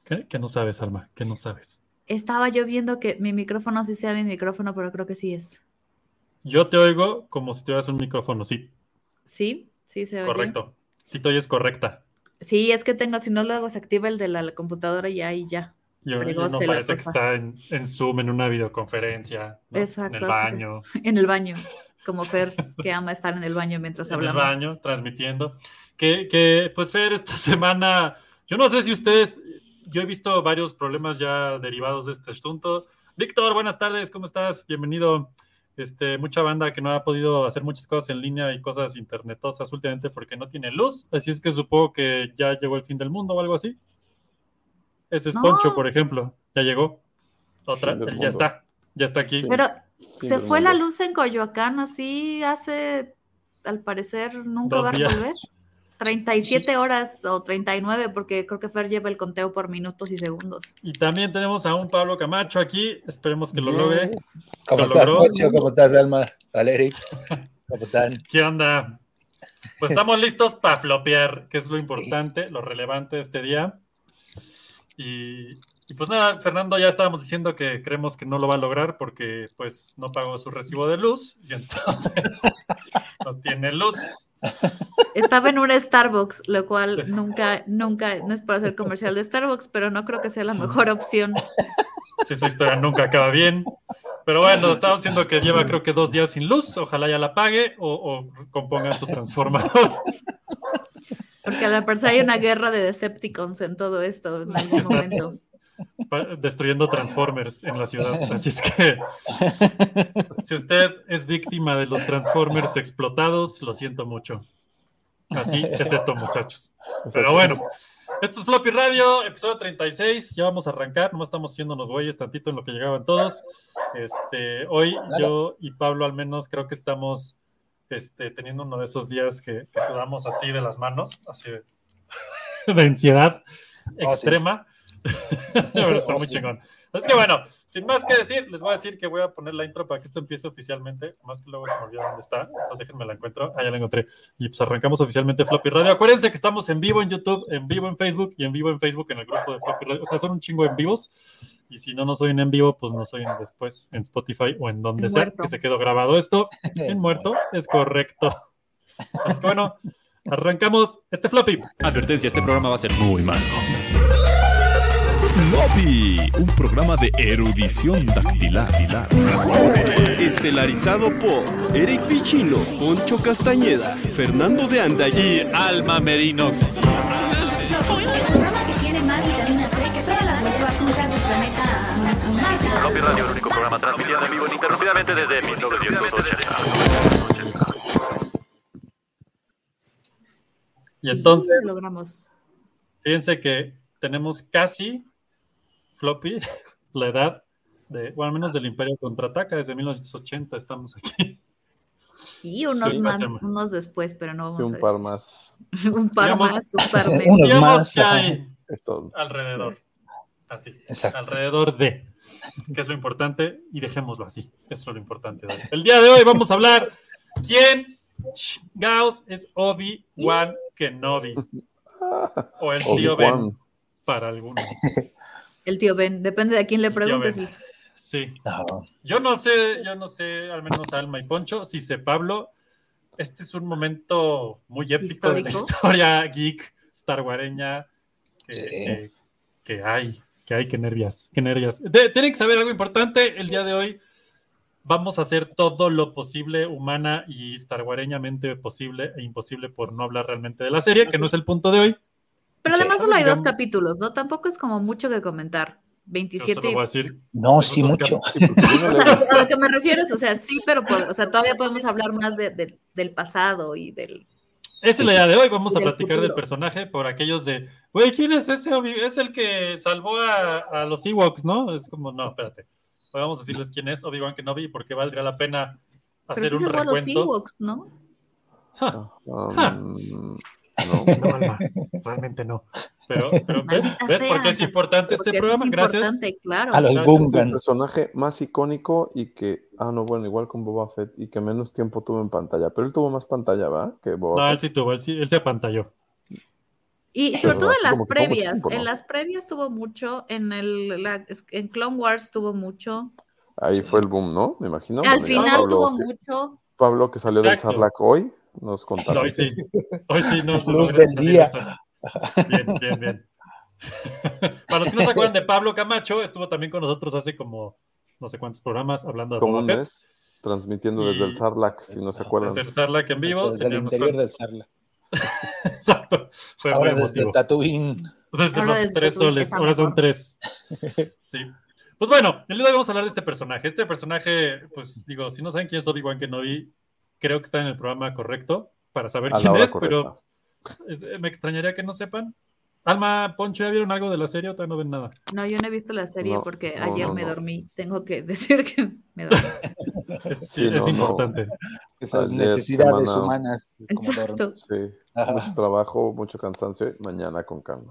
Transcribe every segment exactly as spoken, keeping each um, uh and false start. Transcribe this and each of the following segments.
¿Qué, qué no sabes, Alma? ¿Qué no sabes? Estaba yo viendo que mi micrófono sí sea mi micrófono, pero creo que sí es. Yo te oigo como si tuvieras un micrófono, sí, ¿Sí? ¿Sí se oye? correcto. Sí te oyes correcta. Sí, es que tengo, si no luego se activa el de la, la computadora y ahí ya. Yo, yo no Fregóse la parece que cosa. está en, en Zoom, en una videoconferencia, ¿no? En el Exacto, así de- baño, en el baño. Como Fer, que ama estar en el baño mientras en el hablamos. baño, transmitiendo. Que, que, pues, Fer, esta semana, yo no sé si ustedes, yo he visto varios problemas ya derivados de este asunto. Víctor, buenas tardes, ¿cómo estás? Bienvenido. Este, mucha banda que no ha podido hacer muchas cosas en línea y cosas internetosas últimamente porque no tiene luz, así es que supongo que ya llegó el fin del mundo o algo así. Ese es Poncho, por No, ejemplo, ya llegó. Fin Otra, del él ya mundo. está, ya está aquí. Fin, pero fin se del fue la mundo. luz en Coyoacán así hace, al parecer, nunca Dos va a volver. días. treinta y Sí. siete horas o treinta y nueve, porque creo que Fer lleva el conteo por minutos y segundos. Y también tenemos a un Pablo Camacho aquí. Esperemos que lo Yeah. logre. ¿Cómo ¿Lo estás, logró? Pocho? ¿Cómo estás, Alma? Valeric, ¿cómo están? ¿Qué onda? Pues estamos listos para flopear, que es lo importante, lo relevante de este día. Y, y pues nada, Fernando, ya estábamos diciendo que creemos que no lo va a lograr porque pues no pagó su recibo de luz y entonces no tiene luz. Estaba en un Starbucks, lo cual nunca, nunca, no es para hacer comercial de Starbucks, pero no creo que sea la mejor opción. Si esa historia nunca acaba bien. Pero bueno, estamos diciendo que lleva creo que dos días sin luz. Ojalá ya la pague o, o compongan su transformador. Porque al parecer hay una guerra de Decepticons en todo esto en algún Está momento. destruyendo Transformers en la ciudad. Así es que si usted es víctima de los Transformers explotados, lo siento mucho. Así es esto, muchachos. Pero bueno, esto es Floppy Radio, episodio treinta y seis. Ya vamos a arrancar, nomás estamos haciéndonos güeyes tantito en lo que llegaban todos. Este, hoy yo y Pablo al menos creo que estamos este, teniendo uno de esos días que, que sudamos así de las manos, así de, de ansiedad Oh, extrema. Sí. Pero está Oh, muy sí. chingón. Así que bueno, sin más que decir, les voy a decir que voy a poner la intro para que esto empiece oficialmente. Más que luego se me olvidó dónde está. Entonces déjenme la encuentro. Ah, ya la encontré. Y pues arrancamos oficialmente Floppy Radio. Acuérdense que estamos en vivo en YouTube, en vivo en Facebook y en vivo en Facebook en el grupo de Floppy Radio. O sea, son un chingo en vivos. Y si no nos oyen en vivo, pues nos oyen después en Spotify o en donde En sea muerto. que se quedó grabado esto. En muerto, es correcto. Así que bueno, arrancamos este Floppy. Advertencia, este programa va a ser muy malo. Floppy, un programa de erudición dactilar. Estelarizado por Eric Vicino, Poncho Castañeda, Fernando de Anda y Alma Merino. El programa que tiene más vitamina C que todas las verduras juntas del planeta Marte. Floppy Radio, el único programa transmitido en vivo ininterrumpidamente desde mil novecientos ochenta. Y entonces, Lo logramos. fíjense que tenemos casi Floppy, la edad de, bueno, al menos del Imperio Contraataca, desde mil novecientos ochenta estamos aquí. Y unos Sí, más, hacemos. unos después, pero no Y vamos a un decir. par más. Un par Digamos- más, un par menos. Unos Digamos más, que ajá. hay Es todo. alrededor, así, Exacto. alrededor de, que es lo importante, y dejémoslo así, eso es lo importante de hoy. El día de hoy vamos a hablar, ¿quién Gauss es Obi-Wan Kenobi? O el tío Ben, Obi-Wan. para algunos. El tío Ben, depende de a quién le El tío preguntes. Ben. Sí. No. Yo no sé, yo no sé, al menos Alma y Poncho, si sé Pablo, este es un momento muy épico de la Histórico. historia geek, starwareña, que, Sí. que, que hay, que hay, que nervias, que nervias. De- tienen que saber algo importante, el día de hoy vamos a hacer todo lo posible, humana y starwareñamente posible e imposible por no hablar realmente de la serie, que no es el punto de hoy. Pero Sí. además solo hay dos Digamos- capítulos, ¿no? Tampoco es como mucho que comentar. Yo solo veintisiete. voy a decir, No, sí, Otros mucho. O sea, a lo que me refiero es, o sea, sí, pero po- o sea, todavía podemos hablar más de, de- del pasado y del... esa es la idea de hoy. Vamos Y a del platicar del futuro. personaje por aquellos de, güey, ¿quién es ese? Obi- Es el que salvó a, a los Ewoks, ¿no? Es como, no, espérate. Hoy vamos a decirles quién es Obi-Wan Kenobi y por qué valdría la pena Pero hacer sí un salvó a los recuento. Ewoks, ¿no? Ja, Um, no. no, Alma, realmente no. Pero, pero ¿ves? Maldita ¿Ves por sea. qué es importante este Porque eso programa? es Gracias. importante, claro. A los Gracias. Es el Gungans. personaje más icónico y que, ah, no, bueno, igual con Boba Fett y que menos tiempo tuvo en pantalla, pero él tuvo más pantalla, ¿va? Que Boba No, él Fett. sí tuvo, él, sí, él se apantalló. Y Y sobre Pero todo en así las como que todo mucho previas, tiempo, en ¿no? las previas tuvo mucho, en el la- en Clone Wars tuvo mucho, Ahí fue el boom, ¿no? Me imagino. al Bueno, ya final Pablo, tuvo que, mucho, Pablo que salió del Exacto. Sarlacc hoy, nos contará. Hoy sí, hoy sí nos Luz lograron del salir día. de esa. Bien, bien, bien. Para los que no se acuerdan de Pablo Camacho, estuvo también con nosotros hace como no sé cuántos programas hablando de Como Boba un Fett. mes, transmitiendo Y- desde el Sarlacc, si no se acuerdan. Desde el Sarlacc en vivo. Desde el teníamos interior con- del Sarlacc. Exacto, fue Ahora muy desde emotivo. Tatooine. Desde Ahora los desde tres Tatooine soles, está ahora son mejor. tres. Sí. Pues bueno, el día de hoy vamos a hablar de este personaje. Este personaje, pues digo, si no saben quién es Obi-Wan Kenobi, creo que está en el programa correcto para saber A la quién hora es, pero es- me extrañaría que no sepan. Alma, Poncho, ¿ya vieron algo de la serie o todavía no ven nada? no, yo no he visto la serie No, porque no, ayer no, me no. dormí, tengo que decir que me dormí. Es, Sí, es no, no. importante. Esas Ayer, necesidades semana- humanas. Como dormir. Exacto. Sí, Ajá. mucho trabajo, mucho cansancio. Mañana con calma.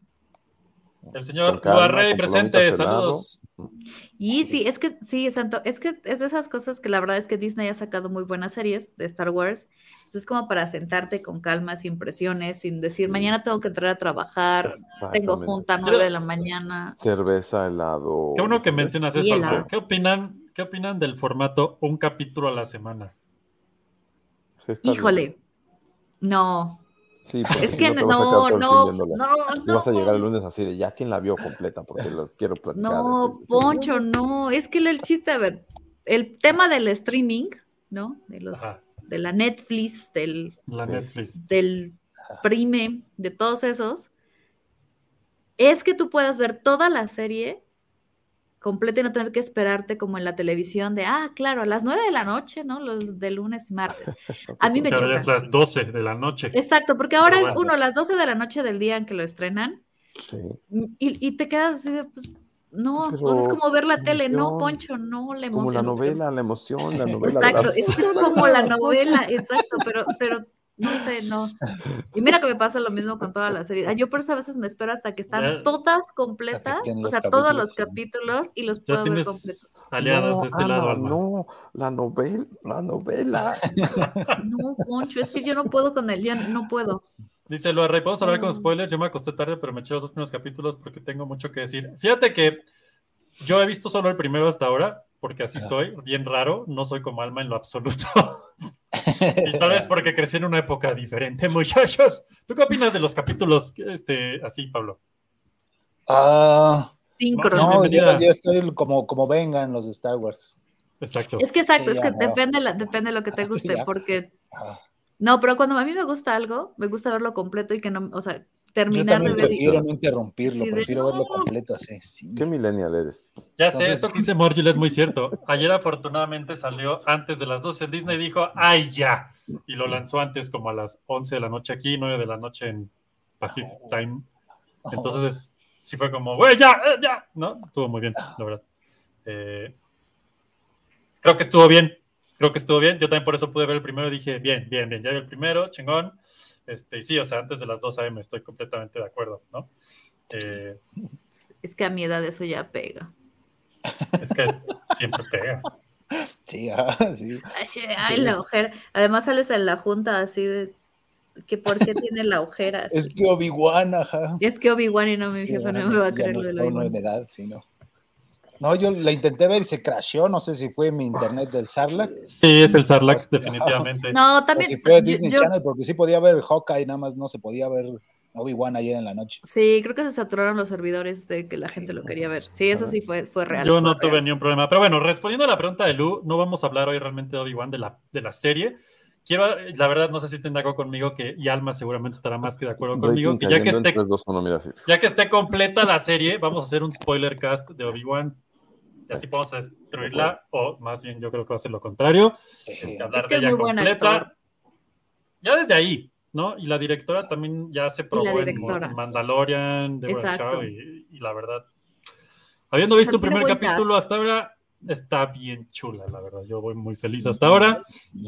El señor Con calma, Lua Rey con presente, palomitas, helado. saludos. Y sí, es que sí, Santo, es que es de esas cosas que la verdad es que Disney ha sacado muy buenas series de Star Wars. Entonces es como para sentarte con calma, sin presiones, sin decir, Sí. mañana tengo que entrar a trabajar, tengo Exactamente. junta a nueve de la mañana. Cerveza, helado. Qué bueno que ¿sabes? mencionas Y eso, helado. Alma. ¿Qué opinan, ¿Qué opinan del formato un capítulo a la semana? Sí, está bien. Híjole, no, Sí, porque es si que no te vas a quedar no, todo el fin no, viéndola. no, Y vas a llegar el no, lunes así de ya quien la vio completa, porque los quiero platicar. no, después. Poncho, no, es que el- el chiste, a ver, el tema del streaming, ¿no? De los, Ajá, de la Netflix, del la Sí. Netflix. del Prime, de todos esos, es que tú puedas ver toda la serie completa y no tener que esperarte como en la televisión de, ah, claro, a las nueve de la noche, ¿no? Los de lunes y martes. A mí me Que ahora choca. es las doce de la noche. Exacto, porque ahora Pero es bueno. uno, las doce de la noche del día en que lo estrenan Sí. y, y te quedas así de, pues, no, Pero pues es como ver la la tele, no, emoción, Poncho, no, la emoción. Como la novela, la emoción, la novela. de Exacto, las- es que es como la novela, exacto, pero, pero no sé, no. Y mira que me pasa lo mismo con toda la serie. Ah, Yo por eso a veces me espero hasta que están Ya- todas completas, estén o los sea, todos los capítulos, capítulos y los Ya puedo ver tienes completos. aliadas No, de este Alma, lado, Alma. no, la novela, la novela. No, Poncho, es que yo no puedo con él, ya no puedo. Dice Lua Rey, ¿podemos hablar con No. spoilers? Yo me acosté tarde, pero me eché los dos primeros capítulos porque tengo mucho que decir. Fíjate que yo he visto solo el primero hasta ahora, porque así soy, bien raro, no soy como Alma en lo absoluto. Y tal vez porque crecí en una época diferente, muchachos. ¿Tú qué opinas de los capítulos este, así, Pablo? Ah, Síncrono. no, yo, bienvenida. yo estoy como, como vengan los de Star Wars. Exacto. Es que exacto, Sí, es que ya, no. depende, la, depende de lo que te Sí, guste, ya. porque Ah, no, pero cuando a mí me gusta algo, me gusta verlo completo y que no, o sea, yo terminar de también ver. prefiero no interrumpirlo, Sí, de- prefiero verlo completo así. Sí. ¿Qué millennial eres? Ya sé, Entonces- esto que dice Morgil es muy cierto. Ayer afortunadamente salió antes de las doce. Disney dijo, ¡ay, ya! Y lo lanzó antes como a las once de la noche aquí, nueve de la noche en Pacific Time. Entonces es- sí fue como, güey, ya, eh, ya. ¿No? Estuvo muy bien, la verdad. Eh, creo que estuvo bien. Creo que estuvo bien. Yo también por eso pude ver el primero y dije, bien, bien, bien. Ya vi el primero, chingón. Este, y sí, o sea, antes de las dos a eme estoy completamente de acuerdo, ¿no? Eh, Es que a mi edad eso ya pega. es que siempre pega. Sí, ajá, sí. Así de, ay, Sí. la ojera. Además sales en la junta así de que por qué tiene la ojera. así. Es que Obi-Wan, ajá. Es que Obi-Wan y no mi Sí, jefe ajá, no me va a ya creer no lo de está uno en Obi-Wan. edad, sí, no. No, yo la intenté ver y se crasheó, no sé si fue mi internet del Sarlacc Sí, es el Sarlacc, Ajá. definitivamente. No, o también. si fue yo- Disney yo- Channel, porque sí podía ver Hawkeye, nada más no se podía ver Obi-Wan ayer en la noche. Sí, creo que se saturaron los servidores de que la gente lo quería ver. Sí, eso sí fue, fue real. Yo fue no real. tuve ni un problema. Pero bueno, respondiendo a la pregunta de Lu, no vamos a hablar hoy realmente de Obi-Wan, de la, de la serie. Quiero, la verdad, no sé si estén de acuerdo conmigo, que y Alma seguramente estará más que de acuerdo conmigo, Rating que ya que, cayendo en esté, tres, dos, uno, mira así. ya que esté completa la serie, vamos a hacer un spoiler cast de Obi-Wan. Y así podemos destruirla, o más bien yo creo que va a ser lo contrario. Este, hablar Es que de es ella muy buen completa. actor. Ya desde ahí, ¿no? Y la directora también ya se probó en, directora. en Mandalorian, Deborah Exacto. Chow, y, y la verdad, habiendo O sea, visto un tiene primer buen capítulo cast. hasta ahora, está bien chula, la verdad. Yo voy muy feliz hasta ahora.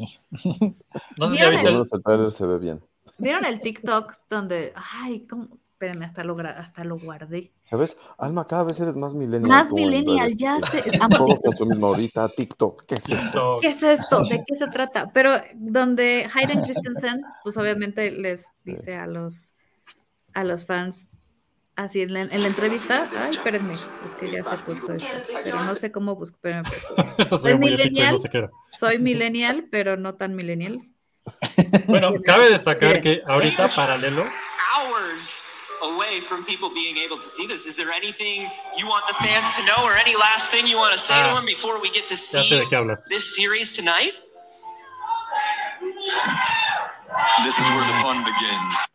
No sé si ya ¿Vieron viste Por lo el... menos el trailer se ve bien. ¿Vieron el TikTok donde, ay, ¿cómo? Espérenme, hasta lo, gra- hasta lo guardé. ¿Sabes? Alma, cada vez eres más millennial. Más tú en millennial, redes. ya sé. Todo consumimos ahorita, TikTok, ¿qué es esto? TikTok? ¿Qué es esto? ¿De qué se trata? Pero donde Hayden Christensen, pues obviamente les dice a los a los fans así en la, en la entrevista. Ay, espérenme, es que ya se puso esto, pero no sé cómo buscar. Eso Soy soy muy épico y millennial, no sé qué era. soy millennial, pero no tan millennial. Bueno, cabe destacar que ahorita paralelo. Hours away from people being able to see this. Is there anything you want the fans to know, or any last thing you want to say Ah, to them before we get to Ya sé see de qué hablas. this series tonight? This is where the fun begins.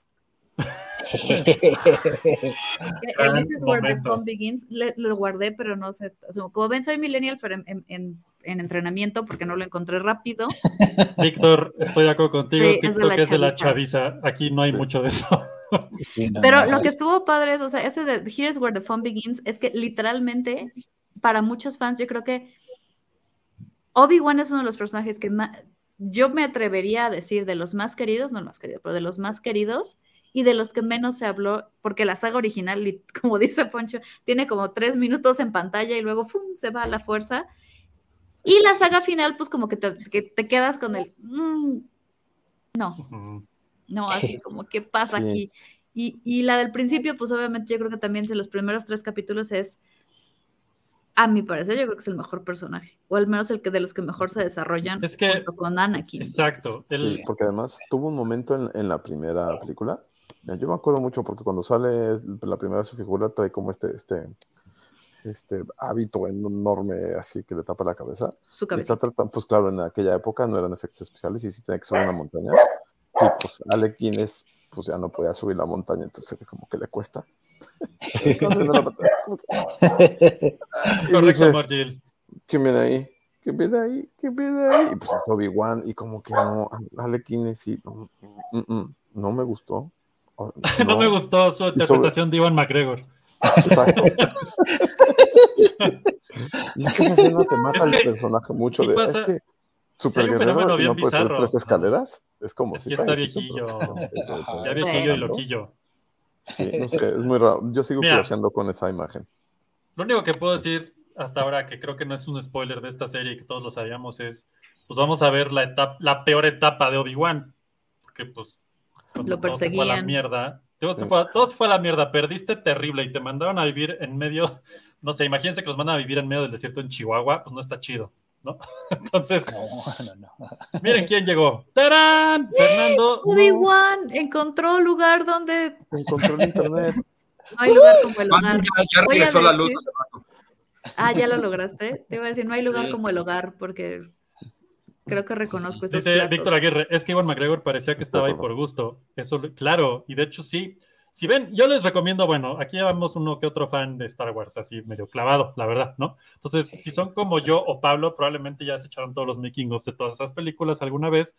El This is where the momento. fun begins, le- lo guardé, pero no sé. O sea, como ven, soy millennial, pero en, en- en- en entrenamiento porque no lo encontré rápido. Víctor, estoy de acuerdo contigo. Sí, es de TikTok la es de la chaviza. chaviza. Aquí no hay mucho de eso. Sí, no, Pero no. lo que estuvo padre es, o sea, ese de Here's where the fun begins, es que literalmente, para muchos fans, yo creo que Obi-Wan es uno de los personajes que más, yo me atrevería a decir de los más queridos, no los más queridos, pero de los más queridos y de los que menos se habló, porque la saga original, li- como dice Poncho, tiene como tres minutos en pantalla y luego ¡fum! Se va a la fuerza. Y la saga final, pues como que te, que te quedas con el... mm, no, Ujú. no, así como, ¿qué pasa Sí. aquí? Y, y la del principio, pues obviamente yo creo que también de los primeros tres capítulos es, a mi parecer, yo creo que es el mejor personaje, o al menos el que de los que mejor se desarrollan Es que- junto con Anakin. Exacto. El- Sí, porque además tuvo un momento en, en la primera película. Mira, yo me acuerdo mucho porque cuando sale la primera su figura trae como este, este, este hábito enorme así que le tapa la cabeza. Su Y cabeza. está tratando, pues claro, en aquella época no eran efectos especiales y sí tenía que subir una montaña. Y pues Alec Guinness pues ya no podía subir la montaña, entonces como que le cuesta. Como que- y Correcto, dices, Margil. ¿quién viene ahí? ¿Quién viene ahí? ¿Quién viene ahí? Y pues es Obi-Wan y como que no, Alec Guinness sí, no, mm, mm, no me gustó. Oh, No me gustó su interpretación de Iwan McGregor. Exacto. Y es que esa escena te mata Es el que personaje mucho. sí de, pasa- es que hay super un guerrero fenómeno y bien no puede subir bizarro. tres escaleras. Es como Es si que está fuera viejillo. pero- Ya viejillo y loquillo. Sí, no sé, es muy raro. Yo sigo Mira. flasheando con esa imagen. Lo único que puedo decir hasta ahora, que creo que no es un spoiler de esta serie, que todos lo sabíamos, es, pues vamos a ver la etapa, la peor etapa de Obi-Wan. Porque pues cuando Lo todo se fue a la perseguían. mierda, todo se, fue, a- todo se fue a la mierda, perdiste terrible y te mandaron a vivir en medio, no sé, imagínense que los mandan a vivir en medio del desierto en Chihuahua, pues no está chido, ¿no? Entonces, No, no, no. miren quién llegó. ¡Tarán! Fernando. Obi-Wan encontró lugar donde Encontró el internet. no hay lugar como el hogar. Ya, ya Voy a regresó la luz decir- hace rato. Ah, ya lo lograste. Te iba a decir, no hay lugar Sí. como el hogar, porque creo que reconozco esos Dice platos. Víctor Aguirre, es que Iwan McGregor parecía que estaba ahí por gusto. Eso, claro, y de hecho sí. Si ven, yo les recomiendo, bueno, aquí llevamos uno que otro fan de Star Wars, así medio clavado, la verdad, ¿no? Entonces, si son como yo o Pablo, probablemente ya se echaron todos los making of de todas esas películas alguna vez.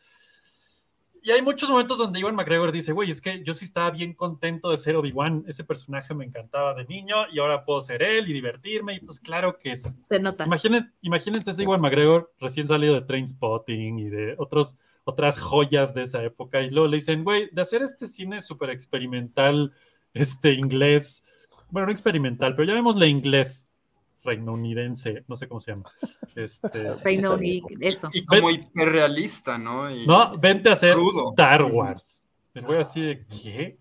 Y hay muchos momentos donde Iwan McGregor dice, güey, es que yo sí estaba bien contento de ser Obi-Wan, ese personaje me encantaba de niño y ahora puedo ser él y divertirme, y pues claro que es. Se nota. Imaginen, imagínense ese Iwan McGregor recién salido de Trainspotting y de otros, otras joyas de esa época, y luego le dicen, güey, de hacer este cine súper experimental, este inglés, bueno, no experimental, pero llamémosle inglés, reinounidense, no sé cómo se llama. Este, Reino Unido, eso. Y como hiperrealista, ¿no? Y- no, vente a hacer Crudo. Star Wars. El güey así de, ¿qué?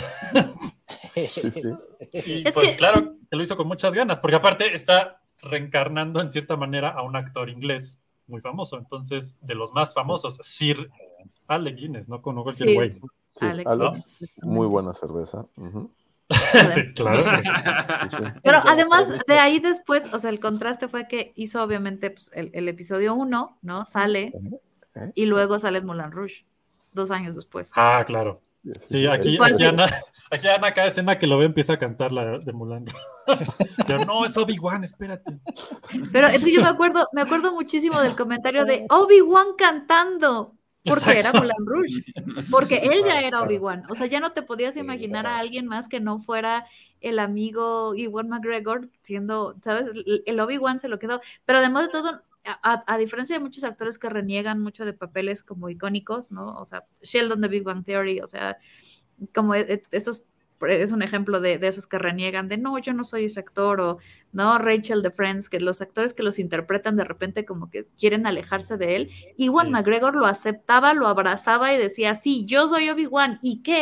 Sí, sí. Y Es pues que- claro que lo hizo con muchas ganas, porque aparte está reencarnando en cierta manera a un actor inglés muy famoso, entonces de los más famosos, Sir Alec Guinness, no con cualquier Sir güey. Sí, Alex, Alex, exactamente. muy buena cerveza. Ujú. Sí, claro. Sí, sí. Pero además de ahí después, o sea, el contraste fue que hizo obviamente pues, el, el episodio uno, ¿no? Sale ¿Eh? y luego sale Moulin Rouge, dos años después. Ah, claro. Sí, aquí, Fue aquí, así. Ana, aquí Ana, cada escena que lo ve empieza a cantar la de Mulan. Pero no, es Obi-Wan, espérate. Pero es que yo me acuerdo, me acuerdo muchísimo del comentario de Obi-Wan cantando, porque Exacto. era Moulin Rouge, porque él ya era Obi-Wan, o sea, ya no te podías imaginar a alguien más que no fuera el amigo Ewan McGregor siendo, ¿sabes? El, el Obi-Wan se lo quedó, pero además de todo, a, a- a diferencia de muchos actores que reniegan mucho de papeles como icónicos, ¿no? O sea, Sheldon de Big Bang Theory, o sea, como e- e- esos es un ejemplo de, de esos que reniegan de no, yo no soy ese actor, o no, Rachel de Friends, que los actores que los interpretan de repente como que quieren alejarse de él. Ewan Sí. McGregor lo aceptaba, lo abrazaba y decía, sí, yo soy Obi-Wan, ¿y qué?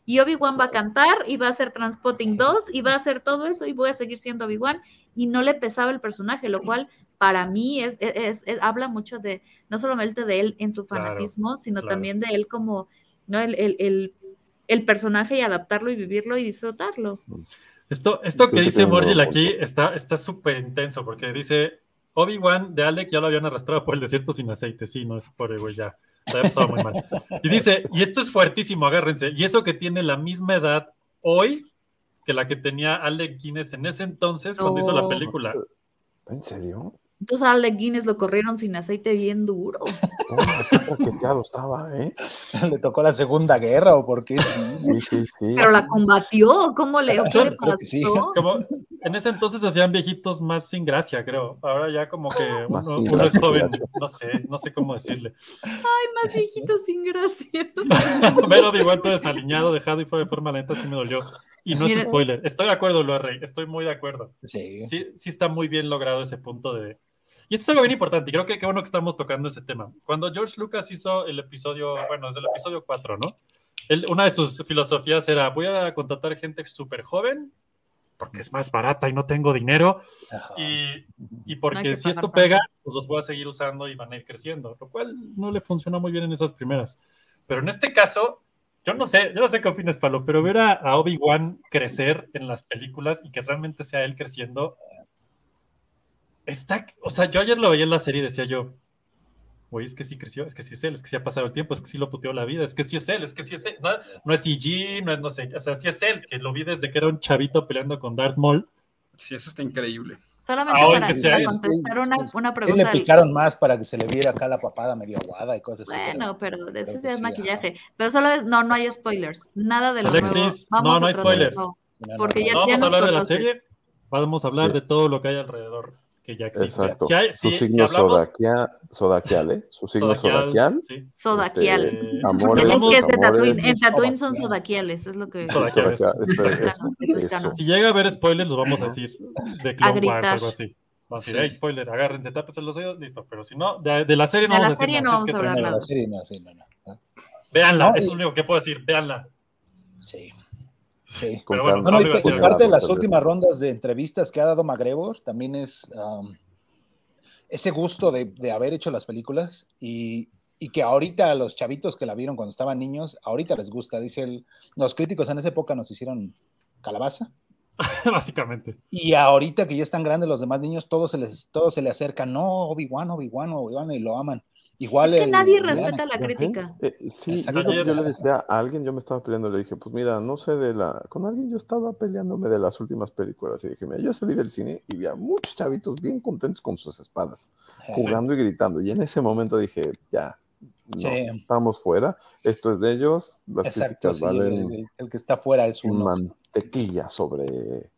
y Obi-Wan va a cantar, y va a hacer Transpotting dos, y va a hacer todo eso, y voy a seguir siendo Obi-Wan, y no le pesaba el personaje, lo cual para mí es, es, es, es habla mucho de, no solamente de él en su fanatismo, claro, sino claro. también de él como, ¿no? el, el, el, el personaje y adaptarlo y vivirlo y disfrutarlo. Esto, esto que dice Morgil aquí está súper intenso, porque dice, Obi-Wan de Alec ya lo habían arrastrado por el desierto sin aceite, sí, no es por güey, ya, se había pasado muy mal. Y dice, y esto es fuertísimo, agárrense, y eso que tiene la misma edad hoy que la que tenía Alec Guinness en ese entonces cuando oh. hizo la película. ¿En serio? Entonces a Alec Guinness lo corrieron sin aceite bien duro. Oh, qué traqueteado estaba, ¿eh? ¿Le tocó la Segunda Guerra o por qué? Sí, sí, sí. Pero la combatió, ¿cómo le, ¿qué le pasó? Sí. Como, en ese entonces hacían viejitos más sin gracia, creo. Ahora ya como que uno, uno es joven, no sé, no sé cómo decirle. Ay, más viejitos sin gracia. Pero igual todo desaliñado, dejado y fue de forma lenta, sí me dolió. Y no es spoiler. Estoy de acuerdo, Lua Rey. Estoy muy de acuerdo. Sí. sí. Sí está muy bien logrado ese punto de... Y esto es algo bien importante, y creo que qué bueno que estamos tocando ese tema. Cuando George Lucas hizo el episodio, bueno, es el episodio cuatro, ¿no? Él, una de sus filosofías era, voy a contratar gente súper joven, porque es más barata y no tengo dinero, y, y porque no si esto pega, pues los voy a seguir usando y van a ir creciendo, lo cual no le funcionó muy bien en esas primeras. Pero en este caso... Yo no sé, yo no sé qué opinas, Palo, pero ver a, a Obi-Wan crecer en las películas y que realmente sea él creciendo, está, o sea, yo ayer lo veía en la serie y decía yo, güey, es que sí creció, es que sí es él, es que sí ha pasado el tiempo, es que sí lo puteó la vida, es que sí es él, es que sí es él, no, no es C G, no es no sé, o sea, sí es él, que lo vi desde que era un chavito peleando con Darth Maul. Sí, eso está increíble. Solamente ah, para, para contestar una, una pregunta. Sí le picaron del... más para que se le viera acá la papada medio aguada y cosas así. Bueno, pero de ese sí es sí, maquillaje. Ajá. Pero solo es, no, no hay spoilers. Nada de lo Alexis, nuevo. Vamos no, no hay spoilers. No, porque ya, no, ya vamos a hablar de la conoces. serie, vamos a hablar sí. de todo lo que hay alrededor que ya existe. Exacto. Si hay, Su si, signo si hablamos... sodaquial, sodaquial, ¿eh? Su signo sodaquial. Sí. Sodaquial. Este, amores, es que es de amores, Tatooine. En Tatooine son sodaquiales, es lo que... Sodaquiales. Eso es, eso es, eso es si llega a haber spoilers, los vamos a decir de Clone Wars o algo así. Vamos a decir, Sí. hey, spoiler, agárrense, tápense los oídos, listo. Pero si no, de, de la serie no de vamos la a decir serie nada. no vamos a hablar No, nada. la serie no, sí, no, no. Véanla, No, es y- lo único que puedo decir, véanla. Sí. Sí. Pero bueno, No, no, y, iba a decir y algo. parte de las últimas rondas de entrevistas que ha dado McGregor también es um, ese gusto de, de haber hecho las películas y, y que ahorita a los chavitos que la vieron cuando estaban niños, ahorita les gusta. Dice él, los críticos en esa época nos hicieron calabaza Básicamente. y ahorita que ya están grandes los demás niños, todos se les, todos se le acercan, no, Obi-Wan, Obi-Wan, Obi-Wan, y lo aman. Igual Es que el- nadie el- respeta la Ajá. crítica. Eh, sí, yo, Exacto. lo que yo le decía a alguien, yo me estaba peleando, le dije, pues mira, no sé de la, con alguien yo estaba peleándome de las últimas películas y dije, mira, yo salí del cine y vi a muchos chavitos bien contentos con sus espadas, jugando y gritando, y en ese momento dije, ya, no, Sí. estamos fuera, esto es de ellos, las Exacto, críticas sí, valen el, el que está fuera es uno. mantequilla sobre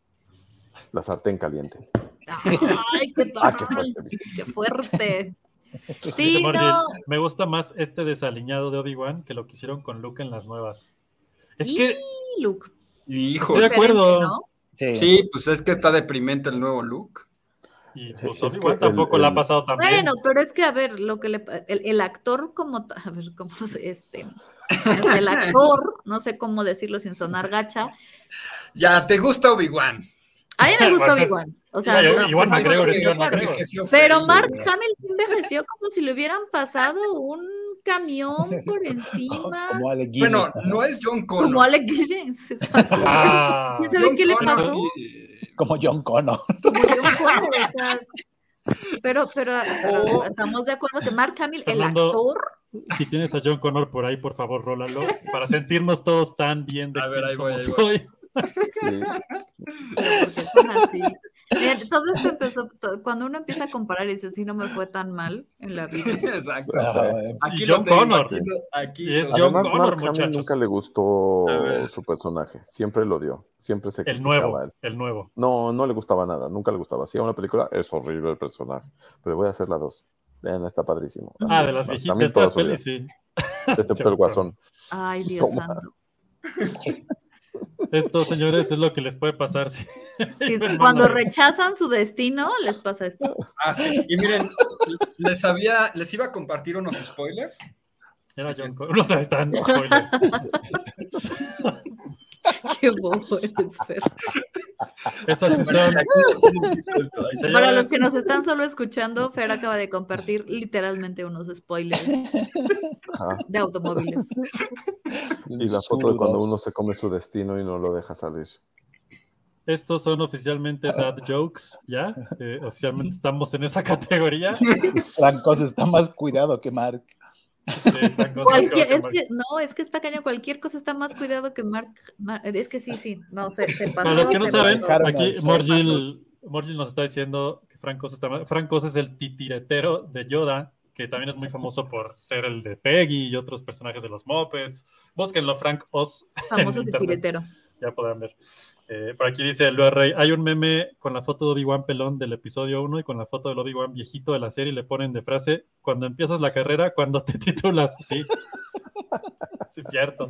la sartén caliente. Ay, qué, Ah, qué tal, fuerte. qué fuerte. Dice Sí, Morgil, no. me gusta más este desaliñado de Obi-Wan que lo que hicieron con Luke en las nuevas. Es Y que Luke. Hijo. estoy de acuerdo. Diferente, ¿no? Sí. Sí, pues es que está deprimente el nuevo look. Y Sí, pues es Obi-Wan que tampoco el- la ha el- pasado tan bien. Bueno, pero es que a ver, lo que le el, el actor como ta- a ver cómo se este es el actor, no sé cómo decirlo sin sonar gacha. Ya, ¿te gusta Obi-Wan? A mí me gusta Pues es- Obi-Wan. O sea, Mira, no, Iwan no, McGregor no, es Iwan claro. McGregor. Envejeció Pero feliz. Mark Hamill envejeció como si le hubieran pasado un camión por encima. Como Alec Bueno, Guinness, ajá. no es John Como Connor. Alec Guinness. exacto. Ah, ¿Quién sabe John qué le Connor pasó? sí. Como John Connor. Como John Connor, o sea, pero, pero, pero Oh. estamos de acuerdo que Mark Hamill, el Fernando, actor, si tienes a John Connor por ahí, por favor, rólalo, para sentirnos todos tan bien de A ver, quién ahí voy, ahí somos voy. hoy. Sí. pero porque son así. Miren, todo esto empezó, to- cuando uno empieza a comparar y dice, sí, no me fue tan mal en la vida. Exacto. Ajá. Aquí Y lo John tengo, Connor. aquí lo- aquí Y es lo- John Además, Connor, Mark Hamill muchachos. nunca le gustó A ver. su personaje, siempre lo odió, siempre se El criticaba a nuevo, él. el nuevo. No, no le gustaba nada, nunca le gustaba. Hacía una película, es horrible el personaje, pero voy a hacer la dos. Vean, está padrísimo. Ah, de las También viejitas, de todas las pelis, subieron, sí. excepto el Guasón. Ay, Dios Toma. santo. Esto, señores, es lo que les puede pasar. Si... Sí, cuando rechazan su destino, les pasa esto. Ah, sí. Y miren, les había, les iba a compartir unos spoilers. Era John Connor. O sea, están spoilers. Qué bobo eres, Fer. Esas sí son. Para Señores, los que nos están solo escuchando, Fer acaba de compartir literalmente unos spoilers Ajá. de automóviles. Y la foto de cuando uno se come su destino y no lo deja salir. estos son oficialmente dad jokes, ¿ya? Eh, oficialmente estamos en esa categoría. Francos está más cuidado que Mark. Sí, Franco, Cualquier, que es Mark. que, no, es que está caño, cualquier cosa está más cuidado que Mark. Mar- es que sí, sí, no, se, se pasó. Para los que no se saben, pasó. aquí Se Morgil, Morgil nos está diciendo que Francos está mal. Francos es el titiretero de Yoda, que también es muy famoso por ser el de Peggy y otros personajes de los Muppets. Búsquenlo, Frank Oz. Famoso en internet. titiretero. Ya podrán ver. Eh, por aquí dice Luis Rey, hay un meme con la foto de Obi-Wan pelón del episodio uno y con la foto del Obi-Wan viejito de la serie y le ponen de frase, cuando empiezas la carrera, cuando te titulas. Sí, sí es cierto.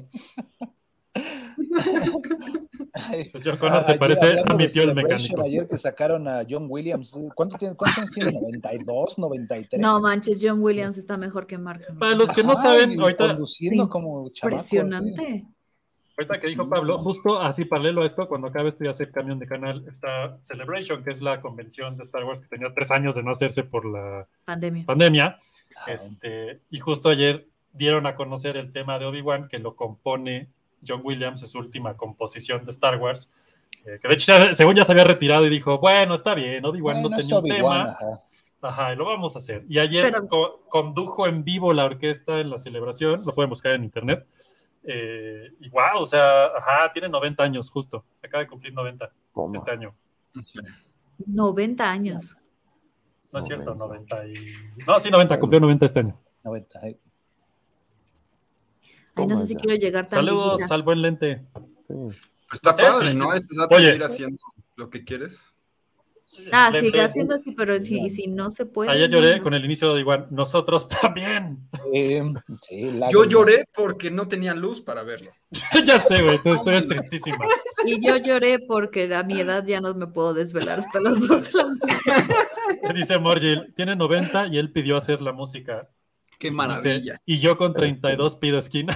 Ay, John Connor se ayer, parece hablando a mi de tío el Celebration, mecánico. Ayer que sacaron a John Williams, ¿cuánto tiene, ¿cuántos años tiene? ¿noventa y dos, noventa y tres? No manches, John Williams está mejor que Mark Hamill. Para los que no Ajá, saben, y ahorita, conduciendo Sí, como chamaco. Impresionante. ahorita que dijo Sí. Pablo, justo así paralelo a esto, cuando acabe esto y hacer cambio de canal, está Celebration, que es la convención de Star Wars que tenía tres años de no hacerse por la Pandemia. pandemia. Ajá. Este, y justo ayer dieron a conocer el tema de Obi-Wan, que lo compone John Williams, es su última composición de Star Wars, eh, que de hecho, ya- según ya se había retirado y dijo, bueno, está bien, Obi-Wan Bueno, no es tenía un Obi-Wan, tema, ajá. ajá, y lo vamos a hacer. Y ayer Pero- co- condujo en vivo la orquesta en la celebración, lo pueden buscar en internet, eh, y wow, o sea, ajá, tiene noventa años justo, acaba de cumplir noventa Toma. este año. noventa años. No es cierto, noventa. noventa y... No, sí, noventa, cumplió noventa este año. noventa, ay. Ay, no Toma sé si ya. quiero llegar tan Saludos viejita. al buen lente. Sí. Está Sí, padre, sí, ¿no? sí. A esa edad Oye. seguir haciendo lo que quieres. Ah, Lente. sigue haciendo así, pero si, y si no se puede. Ayer lloré no. con el inicio de Obi-Wan, nosotros también. Eh, sí, Yo lágrimas. lloré porque no tenía luz para verlo. Ya sé, güey, tu historia es tristísima. Y yo lloré porque a mi edad ya no me puedo desvelar hasta las dos de la mañana. Dice Morgil, tiene noventa y él pidió hacer la música. Qué Dice, maravilla. y yo con treinta y dos pido esquina.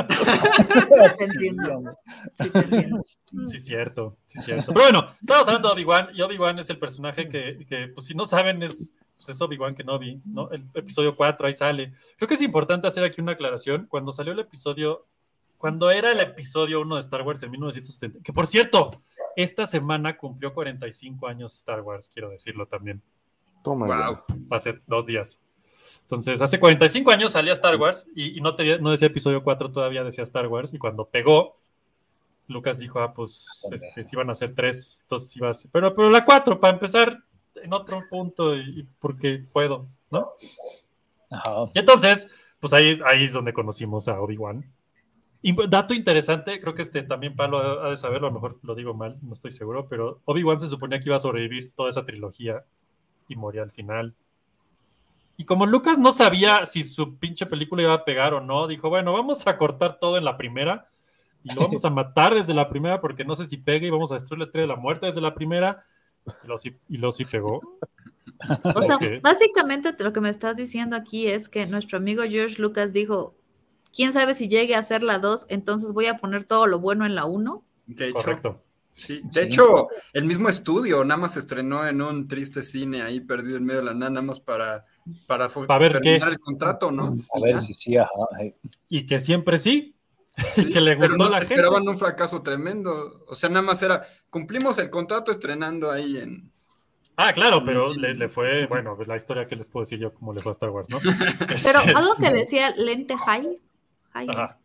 Te entiendo. Sí, te entiendo. Sí, cierto, sí, cierto. Pero bueno, estamos hablando de Obi-Wan y Obi-Wan es el personaje que, que, pues si no saben, es, pues, es Obi-Wan Kenobi, ¿no? El episodio cuatro ahí sale. Creo que es importante hacer aquí una aclaración. Cuando salió el episodio, cuando era el episodio uno de Star Wars en mil novecientos setenta, que por cierto, esta semana cumplió cuarenta y cinco años Star Wars, quiero decirlo también, Toma ya. Wow. hace dos días. Entonces, hace cuarenta y cinco años salía Star Wars y, y no, te- no decía episodio cuatro, todavía decía Star Wars. Y cuando pegó, Lucas dijo, ah, pues este, si iban a ser tres, entonces iba a ser. Pero, pero la cuatro, para empezar en otro punto, y, y porque puedo, ¿no? Ajá. Y entonces, pues ahí, ahí es donde conocimos a Obi-Wan. Y dato interesante, creo que este también Pablo ha ha de saberlo, a lo mejor lo digo mal, no estoy seguro, pero Obi-Wan se suponía que iba a sobrevivir toda esa trilogía y moría al final. Y como Lucas no sabía si su pinche película iba a pegar o no, dijo, bueno, vamos a cortar todo en la primera y lo vamos a matar desde la primera porque no sé si pega y vamos a destruir la estrella de la muerte desde la primera. Y lo sí, y lo sí pegó. O sea, Ok. básicamente lo que me estás diciendo aquí es que nuestro amigo George Lucas dijo, quién sabe si llegue a ser la dos, entonces voy a poner todo lo bueno en la uno. De hecho, Correcto. sí. De Sí. hecho, el mismo estudio nada más se estrenó en un triste cine ahí perdido en medio de la nada, nada más para, para, fu- Pa' ver terminar qué. el contrato, ¿no? A Y ver ya. si sí, ajá. ay. Y que siempre sí. Sí, y que le pero gustó no, a la gente. esperaban un fracaso tremendo. O sea, nada más era, cumplimos el contrato estrenando ahí en... Ah, claro, pero Sí. le, le fue, bueno, pues la historia que les puedo decir yo cómo le fue a Star Wars, ¿no? Pero Este, algo que decía Lente High, High, ajá.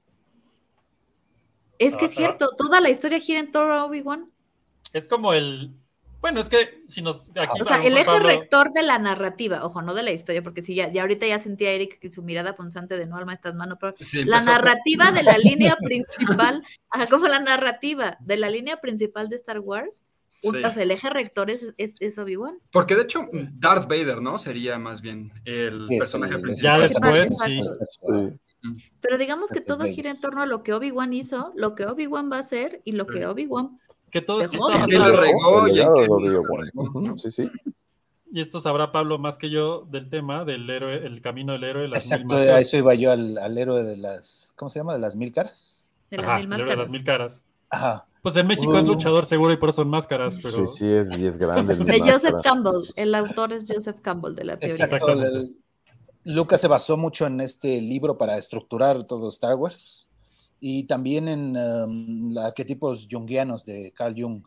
es que Ah, es cierto, toda la historia gira en torno a Obi-Wan. Es como el, bueno, es que si nos, aquí O sea, a lo el mejor eje Pablo- rector de la narrativa, ojo, no de la historia, porque sí, ya, ya ahorita ya sentía a Eric que su mirada punzante de no alma estas manos, pero Sí, la empezó a- narrativa de la línea principal, ajá, como la narrativa de la línea principal de Star Wars, un- Sí. o sea, el eje rector es, es, es Obi-Wan. Porque de hecho, Darth Vader, ¿no? Sería más bien el Sí, personaje sí, principal. Ya después, Exacto. sí. Sí. Pero digamos que Ese es todo Vader. gira en torno a lo que Obi-Wan hizo, lo que Obi-Wan va a hacer y lo que Sí. Obi-Wan. Que todo esto Dejó está de ¿En qué la basado, regó El y en legado qué de no la Obi-Wan. regó, Ujú, no? sí, sí. y esto sabrá Pablo más que yo del tema del héroe, el camino del héroe. Las Exacto, mil a eso iba yo al, al héroe de las, ¿cómo se llama? De las mil caras. De las Ajá, mil el héroe de las máscaras. mil caras. Ajá. Pues en México Uh. es luchador seguro y por eso son máscaras, pero... Sí, sí, es, y es grande. el De Joseph máscaras. Campbell. El autor es Joseph Campbell de la teoría. Exacto. el- el- Lucas se basó mucho en este libro para estructurar todo Star Wars y también en um, los arquetipos junguianos de Carl Jung.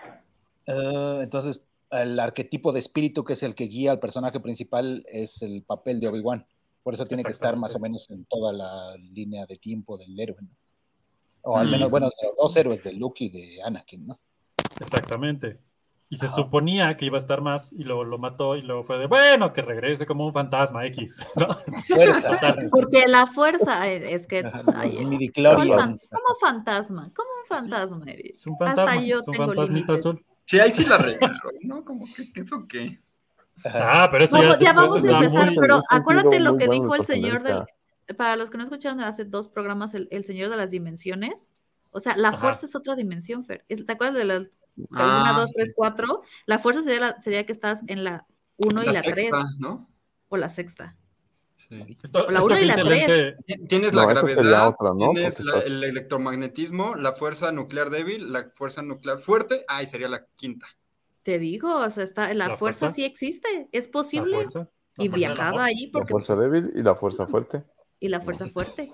Uh, entonces, el arquetipo de espíritu, que es el que guía al personaje principal, es el papel de Obi-Wan. Por eso tiene que estar más o menos en toda la línea de tiempo del héroe, ¿no? O al Y- menos, bueno, de los dos héroes, de Luke y de Anakin, ¿no? Exactamente. Y se suponía que iba a estar más y luego lo mató y luego fue de, bueno, que regrese como un fantasma X, ¿no? Fuerza. Total. Porque la fuerza eh, es que... ay, Los ¿cómo, midichlorians. fan- cómo fantasma? ¿Cómo un fantasma eres? Es un fantasma, Hasta yo es un tengo fantasmita límites. azul. Sí, ahí sí la regaron, ¿no? Como que, que ¿eso qué? Ah, pero eso Vamos, ya, ya después vamos a está empezar, muy- pero muy sentido, acuérdate lo muy que bueno dijo de el señor del... trascendencia. Para los que no escucharon hace dos programas, el, el señor de las dimensiones, o sea, la Ajá. fuerza es otra dimensión, Fer. Es- ¿Te acuerdas de la Ah, una, dos, sí. tres, cuatro? La fuerza sería, la- sería que estás en la uno y La la tres, sexta, ¿no? o la sexta. Sí. Esto, O la esto uno que y la dice tres. Lente, Tienes No, la esa gravedad, sería otra, ¿no? tienes Porque la- estás- el electromagnetismo, la fuerza nuclear débil, la fuerza nuclear fuerte, ah, y sería la quinta. Te digo, o sea, está, la, ¿La fuerza, fuerza? sí existe, es la posible. fuerza. la Y fuerza del viajaba amor. ahí La porque... fuerza pues, débil y la fuerza fuerte. y la fuerza fuerte.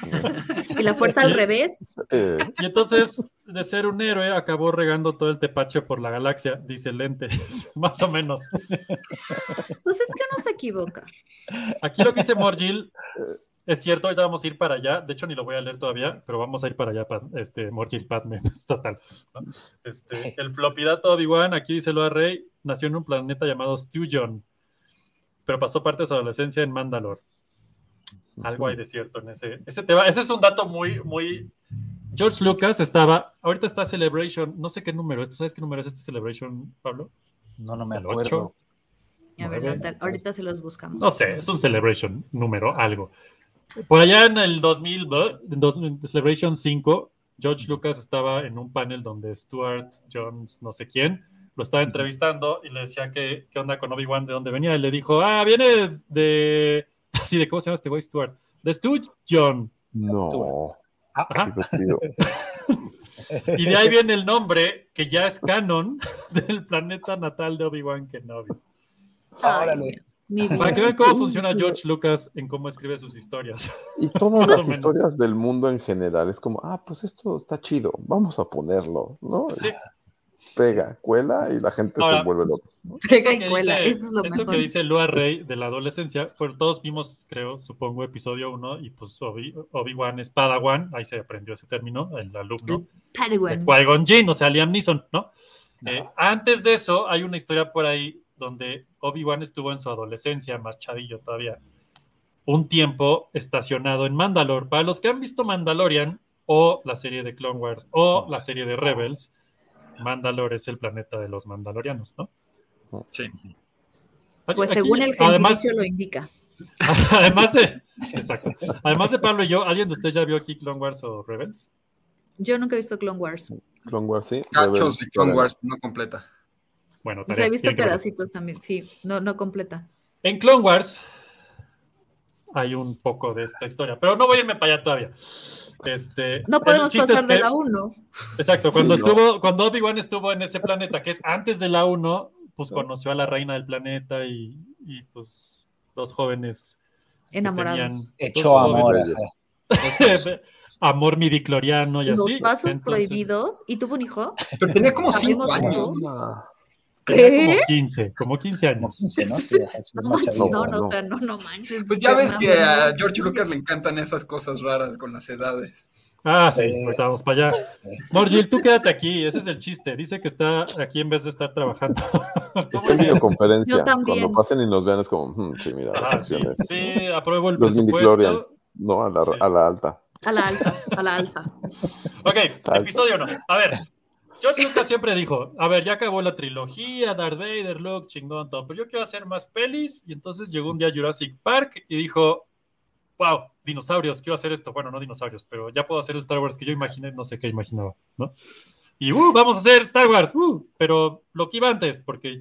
Y la fuerza al Y- revés. Eh, Y entonces, de ser un héroe, acabó regando todo el tepache por la galaxia, dice Lente, más o menos. Pues es que uno se equivoca. Aquí lo que dice Morgil es cierto, ahorita vamos a ir para allá. De hecho, ni lo voy a leer todavía, pero vamos a ir para allá, pa- este, Morgil Padme, es total. ¿no? Este, el flopidato Obi-Wan, aquí dice Loa Rey, nació en un planeta llamado Stewjon, pero pasó parte de su adolescencia en Mandalore. Algo hay de cierto en ese. Ese, te va- ese es un dato muy, muy. George Lucas estaba. Ahorita está Celebration. No sé qué número es. ¿Tú sabes qué número es este Celebration, Pablo? No, no me ¿El acuerdo. ocho? A ver, Nueve. ahorita, ahorita se los buscamos. No sé, es un Celebration número, algo. Por allá en el dos mil, ¿no? en dos- en Celebration cinco, George Lucas estaba en un panel donde Stuart Jones, no sé quién, lo estaba entrevistando y le decía que qué onda con Obi-Wan, de dónde venía. Y le dijo, ah, viene de. Así de, ¿cómo se llama este güey? Stuart. De Stu John. no. Ajá. Divertido. Y de ahí viene el nombre, que ya es canon, del planeta natal de Obi-Wan Kenobi. Ay, Órale. mi vida. Para que vean cómo funciona George Lucas en cómo escribe sus historias. Y todas Más o las menos. historias del mundo en general es como, ah, pues esto está chido, vamos a ponerlo, ¿no? Sí. Pega, cuela y la gente Ahora, se vuelve loca. ¿no? Pega Esto y que cuela, dice- eso es lo esto mejor. que dice Lua Rey de la adolescencia, pues todos vimos, creo, supongo, episodio uno, y pues Obi- Obi-Wan es Padawan, ahí se aprendió ese término, el alumno de Padawan. Qui-Gon Jinn, o sea, Liam Neeson, ¿no? Eh, antes de eso, hay una historia por ahí donde Obi-Wan estuvo en su adolescencia, más chavillo todavía, un tiempo estacionado en Mandalore. Para los que han visto Mandalorian, o la serie de Clone Wars, o la serie de Rebels, Mandalore es el planeta de los mandalorianos, ¿no? Sí. Pues Aquí, según el además, gentilicio lo indica. además de, exacto, además de Pablo y yo, ¿alguien de ustedes ya vio aquí Clone Wars o Rebels? Yo nunca he visto Clone Wars. Clone Wars, sí. Cachos Rebels, de Clone Rebels. Wars, no completa. Bueno, O sea, tarea, he visto tienen que verlo. pedacitos también, sí, no, no completa. En Clone Wars hay un poco de esta historia, pero no voy a irme para allá todavía. Este, No el podemos chiste pasar es de que- la uno. Exacto, cuando Sí, no. estuvo, cuando Obi-Wan estuvo en ese planeta, que es antes de la uno, pues conoció a la reina del planeta y, y, pues dos jóvenes que Enamorados. tenían Echó dos amor. jóvenes- ajá. amor midicloriano y Los así. pasos Entonces, prohibidos. ¿Y tuvo un hijo? Pero tenía como cinco ¿Sabemos años. eso? Ah, tenía ¿Qué? como quince, como quince Como años. quince, ¿no? Sí, ajá, sí, No, más manches, chavito. no, no, no. o sea, no, no manches. Pues ya ves No, que no, a no. George Lucas le encantan esas cosas raras con las edades. Ah, sí, Eh. ahorita vamos para allá. Morgil, tú quédate aquí, ese es el chiste. Dice que está aquí en vez de estar trabajando. está en videoconferencia. Yo también. Cuando pasen y nos vean es como, hmm, sí, mira, las Ah, sí, acciones. sí, apruebo el Los presupuesto. midichlorians, no, a la, Sí. a la alta. A la alza, a la alza. Ok, episodio uno. A ver, George Lucas siempre dijo, a ver, ya acabó la trilogía, Darth Vader, Luke, chingón, todo, pero yo quiero hacer más pelis, y entonces llegó un día a Jurassic Park y dijo, wow, dinosaurios, quiero hacer esto. Bueno, no dinosaurios, pero ya puedo hacer Star Wars que yo imaginé, no sé qué imaginaba, ¿no? Y, uh, vamos a hacer Star Wars, uh, pero lo que iba antes, porque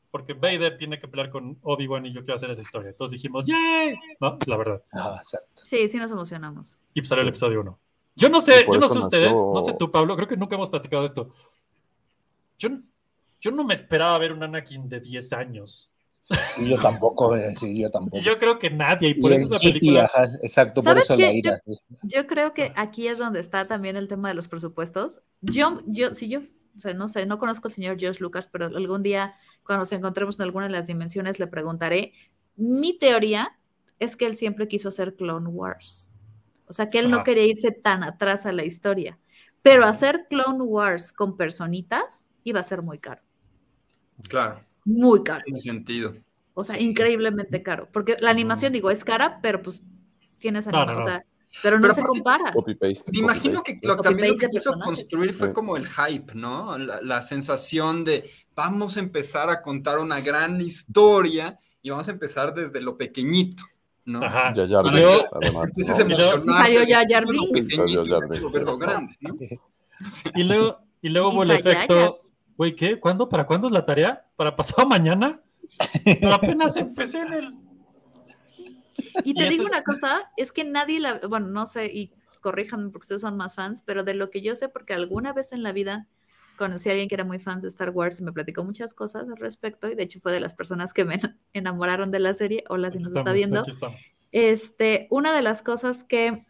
porque Vader tiene que pelear con Obi-Wan y yo quiero hacer esa historia. Entonces dijimos, ¡yay! No, la verdad. Ah, exacto. Sí, sí nos emocionamos. Y salió Sí. el episodio uno. Yo no sé, Y por yo no eso sé ustedes, nació- no sé tú, Pablo, creo que nunca hemos platicado de esto. Yo, yo no me esperaba ver un Anakin de diez años. Sí, yo tampoco, eh, sí, yo tampoco. Y yo creo que nadie, y por Y eso el esa G P, película... ajá, exacto, por ¿Sabes eso qué? la ira. Yo- sí. Yo creo que aquí es donde está también el tema de los presupuestos. Yo, yo, si yo, o sea, no sé, no conozco al señor George Lucas, pero algún día, cuando nos encontremos en alguna de las dimensiones, le preguntaré. Mi teoría es que él siempre quiso hacer Clone Wars. O sea, que él no Ajá. quería irse tan atrás a la historia. Pero hacer Clone Wars con personitas iba a ser muy caro. Claro, Muy caro. tiene sentido. O sea, Sí. increíblemente caro. Porque la animación, digo, es cara, pero pues tienes No, anima, no, o no. sea, pero no Pero se aparte- compara. Copy-paste. Me imagino copy-paste. que lo, también lo Copy-paste que de quiso personajes. construir fue Sí. como el hype, ¿no? La, la sensación de vamos a empezar a contar una gran historia y vamos a empezar desde lo pequeñito, ¿no? Ajá. Jar Jar Y Para luego- Binks, además, empieces ¿no? a emocionarte. Y salió de Jar Jar algo Binks. pequeñito Salió Jar y Binks, verlo sí. grande, ¿no? Y luego, y luego hubo el Isayaya. efecto, güey, ¿qué? ¿Cuándo? ¿Para cuándo es la tarea? ¿Para pasado mañana? Pero apenas empecé en el... Y te Y digo eso es- una cosa, es que nadie la, bueno, no sé, y corríjanme porque ustedes son más fans, pero de lo que yo sé, porque alguna vez en la vida conocí a alguien que era muy fan de Star Wars y me platicó muchas cosas al respecto, y de hecho fue de las personas que me enamoraron de la serie. Hola, si Aquí nos está estamos, viendo. aquí estamos. Este, una de las cosas que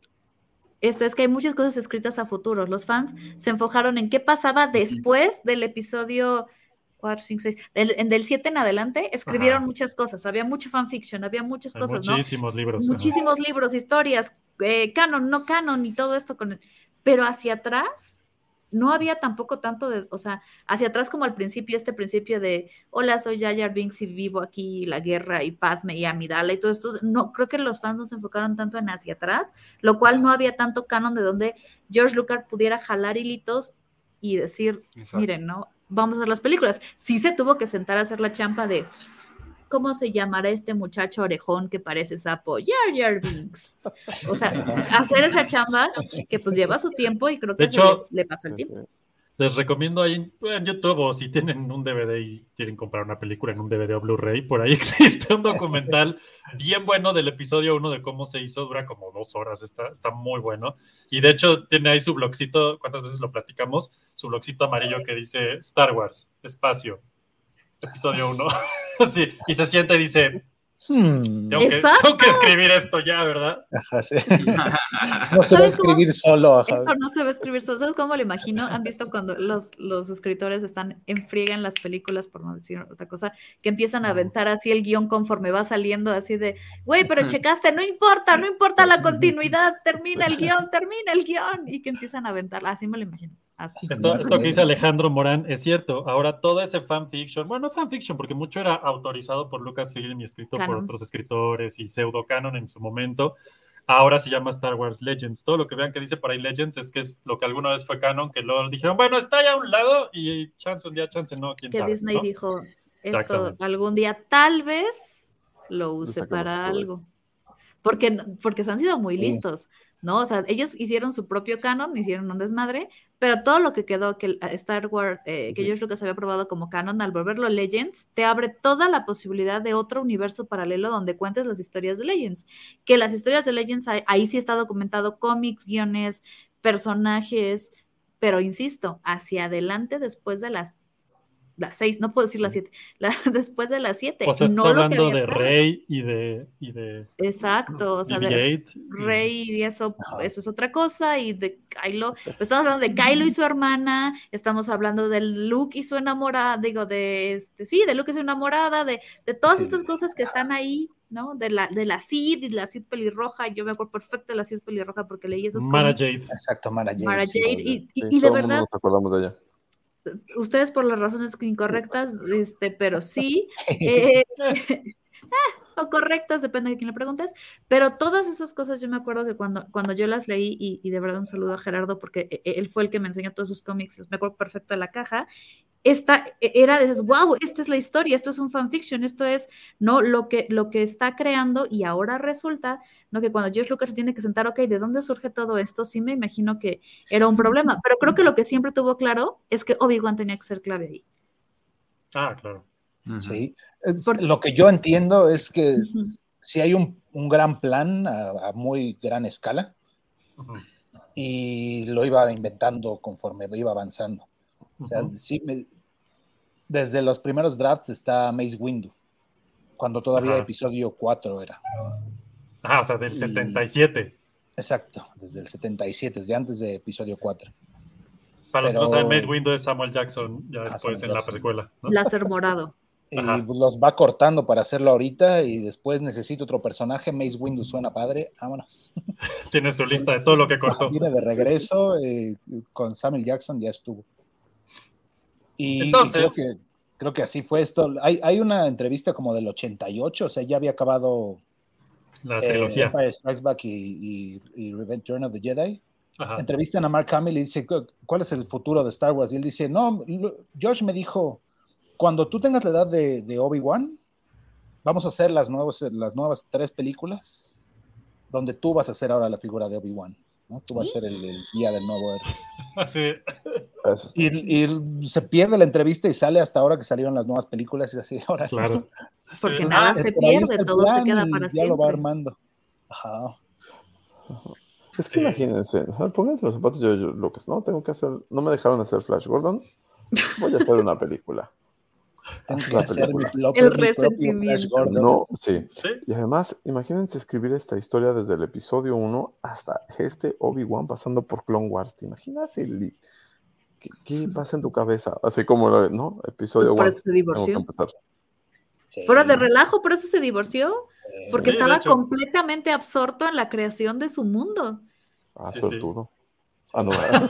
este, es que hay muchas cosas escritas a futuro. Los fans se enfocaron en qué pasaba después del episodio cuatro, cinco, seis, del, en- del siete en adelante, escribieron Ajá. muchas cosas, había mucho fanfiction, había muchas Hay cosas, ¿no? muchísimos libros. ajá. Muchísimos libros, historias, eh, canon, no canon y todo esto, con, pero hacia atrás no había tampoco tanto de, o sea, hacia atrás como al principio, este principio de, hola, soy Jar Jar Binks y vivo aquí la guerra y Padme y Amidala y todo esto, no, creo que los fans no se enfocaron tanto en hacia atrás, lo cual no había tanto canon de donde George Lucas pudiera jalar hilitos y decir, Exacto. miren, ¿no? Vamos a hacer las películas. Sí se tuvo que sentar a hacer la champa de, ¿cómo se llamará este muchacho orejón que parece sapo? Jar Jar Binks. O sea, hacer esa chamba que pues lleva su tiempo y creo que De se hecho, le, le pasó el tiempo. Les recomiendo ahí en YouTube, o si tienen un D V D y quieren comprar una película en un D V D o Blu-ray, por ahí existe un documental bien bueno del episodio uno de cómo se hizo, dura como dos horas, está, está muy bueno. Y de hecho tiene ahí su blogcito, ¿cuántas veces lo platicamos? Su blogcito amarillo que dice Star Wars, espacio, episodio uno. Sí, y se sienta y dice, Hmm. tengo que, Exacto. tengo que escribir esto ya, ¿verdad? Ajá, sí. No se va a ¿Sabes cómo? escribir solo. Ajá. Esto no se va a escribir solo. ¿Sabes cómo lo imagino? ¿Han visto cuando los, los escritores están en friega en las películas, por no decir otra cosa, que empiezan a aventar así el guión conforme va saliendo, así de, güey, pero checaste, no importa, no importa la continuidad, termina el guión, termina el guión, y que empiezan a aventar. Así me lo imagino. Así. Esto, Más esto o que dice menos. Alejandro Morán es cierto. Ahora todo ese fanfiction, bueno, no fanfiction, porque mucho era autorizado por Lucasfilm y escrito por Canon. otros escritores y pseudo canon en su momento. Ahora se llama Star Wars Legends. Todo lo que vean que dice por ahí Legends es que es lo que alguna vez fue canon, que luego dijeron, bueno, está ahí a un lado y chance un día, chance no, quién Que sabe. Disney ¿no? dijo, esto Exactamente. algún día tal vez lo use saquemos para provecho. algo. Porque, porque se han sido muy Sí. listos, ¿no? O sea, ellos hicieron su propio canon, hicieron un desmadre, pero todo lo que quedó, que el- Star Wars, eh, que Sí. George Lucas había probado como canon, al volverlo Legends, te abre toda la posibilidad de otro universo paralelo donde cuentes las historias de Legends. Que las historias de Legends, ahí, ahí sí está documentado cómics, guiones, personajes, pero insisto, hacia adelante después de las las seis, no puedo decir las siete, la- después de las siete. O sea, estás no lo que hablando había de atrás. Rey y de, y de Exacto, o sea, de B B ocho. Rey y eso, Ajá. eso es otra cosa, y de Kylo, pues estamos hablando de Kylo y su hermana, estamos hablando de Luke y su enamorada, digo, de este, sí, de Luke y su enamorada, de, de todas Sí. estas cosas que están ahí, ¿no? De la, de la Sid y la Sid pelirroja, yo me acuerdo perfecto de la Sid pelirroja porque leí esos Mara cómics. Jade. Exacto, Mara Jade. Mara sí. Jade, y, y- Sí, y de todo el mundo verdad, nos acordamos de ella. ustedes por las razones incorrectas, este, pero sí, eh, o correctas, depende de quién le preguntes, pero todas esas cosas yo me acuerdo que cuando, cuando yo las leí, y, y de verdad un saludo a Gerardo porque e- e- él fue el que me enseñó todos sus cómics, me acuerdo perfecto de la caja, esta e- era de esas, wow, esta es la historia, esto es un fanfiction, esto es, no, lo que, lo que está creando, y ahora resulta, no, que cuando George Lucas se tiene que sentar, ok, ¿de dónde surge todo esto? Sí me imagino que era un problema, pero creo que lo que siempre tuvo claro es que Obi-Wan tenía que ser clave ahí. Ah, claro. Sí. Es, lo que yo entiendo es que uh-huh. si hay un, un gran plan a, a muy gran escala uh-huh. y lo iba inventando conforme iba avanzando. Uh-huh. O sea, sí me, desde los primeros drafts está Mace Windu, cuando todavía Ajá. episodio cuatro era. Ah, o sea, del y, setenta y siete. Exacto, desde el setenta y siete, desde antes de episodio cuatro. Para Pero, los que no saben, Mace Windu es Samuel Jackson, ya después Samuel en Jackson. La precuela, ¿no? Láser morado. Y Ajá. los va cortando para hacerlo ahorita y después necesito otro personaje. Mace Windu suena padre, vámonos. Tiene su lista de todo lo que cortó. Viene de regreso, eh, con Samuel Jackson ya estuvo. Y, Entonces, y creo que creo que así fue esto. Hay, hay una entrevista como del ochenta y ocho, o sea, ya había acabado la trilogía. Eh, Empire Strikes Back y, y, y Return of the Jedi. Ajá. Entrevistan a Mark Hamill y dice, ¿cuál es el futuro de Star Wars? Y él dice, no, George me dijo, cuando tú tengas la edad de, de Obi-Wan, vamos a hacer las nuevas, las nuevas tres películas donde tú vas a ser ahora la figura de Obi-Wan, ¿no? Tú vas a ser el, el guía del nuevo héroe. Así. Y, y se pierde la entrevista y sale hasta ahora que salieron las nuevas películas y así, ahora. Claro. Porque sí. nada se pierde, todo se queda para ya siempre. Ya lo va armando. Ajá. Es que sí. Imagínense, pónganse los zapatos yo, yo, Lucas, ¿no? Tengo que hacer, no me dejaron hacer Flash Gordon, voy a hacer una película. Tengo que hacer mi, lo, el mi propio Flash Gordon. No, sí. sí. Y además, imagínense escribir esta historia desde el episodio uno hasta este Obi-Wan pasando por Clone Wars. ¿Te imaginas el, qué, qué pasa en tu cabeza? Así como, ¿no? Episodio uno. Pues por eso se divorció. Sí. Fuera de relajo, por eso se divorció, sí. porque sí, estaba completamente absorto en la creación de su mundo. Ah, sí, suertudo. Sí. Ah, no.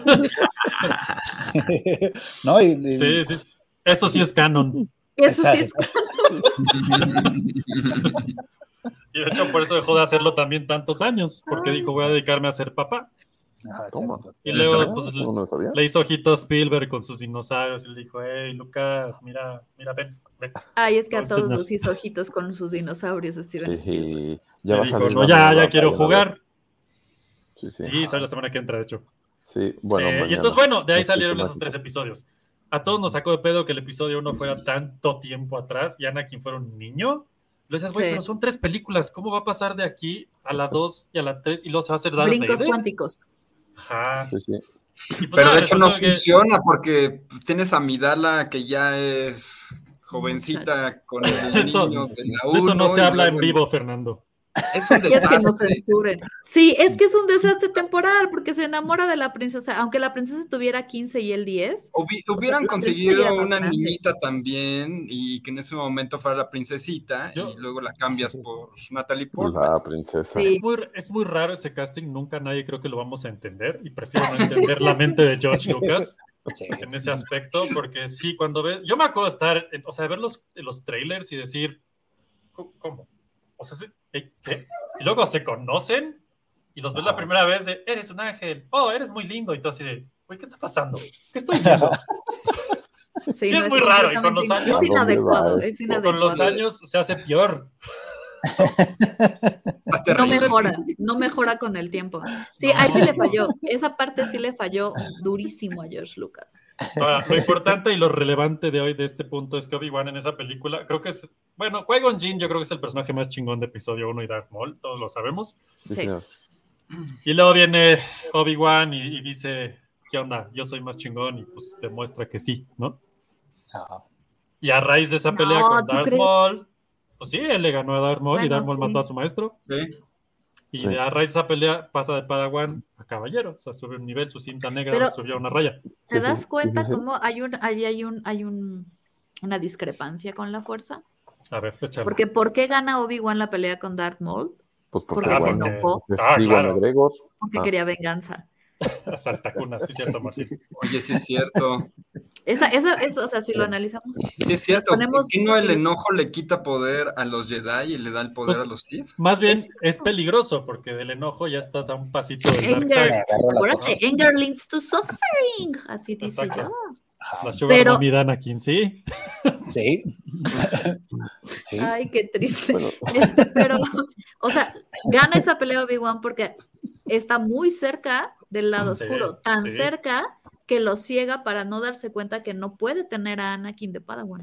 no y, y... Sí, sí, eso sí es canon. Eso sí es canon. Y de hecho, por eso dejó de hacerlo también tantos años, porque dijo, voy a dedicarme a ser papá. Ah, y luego pues, no le, le hizo ojitos Spielberg con sus dinosaurios y le dijo, hey, Lucas, mira, mira, ven, ven. Ay, es que a todos nos hizo ojitos con sus dinosaurios, Steven sí, Spielberg. Ya, va dijo, no, ya, ya quiero jugar. Sí, sí. Sí, sale la semana que entra, de hecho. Sí, bueno. Eh, y entonces, bueno, de ahí salieron esos tres episodios. A todos nos sacó de pedo que el episodio uno fuera tanto tiempo atrás y Anakin fuera un niño. Le decías, güey, sí. pero son tres películas, ¿cómo va a pasar de aquí a la dos y a la tres y luego se va a hacer Darth Brincos Vader? cuánticos. Ajá. Sí, sí. Pues pero nada, de hecho no que... funciona porque tienes a Midala que ya es jovencita con el eso, niño de la uno. Eso no se habla en vivo, Fernando. Es un desastre. Es que no censuren. Sí, es que es un desastre temporal porque se enamora de la princesa, aunque la princesa tuviera quince y él diez. Hubi- hubieran o sea, conseguido una niñita también y que en ese momento fuera la princesita Yo, y luego la cambias por Natalie Portman. La princesa. Sí. Es, muy, es muy raro ese casting, nunca nadie creo que lo vamos a entender y prefiero no entender la mente de George Lucas sí. en ese aspecto porque sí, cuando ves, yo me acuerdo de estar, en, o sea, ver los, los trailers y decir, ¿cómo? O sea, ¿qué? Y luego se conocen y los ves ah. la primera vez de, eres un ángel, oh, eres muy lindo, y tú así de, güey, ¿qué está pasando? ¿Qué estoy viendo? Sí, sí no es muy es raro, y con los años, es inadecuado, es inadecuado. Con los años se hace peor. No mejora, no mejora con el tiempo. Sí, no. ahí sí le falló. Esa parte sí le falló durísimo a George Lucas. Ahora, lo importante y lo relevante de hoy de este punto es que Obi-Wan en esa película, creo que es, bueno, Qui-Gon Jinn yo creo que es el personaje más chingón de episodio uno y Darth Maul, todos lo sabemos. Sí. Y luego viene Obi-Wan y, y dice, ¿qué onda? Yo soy más chingón y pues demuestra que sí, ¿no? No. Y a raíz de esa no, pelea con Darth crees? Maul, pues sí, él le ganó a Darth Maul bueno, y Darth Maul sí. mató a su maestro. Sí. Y sí. a raíz de esa pelea pasa de Padawan a caballero, o sea, sube un nivel, su cinta negra Pero, subió una raya. ¿Te das cuenta cómo hay un, hay, hay un, hay un, una discrepancia con la fuerza? A ver, échale. Porque ¿por qué gana Obi-Wan la pelea con Darth Maul? Pues porque, porque se bueno, enojó. Es ah, claro. Gregor. Porque ah. quería venganza. Saltacuna, sí es cierto, Martín. Oye, sí es cierto. Esa, esa, esa, o sea, si lo analizamos. Sí es cierto. Ponemos... ¿Por qué no el enojo le quita poder a los Jedi y le da el poder pues, a los Sith? Más bien es, es peligroso porque del enojo ya estás a un pasito del Dark Side. Acuérdate, anger leads to suffering. Así dice Exacto. yo. La Sugar Pero... Mommy Anakin, sí. Sí. sí. Ay, qué triste. Bueno. Este, pero, o sea, gana esa pelea Obi-Wan porque está muy cerca del lado sí, oscuro, tan sí. cerca que lo ciega para no darse cuenta que no puede tener a Anakin de Padawan.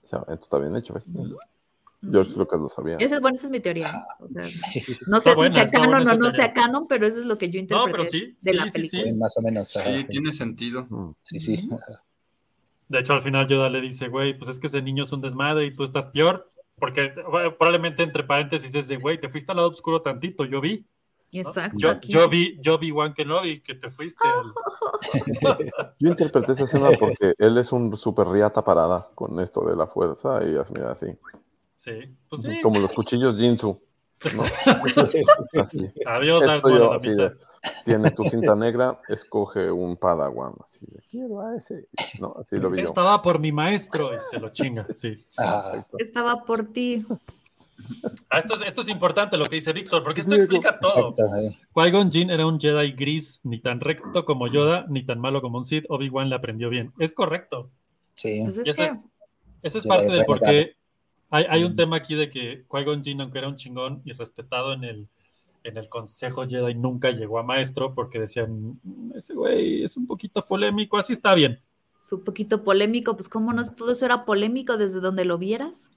O sea, esto está bien hecho, ¿ves? George Lucas lo sabía. Esa es, bueno, esa es mi teoría. O sea, no Está sé buena, si sea está canon buena o esa no teoría. sea canon, pero eso es lo que yo No, interpreté pero sí, de sí, la sí, película. sí. Más o menos. Sí, ajá. tiene sentido. Mm. Sí, sí. De hecho, al final Yoda le dice, güey, pues es que ese niño es un desmadre y tú estás peor, porque bueno, probablemente entre paréntesis es de, güey, te fuiste al lado oscuro tantito, yo vi. ¿no? Exacto. Yo, aquí. yo vi, yo vi One Kenobi, que te fuiste al... Yo interpreté esa escena porque él es un super riata parada con esto de la fuerza y así, así. Sí, pues sí. Como los cuchillos Jinsu, ¿no? Así. Adiós, Eso Darth yo, Maul, así mamita. de, tienes tu cinta negra, escoge un Padawan, así de, quiero a ese, no, así lo vi yo. Estaba por mi maestro y se lo chinga, sí. Ah, Estaba por ti. Ah, esto, es, esto es importante lo que dice Víctor, porque esto explica todo. exacto. eh. Qui-Gon Jinn era un Jedi gris, ni tan recto como Yoda, ni tan malo como un Sith. Obi-Wan le aprendió bien. Es correcto. Sí. Pues es Y eso que es, eso es Sí, parte del renegado. por qué hay, hay un Mm. tema aquí de que Qui-Gon Jinn, aunque era un chingón y respetado en el, en el Consejo Jedi, nunca llegó a maestro porque decían, "Mm, ese güey es un poquito polémico, así está bien". es un poquito polémico, pues cómo no, todo eso era polémico desde donde lo vieras.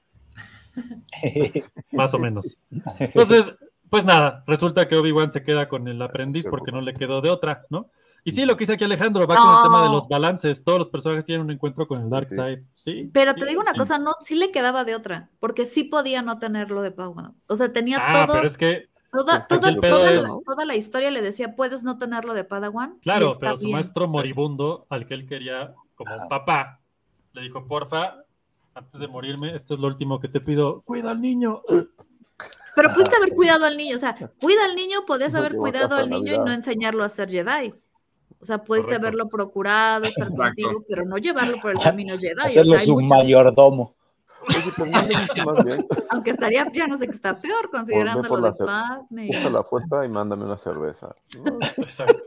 Más o menos. Entonces, pues nada, resulta que Obi-Wan se queda con el aprendiz porque no le quedó de otra, ¿no? Y sí, lo que dice aquí Alejandro, va con el No. tema de los balances. Todos los personajes tienen un encuentro con el Dark Sí. Side. Sí. Pero sí, te digo sí, una sí. cosa, no, sí le quedaba de otra, porque sí podía no tenerlo de Padawan. O sea, tenía Ah, todo, pero es que, toda, es que toda, aquí el pedo toda, es- la, toda la historia le decía, puedes no tenerlo de Padawan. y claro, está pero su bien. maestro moribundo, al que él quería como un papá, le dijo, porfa, antes de morirme, esto es lo último que te pido, cuida al niño. Pero pudiste Ah, haber sí. cuidado al niño, o sea, cuida al niño, podías No haber llegó a cuidado casa al de niño y Navidad. no enseñarlo a ser Jedi. O sea, pudiste Correcto. haberlo procurado, estar Exacto. contigo, pero no llevarlo por el camino Jedi. O Hacerlo sea, hay su muchas- mayordomo. Oye, pero no le dice más bien, aunque estaría, ya no sé qué está peor, considerando por lo la de cer- Padme. usa la fuerza y mándame una cerveza. No, Exacto.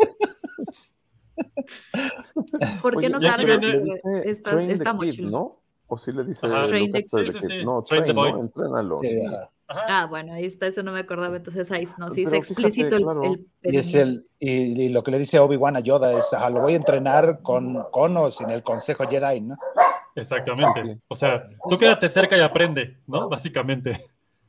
¿Por qué oye, no y aquí cargas viene- le dice esta, train esta the kid, mochila? ¿no? O sí le dice Ajá. Train Lucas the- train sí, the sí, kid. sí, No, train the train, ¿no? boy. Entrénalo. Sí, Sí. ajá. Ajá. Ah, bueno, ahí está, eso no me acordaba, entonces ahí no, sí es Pero explícito fíjate, el, claro. el Y, es pedimento. el, y, y lo que le dice Obi-Wan a Yoda es, ajá, lo voy a entrenar con, con o sin el Consejo Jedi, ¿no? Exactamente. Sí, sí. O sea, tú quédate cerca y aprende, ¿no? Básicamente.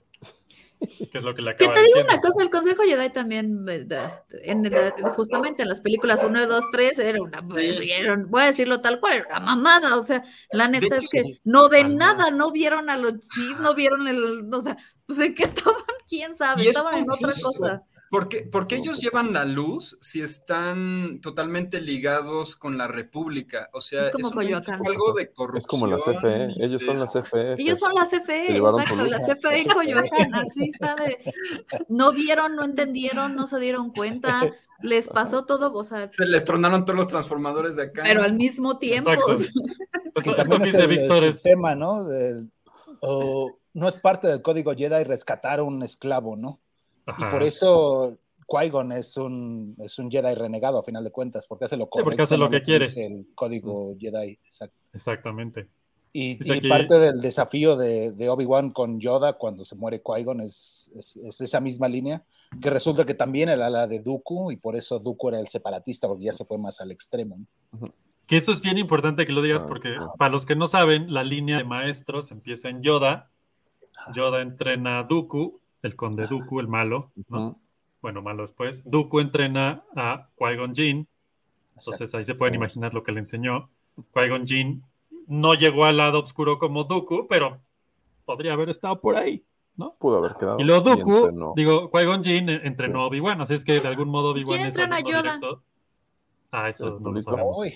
Que es lo que le Que acaba te digo diciendo. una cosa, el Consejo Jedi también, eh, da- en el- justamente en las películas uno, dos, tres, era una, era un- voy a decirlo tal cual, era una mamada, o sea, la neta hecho, es que sí. no ven Calma. nada, no vieron a los Sith, no vieron el, o sea, pues en qué estaban, quién sabe, Y es estaban en otra confuso. cosa. Porque, porque ellos llevan la luz si están totalmente ligados con la República. O sea, Es como eso Coyoacán. implica algo de corrupción. Es como la C F E. Ellos son la C F E. Ellos son la C F Se E, llevaron exacto, tu la luz. C F E en Coyoacán, así está de, no vieron, no entendieron, no se dieron cuenta, les pasó todo, o sea, Se les tronaron todos los transformadores de acá. pero al mismo tiempo, Exacto. o sea, Esto, Que esto también que es dice el, el Víctor es... sistema, ¿no? Del- o no es parte del código Jedi rescatar a un esclavo, ¿no? Ajá. Y por eso Qui-Gon es un, es un Jedi renegado, a final de cuentas, porque hace lo correcto. porque hace lo no que quiere. dice el código Jedi, exacto. Exactamente. Y, Dice y aquí- parte del desafío de, de Obi-Wan con Yoda cuando se muere Qui-Gon es, es, es esa misma línea, que resulta que también era la de Dooku, y por eso Dooku era el separatista, porque ya se fue más al extremo, ¿no? Que eso es bien importante que lo digas Ah, porque sí. para los que no saben, la línea de maestros empieza en Yoda. Yoda entrena a Dooku, el conde Dooku, el malo, ¿no? Ujú. Bueno, malo después. Dooku entrena a Qui-Gon Jinn. Entonces ahí se pueden imaginar lo que le enseñó. Qui-Gon Jinn no llegó al lado oscuro como Dooku, pero podría haber estado por ahí, ¿no? Pudo haber quedado. Y luego Dooku, entrenó. digo, Qui-Gon Jinn entrenó a Obi-Wan, así es que de algún modo Obi-Wan quién es entrena a alumno Yoda? directo. Ah, eso El no lo pulito. sabemos. Uy.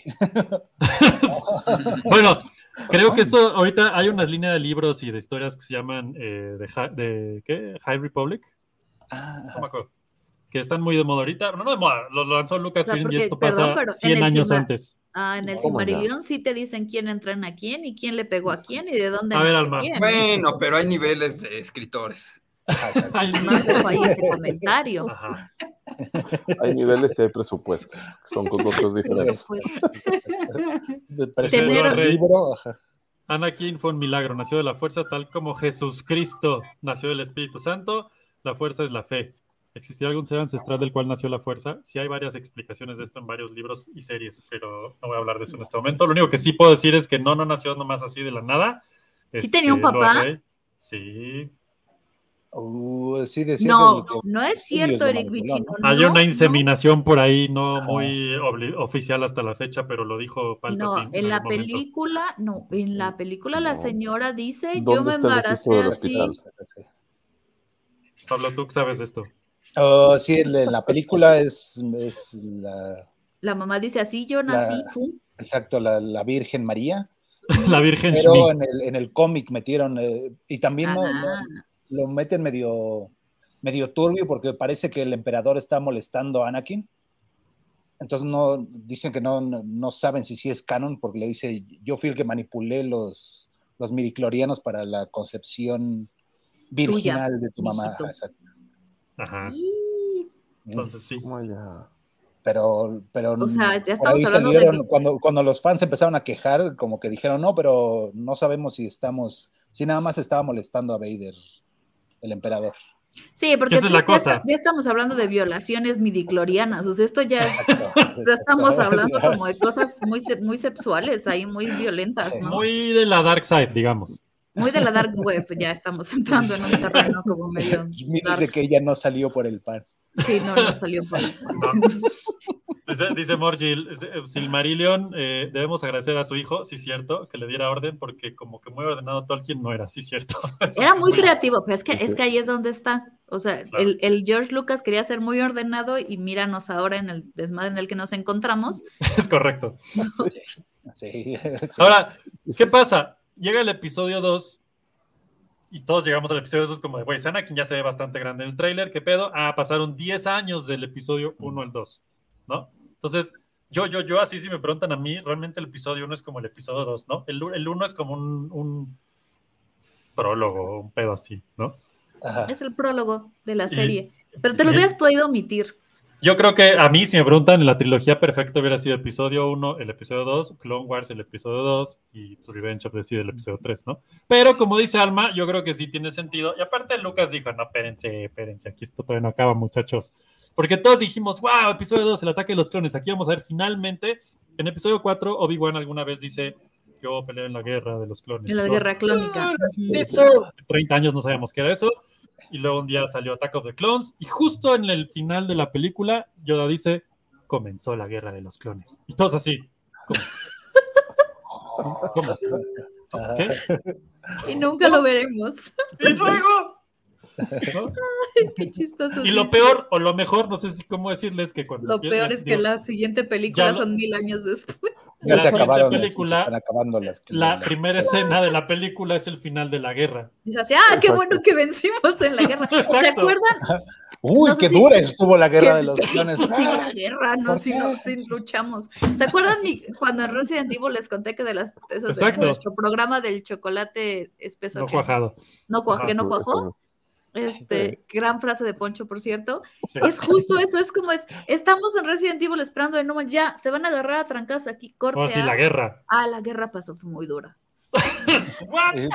Bueno, creo que eso, ahorita hay unas líneas de libros y de historias que se llaman eh, de, Hi- de ¿qué? High Republic, Ah, no me acuerdo, que están muy de moda ahorita, no, no de moda, lo, lo lanzó Lucasfilm porque, y esto perdón, pasa pero en cien el años Silma- antes. Ah, en el ¿Cómo ya? Silmarillion sí te dicen quién entrena a quién y quién le pegó a quién y de dónde A ver, nació Alma. quién. Bueno, pero hay niveles de escritores. Ay, Más dejo ahí ese comentario. ajá. Hay niveles y hay presupuesto. Son dos cosas diferentes. de Tener- presupuesto del libro, ajá. Anakin fue un milagro, nació de la fuerza tal como Jesucristo nació del Espíritu Santo. La fuerza es la fe. ¿Existía algún ser ancestral del cual nació la fuerza? Sí hay varias explicaciones de esto en varios libros y series, pero no voy a hablar de eso en este momento. Lo único que sí puedo decir es que no, no nació nomás así de la nada. ¿Sí tenía un papá? Loa Rey. Sí. Uh, sí, decía No, que- no es cierto, Eric Vichino. Hay no, una inseminación por ahí, no Ajá. muy obli- oficial hasta la fecha, pero lo dijo No, no, Palpatine en la algún momento. película, no, en la película la No. señora dice, yo ¿Dónde me está el embaracé registro del así. hospital? Pablo, tú sabes de esto. Oh, sí, en la- en la película es, es la, La mamá dice así, yo nací, La- pum. exacto, la, la Virgen María. La Virgen Pero Shmi. en el, en el cómic metieron, eh, y también no, no- Ah. lo meten medio, medio turbio porque parece que el emperador está molestando a Anakin. Entonces no dicen que no, no, no saben si sí es canon porque le dice, yo fui el que manipulé los, los midichlorianos para la concepción virginal Tuya, de tu mamá. mijito. Exacto. Ajá. Y- Entonces sí. ¿Cómo ya? Pero, pero O sea, ya por estamos ahí hablando salieron, de- cuando, cuando los fans empezaron a quejar, como que dijeron, no, pero no sabemos si estamos, si nada más estaba molestando a Vader, el emperador. Sí, porque Esa es la ya, está- cosa. ya estamos hablando de violaciones midiclorianas, o sea, esto ya, es- Exacto, ya estamos exacto. hablando como de cosas muy, se- muy sexuales, ahí muy violentas, ¿no? Muy, Muy de la dark side, digamos. de la dark web, ya estamos entrando en un terreno como medio Jimmy dark. dice que ella no salió por el pan. Sí, no, no salió por ahí. Dice, dice Morgil, Silmarillion, eh, debemos agradecer a su hijo, sí, cierto, que le diera orden, porque como que muy ordenado Tolkien no era, sí, cierto. Era muy creativo, pero es que, es que ahí es donde está. O sea, Claro. el, el George Lucas quería ser muy ordenado y míranos ahora en el desmadre en el que nos encontramos. Es correcto. Sí, sí. Ahora, ¿qué pasa? Llega el episodio dos y todos llegamos al episodio dos como de, güey, Anakin ya se ve bastante grande en el tráiler, ¿qué pedo? Ah, pasaron diez años del episodio uno al dos, ¿no? Entonces, yo, yo, yo, así si me preguntan a mí, realmente el episodio uno es como el episodio dos, ¿no? El, el uno es como un, un prólogo, un pedo así, ¿no? Ajá. Es el prólogo de la Y- serie. Pero te lo y- hubieras podido omitir. Yo creo que a mí, si me preguntan, en la trilogía perfecta hubiera sido episodio uno, el episodio dos, Clone Wars, el episodio dos y Revenge of the Sith, el episodio tres, ¿no? Pero como dice Alma, yo creo que sí tiene sentido. Y aparte Lucas dijo, no, espérense, espérense, aquí esto todavía no acaba, muchachos. Porque todos dijimos, wow, episodio dos, el ataque de los clones. Aquí vamos a ver finalmente, en episodio cuatro, Obi-Wan alguna vez dice, yo peleé en la guerra de los clones. En la Y todos, guerra clónica. "Ah, Ujú. eso". treinta años no sabíamos qué era eso. Y luego un día salió Attack of the Clones. Y justo en el final de la película, Yoda dice, comenzó la guerra de los clones. Y todos así. ¿Cómo? ¿Cómo? ¿Qué? Y nunca lo veremos. Y luego. ¿no? Qué chistoso. Y sí, lo sí. peor, o lo mejor, no sé si cómo decirles que cuando. Lo peor es que digo, la siguiente película ya no- son mil años después. Ya la se siguiente acabaron las, película, se están acabando las. la las- primera escena de la película es el final de la guerra. Dice así, ah, qué bueno que vencimos en la guerra. ¿Se Exacto. acuerdan? Uy, no sé qué si- dura estuvo la guerra que- de los clones. Sí, la guerra, no, ¿Por si qué? no, si luchamos. ¿Se acuerdan mi- cuando en Resident Evil les conté que de las esos de Exacto. nuestro programa del chocolate espeso No que cuajado. no, cua- Ajá. que no cuajó? Este, gran frase de Poncho, por cierto. Sí. Es justo eso, es como es, estamos en Resident Evil esperando de no man, ya, se van a agarrar a trancas aquí, corte. Oh, sí, a- la guerra. Ah, la guerra pasó, fue muy dura. Eh,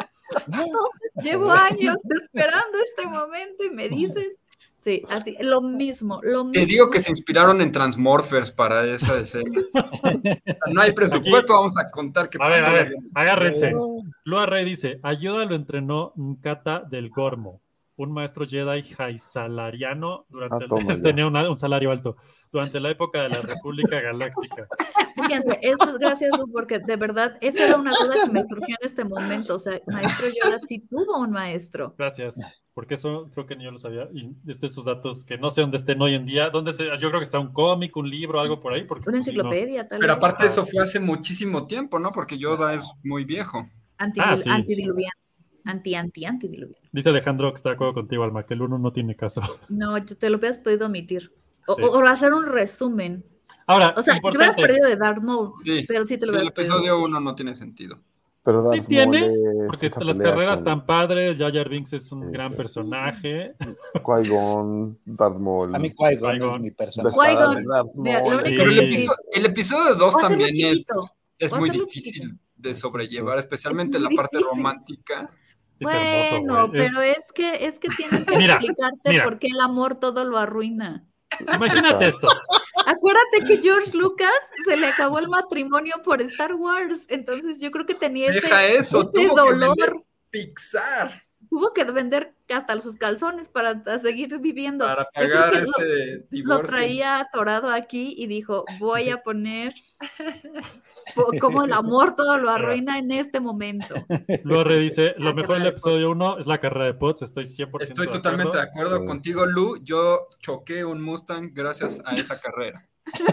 Llevo años esperando este momento y me dices, sí, así, lo mismo, lo mismo. Te digo que se inspiraron en Transmorphers para esa escena. O sea, no hay presupuesto, vamos a contar qué A ver, pasó. a ver, agárrense. Lua Rey dice, Yoda lo entrenó Nkata del Gormo, un maestro Jedi jaisalariano durante Ah, el- toma ya. tenía una- un salario alto durante la época de la República Galáctica. Fíjense, esto es gracias Lu, porque de verdad, esa era una duda que me surgió en este momento. O sea, maestro Yoda sí tuvo un maestro. Gracias, porque eso creo que ni yo lo sabía. Y este, esos datos que no sé dónde estén hoy en día, dónde se, yo creo que está un cómic, un libro, algo por ahí. Porque, Una pues, sí, no. enciclopedia, tal Pero vez. aparte eso fue hace muchísimo tiempo, ¿no? Porque Yoda es muy viejo. Anti, Ah, sí. Antidiluviano. Anti, anti, antidiluviano. Dice Alejandro que está de acuerdo contigo, Alma, que el uno no tiene caso. No, yo te lo hubieras podido omitir. O, Sí. o- o hacer un resumen. Ahora, O sea, te hubieras importante, perdido de Darth Maul, Sí, pero sí te lo sí, el hubieras perdido. episodio uno no tiene sentido. Pero sí Darth tiene, Maul es porque esa las pelea carreras con tan padres, Jar Jar Binks es un Sí, gran sí. personaje. Qui-Gon, Darth Maul. A mí Qui-Gon Qui-Gon. es mi la personaje. espada Qui-Gon, de Darth mira, lo Maul. único Sí. Pero el, que sí, episo- el episodio dos O hacerlo también es, chiquito, es o muy hacerlo difícil chiquito. de sobrellevar, especialmente Es la muy parte difícil. romántica. Es bueno, hermoso, güey. pero Es- es que es que tienes que Mira, explicarte mira. por qué el amor todo lo arruina. Imagínate esto. Acuérdate que George Lucas se le acabó el matrimonio por Star Wars, entonces yo creo que tenía Deja ese, eso, ese tuvo que dolor. vender Pixar Tuvo que vender hasta sus calzones para seguir viviendo. para Yo creo pagar que ese lo, divorcio. lo traía atorado aquí y dijo, voy a poner po- como el amor todo lo arruina en este momento. Luego dice, lo La mejor del carrera de episodio uno es la carrera de Potts, estoy cien por ciento Estoy de totalmente de acuerdo. acuerdo contigo, Lu. Yo choqué un Mustang gracias a esa carrera.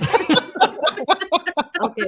Ok.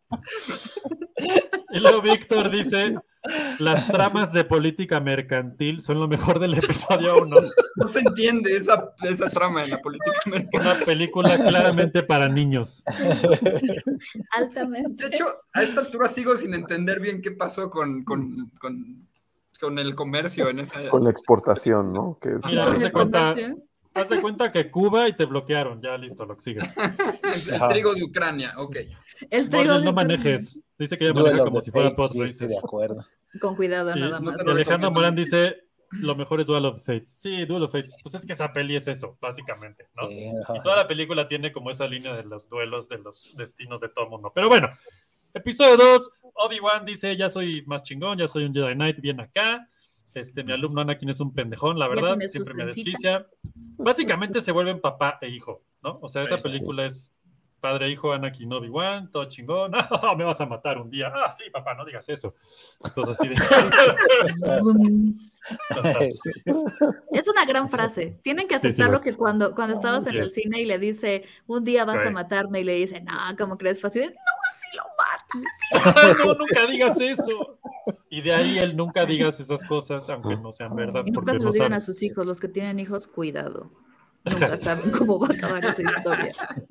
Y luego Víctor dice, las tramas de política mercantil son lo mejor del episodio uno. No se entiende esa, esa trama en la política americana. Una película claramente para niños. Altamente. De hecho, a esta altura sigo sin entender bien qué pasó con, con, con, con el comercio en esa... Con la exportación, ¿no? Que es- Mira, ¿Con haz de el cuenta, comercio? haz de cuenta que Cuba y te bloquearon. Ya listo, lo que sigue. Es el Ajá. trigo de Ucrania, ok. El trigo Morgan, de no Ucrania. manejes. Dice que ella Duel maneja of como the si fuera Fates, pod sí, estoy de racer. acuerdo. Con cuidado, Y- nada no más. te Y lo Alejandro recomiendo. Morán dice, lo mejor es Duel of the Fates. Sí, Duel of Fates. Pues es que esa peli es eso, básicamente, ¿no? Sí, Y toda la película tiene como esa línea de los duelos, de los destinos de todo el mundo. Pero bueno, episodio dos, Obi-Wan dice, ya soy más chingón, ya soy un Jedi Knight, bien acá. Este, mi alumno Anakin es un pendejón, la Ya verdad, tiene sus siempre me trencitas. desquicia. Básicamente se vuelven papá e hijo, ¿no? O sea, esa Sí. película es padre e hijo, Anakin, Obi-Wan, todo chingón. Ah, me vas a matar un día. Ah, sí, papá, no digas eso. Entonces así de... Es una gran frase. Tienen que Sí, sí, aceptarlo lo es. que cuando, cuando estabas Sí en el es. cine y le dice, un día vas Sí. a matarme, y le dice, no, ¿cómo crees? Fácil. No, así lo mata. No, nunca digas eso. Y de ahí él nunca digas esas cosas, aunque no sean verdad. Y nunca porque se lo no digan a sabes. sus hijos. Los que tienen hijos, cuidado. Nunca saben cómo va a acabar esa historia.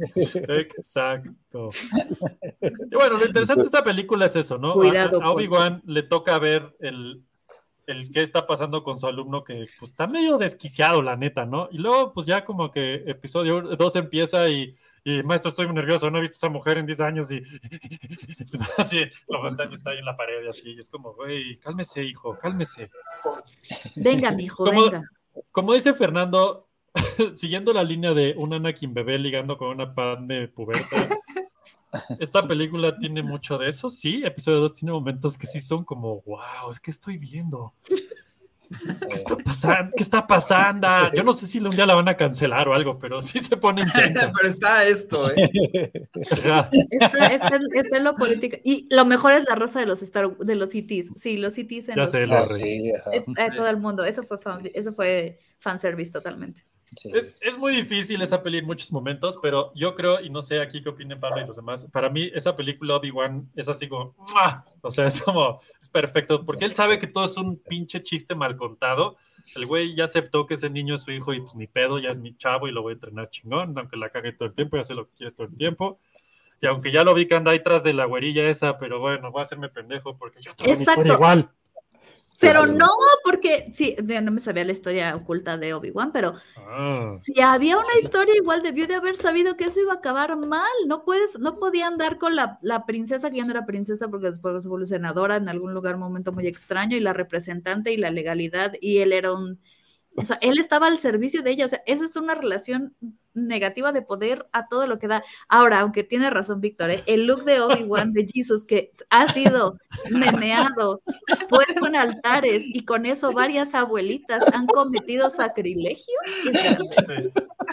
Exacto. Y bueno, lo interesante de esta película es eso, ¿no? Cuidado, A, a Obi-Wan le toca ver el, el qué está pasando con su alumno que pues, está medio desquiciado, la neta, ¿no? Y luego, pues ya como que episodio dos empieza y, y maestro, estoy muy nervioso, no he visto a esa mujer en diez años y así, lo montan y está ahí en la pared y así, y es como, güey, cálmese, hijo, cálmese. Venga, mijo, Como- venga. Como dice Fernando, siguiendo la línea de un Anakin bebé ligando con una Padme puberta, esta película tiene mucho de eso, sí. Episodio dos tiene momentos que sí son como, wow, es que estoy viendo. ¿Qué está pasando? ¿Qué está pasando? Yo no sé si un día la van a cancelar o algo, pero sí se pone intensa. Pero está esto, ¿eh? Ajá. Está, está, está en lo político. Y lo mejor es la rosa de los Star, de los E Ts. Sí, los E Ts en Ya los- sé, lo Ah, re- sí, ajá. eh, eh, todo el mundo. Eso fue fan, eso fue fanservice totalmente. Sí. Es, es muy difícil esa peli en muchos momentos, pero yo creo, y no sé aquí qué opinen Pablo y los demás, para mí esa película Obi-Wan es así como, ¡mua! O sea, es como, es perfecto, porque él sabe que todo es un pinche chiste mal contado. El güey ya aceptó que ese niño es su hijo y pues ni pedo, ya es mi chavo y lo voy a entrenar chingón, aunque la cague todo el tiempo, ya sé lo que quiere todo el tiempo. Y aunque ya lo vi que anda ahí tras de la güerilla esa, pero bueno, voy a hacerme pendejo porque yo tengo mi Exacto. historia igual. Pero Sí. no, porque sí, yo no me sabía la historia oculta de Obi-Wan, pero Ah. si había una historia igual, debió de haber sabido que eso iba a acabar mal. No puedes, no podía andar con la, la princesa, que ya no era princesa porque después se volvió senadora en algún lugar, un momento muy extraño, y la representante y la legalidad, y él era un, o sea, él estaba al servicio de ella. O sea, eso es una relación negativa de poder a todo lo que da. Ahora, aunque tiene razón Víctor, ¿eh? El look de Obi-Wan de Jesus que ha sido memeado, puesto en altares, y con eso varias abuelitas han cometido sacrilegio. Sí.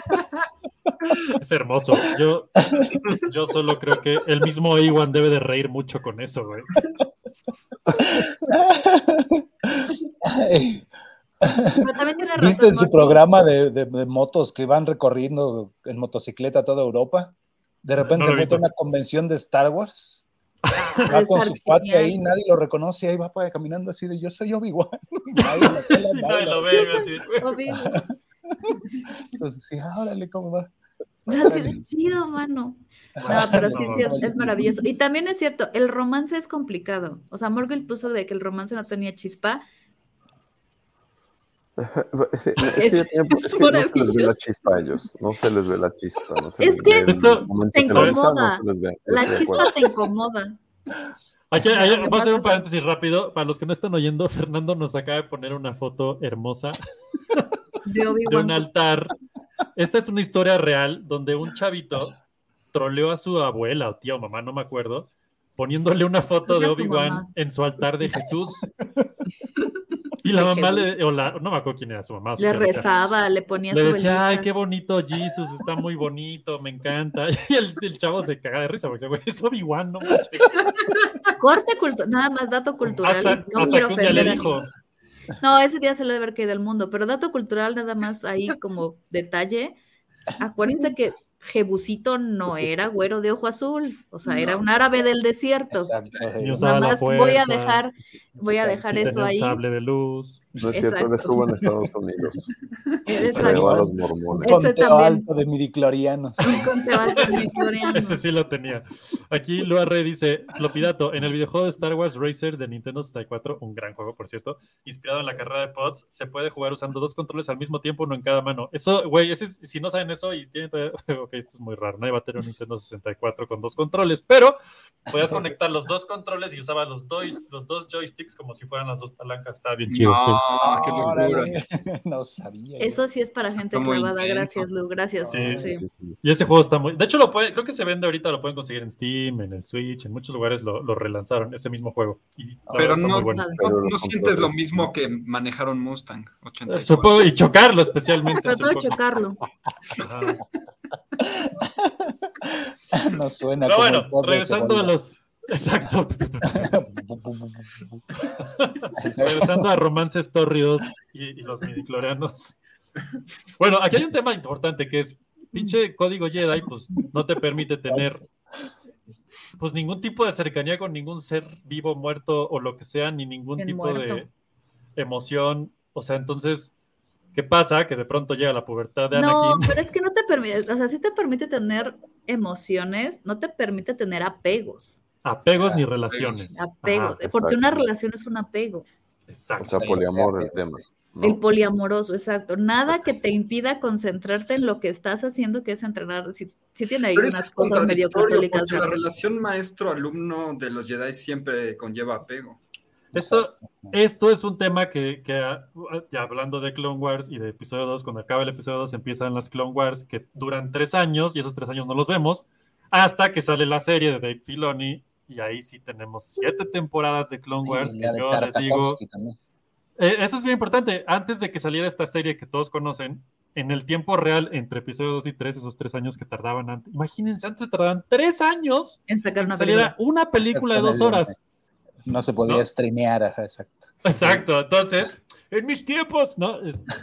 Es hermoso. Yo, yo solo creo que el mismo Ewan debe de reír mucho con eso, güey. Ay, Pero también tiene razón. ¿viste en su Marco. programa de, de- de motos que van recorriendo en motocicleta toda Europa? De repente No lo se he mete visto. a una convención de Star Wars. Ha Va de con estar su cuate genial. ahí, nadie lo reconoce, ahí va para caminando así de yo soy Obi-Wan. Nadie lo pela, Y nadie nadie lo- lo ve, así. Obi-Wan. Entonces, sí, ah, órale, ¿cómo va? Así de chido, mano. No, pero sí, sí, es, es maravilloso. Y también es cierto, el romance es complicado. O sea, Morgan puso de que el romance no tenía chispa. Es que, ya tiempo- es es que no se les ve la maravilloso. chispa a ellos, no se les ve la chispa. No se Es les que ve el Esto momento te que la besan, incomoda. no se les ve. La Estoy de chispa acuerdo. te incomoda. Aquí, ahí- voy a hacer un Pasa. paréntesis rápido. Para los que no están oyendo, Fernando nos acaba de poner una foto hermosa De de Obi-Wan. un altar esta es una historia real donde un chavito troleó a su abuela o tía o mamá, no me acuerdo, poniéndole una foto de Obi-Wan en su altar de Jesús. Y la mamá le, o la, no me acuerdo quién era su mamá. Le rezaba, le ponía le su decía, velita. ay, qué bonito Jesus, está muy bonito, me encanta. Y el, el chavo se caga de risa porque dice, güey, es Obi-Wan, no manches. Corte cultural, nada más dato cultural. Hasta, no hasta quiero que un día le ofender a dijo. nadie. No, ese día se le debe haber caído el mundo, pero dato cultural nada más ahí como detalle. Acuérdense que Jebusito no era güero de ojo azul, o sea, No. era un árabe del desierto. Exacto. Y eh. usaba Nada la más voy a fuerza, dejar, voy a dejar y eso tenía un ahí. sable de luz. No es cierto, él Exacto. estuvo en Estados Unidos. Exacto. Creó a los Un mormones. Ese conteo también. alto de midiclorianos. Un conteo alto de midichlorianos. Ese sí lo tenía. Aquí Lua Rey dice, Flopidato, en el videojuego de Star Wars Racers de Nintendo sesenta y cuatro, un gran juego, por cierto, inspirado en la carrera de pods, se puede jugar usando dos controles al mismo tiempo, uno en cada mano. Eso, güey, ese es- si no saben eso y tienen... Ok, esto es muy raro, nadie va a tener un Nintendo sesenta y cuatro con dos controles, pero podías conectar los dos controles y usaba los dos, los dos joysticks como si fueran las dos palancas. Estaba bien chido. sí. No, qué locura. Órale. No sabía. yo. Eso sí es para gente Está muy clavada. intenso. Gracias, Lu, gracias. Sí. Sí. Sí, sí. Y ese juego está muy... De hecho, lo puede... creo que se vende ahorita, lo pueden conseguir en Steam, en el Switch, en muchos lugares lo, lo relanzaron, ese mismo juego. Y la Pero verdad está no, muy bueno. no, Pero no los sientes lo controles. mismo que manejar un Mustang ochenta y cuatro. Supongo, y chocarlo especialmente. Sobre todo supongo. chocarlo. Ajá. No suena Pero como bueno, el pod de regresando a Cebolla. los... Exacto. Regresando a romances tórridos y, y los midichlorianos. Bueno, aquí hay un tema importante que es pinche código Jedi, pues no te permite tener pues ningún tipo de cercanía con ningún ser vivo, muerto o lo que sea, ni ningún El tipo de muerto. emoción. O sea, entonces, ¿qué pasa? Que de pronto llega la pubertad de No, Anakin. pero es que no te permite, o sea, sí te permite tener emociones, no te permite tener apegos. Apegos ni relaciones. Apegos, Ajá, porque una exacto. relación es un apego. O exacto. sea, poliamor el tema. ¿no? El poliamoroso, exacto. Nada que te impida concentrarte en lo que estás haciendo, que es entrenar. Sí, sí tiene ahí Pero eso unas es cosas medio contradictorio católicas. porque la raras. relación maestro-alumno de los Jedi siempre conlleva apego. Esto, esto es un tema que, que, ya hablando de Clone Wars y de episodio dos, cuando acaba el episodio dos empiezan las Clone Wars que duran tres años y esos tres años no los vemos hasta que sale la serie de Dave Filoni y ahí sí tenemos siete temporadas de Clone Wars Sí, que la de yo les digo, Tartakovsky también. eh, eso es bien importante, antes de que saliera esta serie que todos conocen, en el tiempo real entre episodio dos y tres, esos tres años que tardaban antes, imagínense, antes tardaban tres años En sacar una saliera película. una película de dos horas. No se podía ¿No? streamear, ajá, exacto. Exacto, entonces, en mis tiempos, ¿no?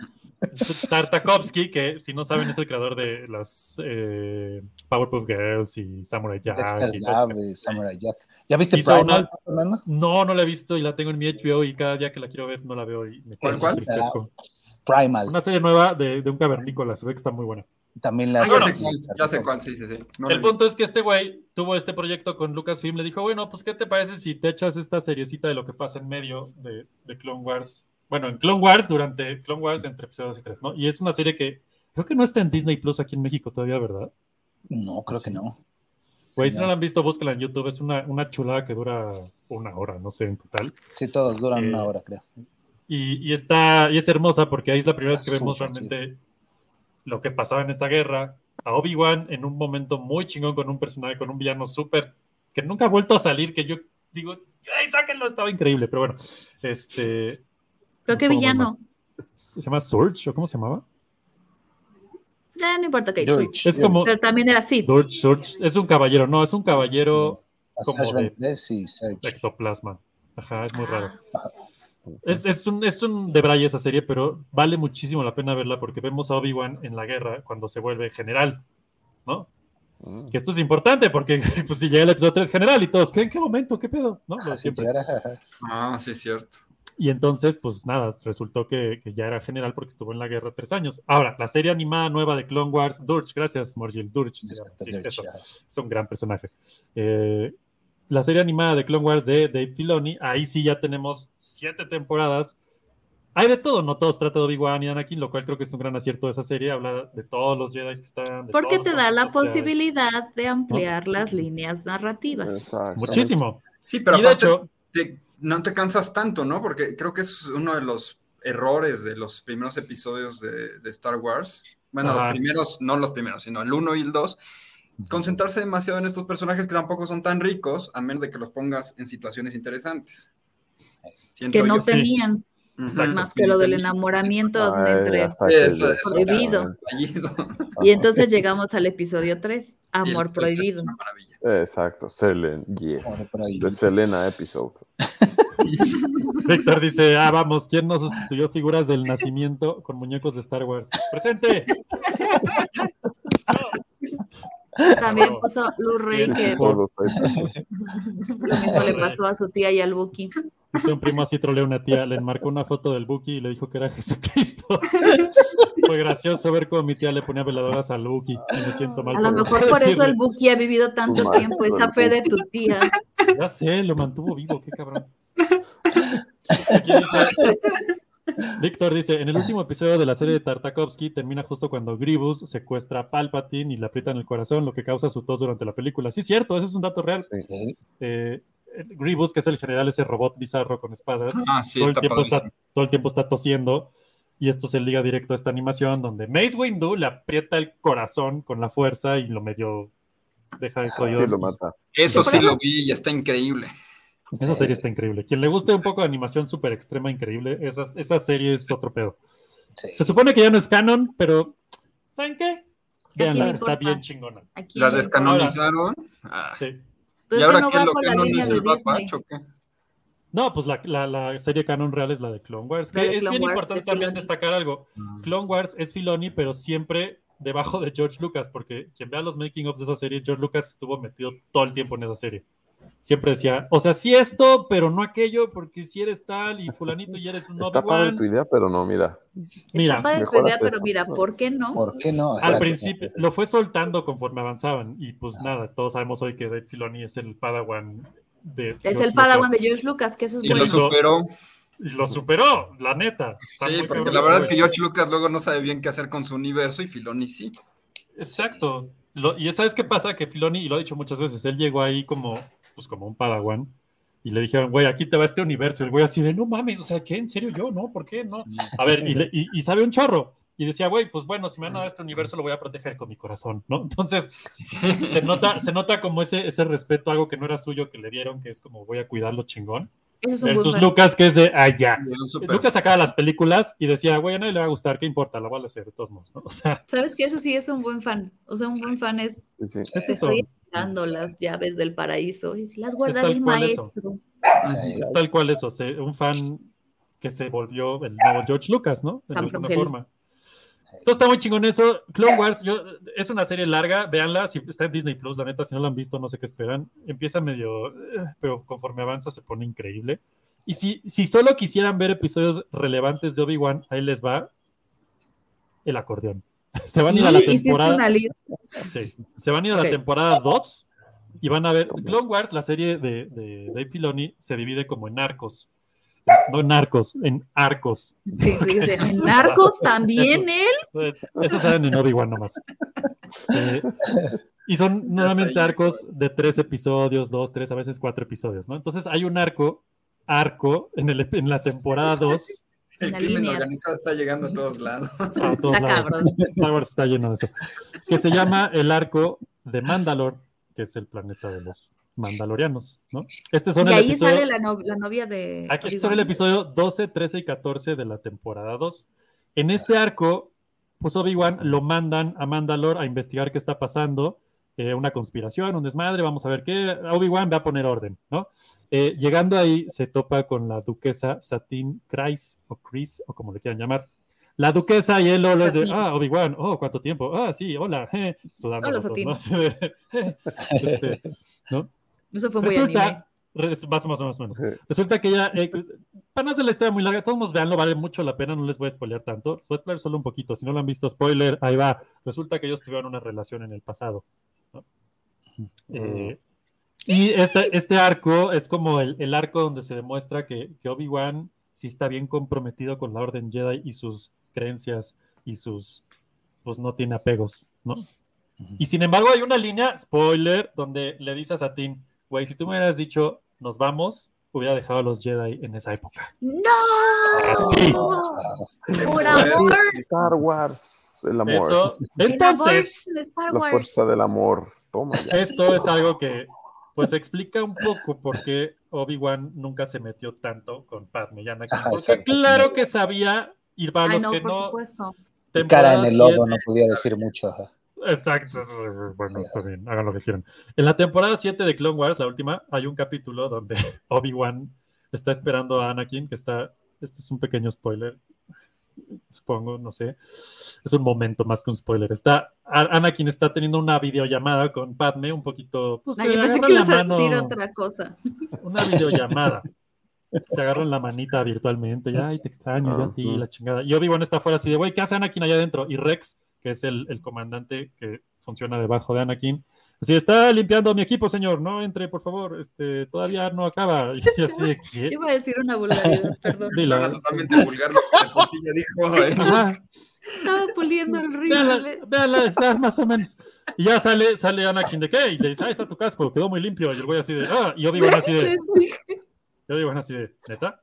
Tartakovsky, que si no saben es el creador de las eh, Powerpuff Girls y Samurai Jack. Dexter's y todo Lab, eso. eh, Samurai Jack. ¿Ya viste Hizo Primal, una- Fernando? No, no la he visto y la tengo en mi H B O y cada día que la quiero ver no la veo y me ¿Cuál, me cuál? entristezco. Primal. Una serie nueva de, de un cavernícola, se ve que está muy buena. También la Ah, ya bueno, sé cuál, ya sé cuál, sí, sí, sí. No lo El he punto es que este güey tuvo este proyecto con Lucasfilm, le dijo, bueno, pues ¿qué te parece si te echas esta seriecita de lo que pasa en medio de, de Clone Wars? Bueno, en Clone Wars, durante Clone Wars, entre episodios y tres, ¿no? Y es una serie que creo que no está en Disney Plus aquí en México todavía, ¿verdad? No, creo Sí. que no. Güey, Sí, si no la han visto, búscala en YouTube, es una, una chulada que dura una hora, no sé, en total. Sí, todos duran Eh, una hora, creo. Y, y está, y es hermosa porque ahí es la primera vez que Está vemos súper realmente lo que pasaba en esta guerra. A Obi-Wan en un momento muy chingón con un personaje, con un villano súper, que nunca ha vuelto a salir, que yo digo, ¡ay, sáquenlo! Estaba increíble, pero bueno, este... Creo que como muy villano. mal. ¿Se llama Surge o cómo se llamaba? Ya no importa que George, Es como... Pero también era Sid. Surge, Surge, es un caballero, no, es un caballero como Asajj de Ventress y Serge. ectoplasma. Ajá, es muy raro. Ah. Es, es un, es un debraye esa serie, pero vale muchísimo la pena verla porque vemos a Obi-Wan en la guerra cuando se vuelve general, ¿no? Mm. Que esto es importante porque pues, si llega el episodio tres general y todos, ¿qué, ¿en qué momento? ¿Qué pedo? ¿No? Lo de Así siempre. que era, ajá. Ah, sí, es cierto. Y entonces, pues nada, resultó que, que ya era general porque estuvo en la guerra tres años. Ahora, la serie animada nueva de Clone Wars, Durge, gracias, Morgil, Durge, se llama, sí, George, eso, ajá. es un gran personaje. Eh, la serie animada de Clone Wars de Dave Filoni, ahí sí ya tenemos siete temporadas. Hay de todo, no todos trata de Obi-Wan y Anakin, lo cual creo que es un gran acierto de esa serie, habla de todos los Jedi que están. de Porque todos te los da la conflictos que hay. posibilidad de ampliar las líneas narrativas. Exacto. Muchísimo. Sí, pero Y de aparte hecho, te- no te cansas tanto, ¿no? Porque creo que es uno de los errores de los primeros episodios de, de Star Wars. Bueno, Ajá. los primeros, no los primeros, sino el uno y el dos. Concentrarse demasiado en estos personajes que tampoco son tan ricos, a menos de que los pongas en situaciones interesantes. Siento Que no yo. tenían, Ujú. más que lo del enamoramiento Ay, entre... hasta que Eso, ya- eso Prohibido. fallido. Y entonces llegamos al episodio tres, Y el Amor episodio tres es Prohibido. una maravilla. Exacto, Selen, yes. Amor prohibido. The Selena episode. Víctor dice, ah, vamos, ¿quién no sustituyó figuras del nacimiento con muñecos de Star Wars? ¡Presente! También No. puso Blu-ray Sí, que Todos los iPads. lo mismo le pasó a su tía y al Buki. Hizo un primo así, troleó a una tía, le enmarcó una foto del Buki y le dijo que era Jesucristo. Fue gracioso ver cómo mi tía le ponía veladoras al Buki y me siento mal. A lo por mejor por eso decirle. el Buki ha vivido tanto Tu tiempo, maestro, esa el fe de Buki. tu tía. Ya sé, lo mantuvo vivo, qué cabrón. Aquí dice, Víctor dice, en el último episodio de la serie de Tartakovsky termina justo cuando Grievous secuestra a Palpatine y le aprieta en el corazón, lo que causa su tos durante la película. Sí, cierto, ese es un dato real. Sí. Eh, Grievous, que es el general, ese robot bizarro con espadas, Ah, sí, todo, el está tiempo está, padrísimo. todo el tiempo está tosiendo. Y esto se liga directo a esta animación donde Mace Windu le aprieta el corazón con la fuerza y lo medio deja de jodido. Sí, lo mata. Eso Por sí eso- lo vi y está increíble. Esa serie está increíble. Quien le guste un poco de animación súper extrema, increíble, esa, esa serie es otro pedo. Sí. Se supone que ya no es canon, pero ¿saben qué? quién Veanla, le está importa? bien chingona. Aquí La no descanonizaron. Ah. Sí. Pues ¿Y es que ahora no qué va es lo con que la no línea es de el Bad Disney. Batch o qué? No, pues la, la, la serie canon real es la de Clone Wars. La Que de es Clone bien Wars importante de también Filoni. destacar algo. Clone Wars es Filoni, pero siempre debajo de George Lucas, porque quien vea los making of de esa serie, George Lucas estuvo metido todo el tiempo en esa serie. Siempre decía, o sea, sí esto, pero no aquello, porque si eres tal y fulanito y eres un Está padre tu Obi-Wan. idea, pero no, mira. Mira, Está padre tu mejor idea, haz pero esto. mira, ¿por qué no? ¿Por qué no? al Exacto. principio lo fue soltando conforme avanzaban y pues nada, todos sabemos hoy que Dave Filoni es el Padawan de Es George el Padawan de Lucas. George Lucas, que eso es Y lo bueno. su- superó. Y lo superó, la neta. Está Sí, muy porque cabrón la verdad es ese que güey. George Lucas luego no sabe bien qué hacer con su universo y Filoni sí. Exacto. Lo- y ¿sabes qué pasa? Que Filoni, y lo ha dicho muchas veces, él llegó ahí como, pues como un Padawan y le dijeron, güey, aquí te va este universo. Y el güey así de, no mames, o sea, ¿qué? ¿En serio yo? ¿No? ¿Por qué? No. A ver, y, le- y- y sabe un chorro. Y decía, güey, pues bueno, si me van a dar este universo, lo voy a proteger con mi corazón, ¿no? Entonces, se nota, se nota como ese, ese respeto a algo que no era suyo que le dieron, que es como, voy a cuidarlo chingón. Eso es un Versus buen fan. Lucas, que es de, ah, ya. Un super- Lucas sacaba las películas y decía, güey, a nadie le va a gustar, ¿qué importa? La voy a hacer de todos modos, ¿no? O sea, ¿Sabes qué? Eso sí es un buen fan. O sea, un buen fan es, Sí, sí. es te eso. estoy dando las llaves del paraíso y si las guarda tal el cual eso. maestro. Es tal cual eso, se- un fan que se volvió el nuevo George Lucas, ¿no? De Fan alguna from hell. forma. Entonces está muy chingón eso. Clone Wars, yo, es una serie larga, véanla, si está en Disney Plus, la neta, si no la han visto, no sé qué esperan. Empieza medio, eh, pero conforme avanza se pone increíble. Y si, si solo quisieran ver episodios relevantes de Obi-Wan, ahí les va el acordeón. Se van a ir a la Y hiciste temporada. una lista. Sí, se van a ir a la Ok. temporada dos y van a ver. Clone Wars, la serie de, de Dave Filoni, se divide como en arcos. No en arcos, en arcos. Sí, dice, ¿en Narcos también él? Esos salen en Obi-Wan nomás. Eh, y son nuevamente ahí, arcos de tres episodios, dos, tres, a veces cuatro episodios, ¿no? Entonces hay un arco, arco, en, el, en la temporada dos. El La crimen línea. organizado está llegando a todos lados. A todos Está lados. cabrón. Star Wars está lleno de eso. Que se llama el arco de Mandalore, que es el planeta de los mandalorianos, ¿no? Este son Y el ahí episodio... sale la, no- la novia de. Aquí Obi-Wan. son el episodio doce, trece y catorce de la temporada dos. En este arco, pues Obi-Wan lo mandan a Mandalore a investigar qué está pasando, eh, una conspiración, un desmadre, vamos a ver qué. Obi-Wan va a poner orden, ¿no? Eh, llegando ahí, se topa con la duquesa Satine Kryze, o Kryze, o como le quieran llamar. La duquesa y él lo es de, Satine. ah, Obi-Wan, oh, ¿cuánto tiempo? Ah, sí, hola, eh, sudando Hola, los dos, Satine. ¿no? Así de, este, ¿no? Eso fue muy anime. Resulta, res- más, más, más o menos. Sí. Resulta que ella, eh, para no hacer la historia muy larga, todos nos veanlo, vale mucho la pena, no les voy a spoilear tanto, les voy a spoilear solo un poquito, si no lo han visto, spoiler, ahí va. Resulta que ellos tuvieron una relación en el pasado, ¿no? Eh, y este, este arco es como el, el arco donde se demuestra que, que Obi-Wan sí está bien comprometido con la Orden Jedi y sus creencias y sus, pues no tiene apegos, ¿no? Y sin embargo hay una línea, spoiler, donde le dice a Satine, güey, si tú me hubieras dicho, nos vamos, hubiera dejado a los Jedi en esa época. ¡No! Así. Por amor. Star Wars, el amor. Eso. Entonces, El amor de Star La Wars. fuerza del amor. Toma ya. esto es algo que pues explica un poco por qué Obi-Wan nunca se metió tanto con Padme y Anakin. Ajá, Porque exacto. claro que sabía, y para Ay, los no, que por no... supuesto. Y cara en el lodo, siete no podía decir mucho. Ajá. Exacto. Bueno, está bien, hagan lo que quieran. En la temporada siete de Clone Wars, la última, hay un capítulo donde Obi-Wan está esperando a Anakin, que está... Este es un pequeño spoiler, supongo, no sé. Es un momento más que un spoiler. Está, Anakin está teniendo una videollamada con Padme, un poquito... Pues, Ay, se yo pensé agarran que la ibas a mano- decir otra cosa. Una videollamada. Se agarran la manita virtualmente. Y, ay, te extraño, yo a ti, Ujú. la chingada. Y Obi-Wan está afuera así de, güey, ¿qué hace Anakin allá adentro? Y Rex, que es el, el comandante que funciona debajo de Anakin, así, está limpiando mi equipo, señor. No entre, por favor. Este, todavía no acaba. Y yo así de, ¿qué? Iba a decir una vulgaridad, perdón. Dila. Suena totalmente vulgar lo que de por sí ya dijo. ¿eh? Ajá. Estaba puliendo el Véanla, rifle. véanla, está más o menos. Y ya sale, sale Anakin de qué, y le dice, ahí está tu casco, quedó muy limpio. Y el güey así de, ah, y Obi-Wan así de, Les dije. y Obi-Wan así de, ¿neta?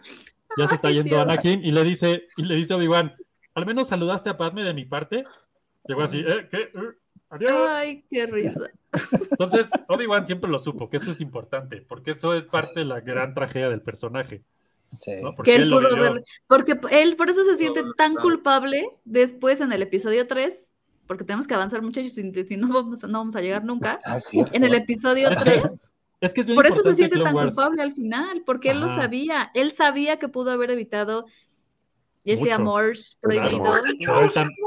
Ya se está Ay, yendo Dios. Anakin y le dice, y le dice Obi-Wan, al menos saludaste a Padme de mi parte. Llegó así, ¿eh? ¿Qué? Eh, Adiós. Ay, qué risa. Entonces, Obi-Wan siempre lo supo, que eso es importante, porque eso es parte de la gran tragedia del personaje. Sí. ¿no? Porque Que él lo pudo vivió. ver, porque él por eso se siente Todo tan está- culpable después en el episodio tres, porque tenemos que avanzar, muchachos, si, si no, vamos, a- no vamos a llegar nunca. Ah, cierto. En el episodio Es que- tres, Es que es bien por eso se importante siente Clone tan Wars. culpable al final, porque él lo Ajá. sabía. Él sabía que pudo haber evitado ese Mucho. amor prohibido. Claro. Pero él, tam-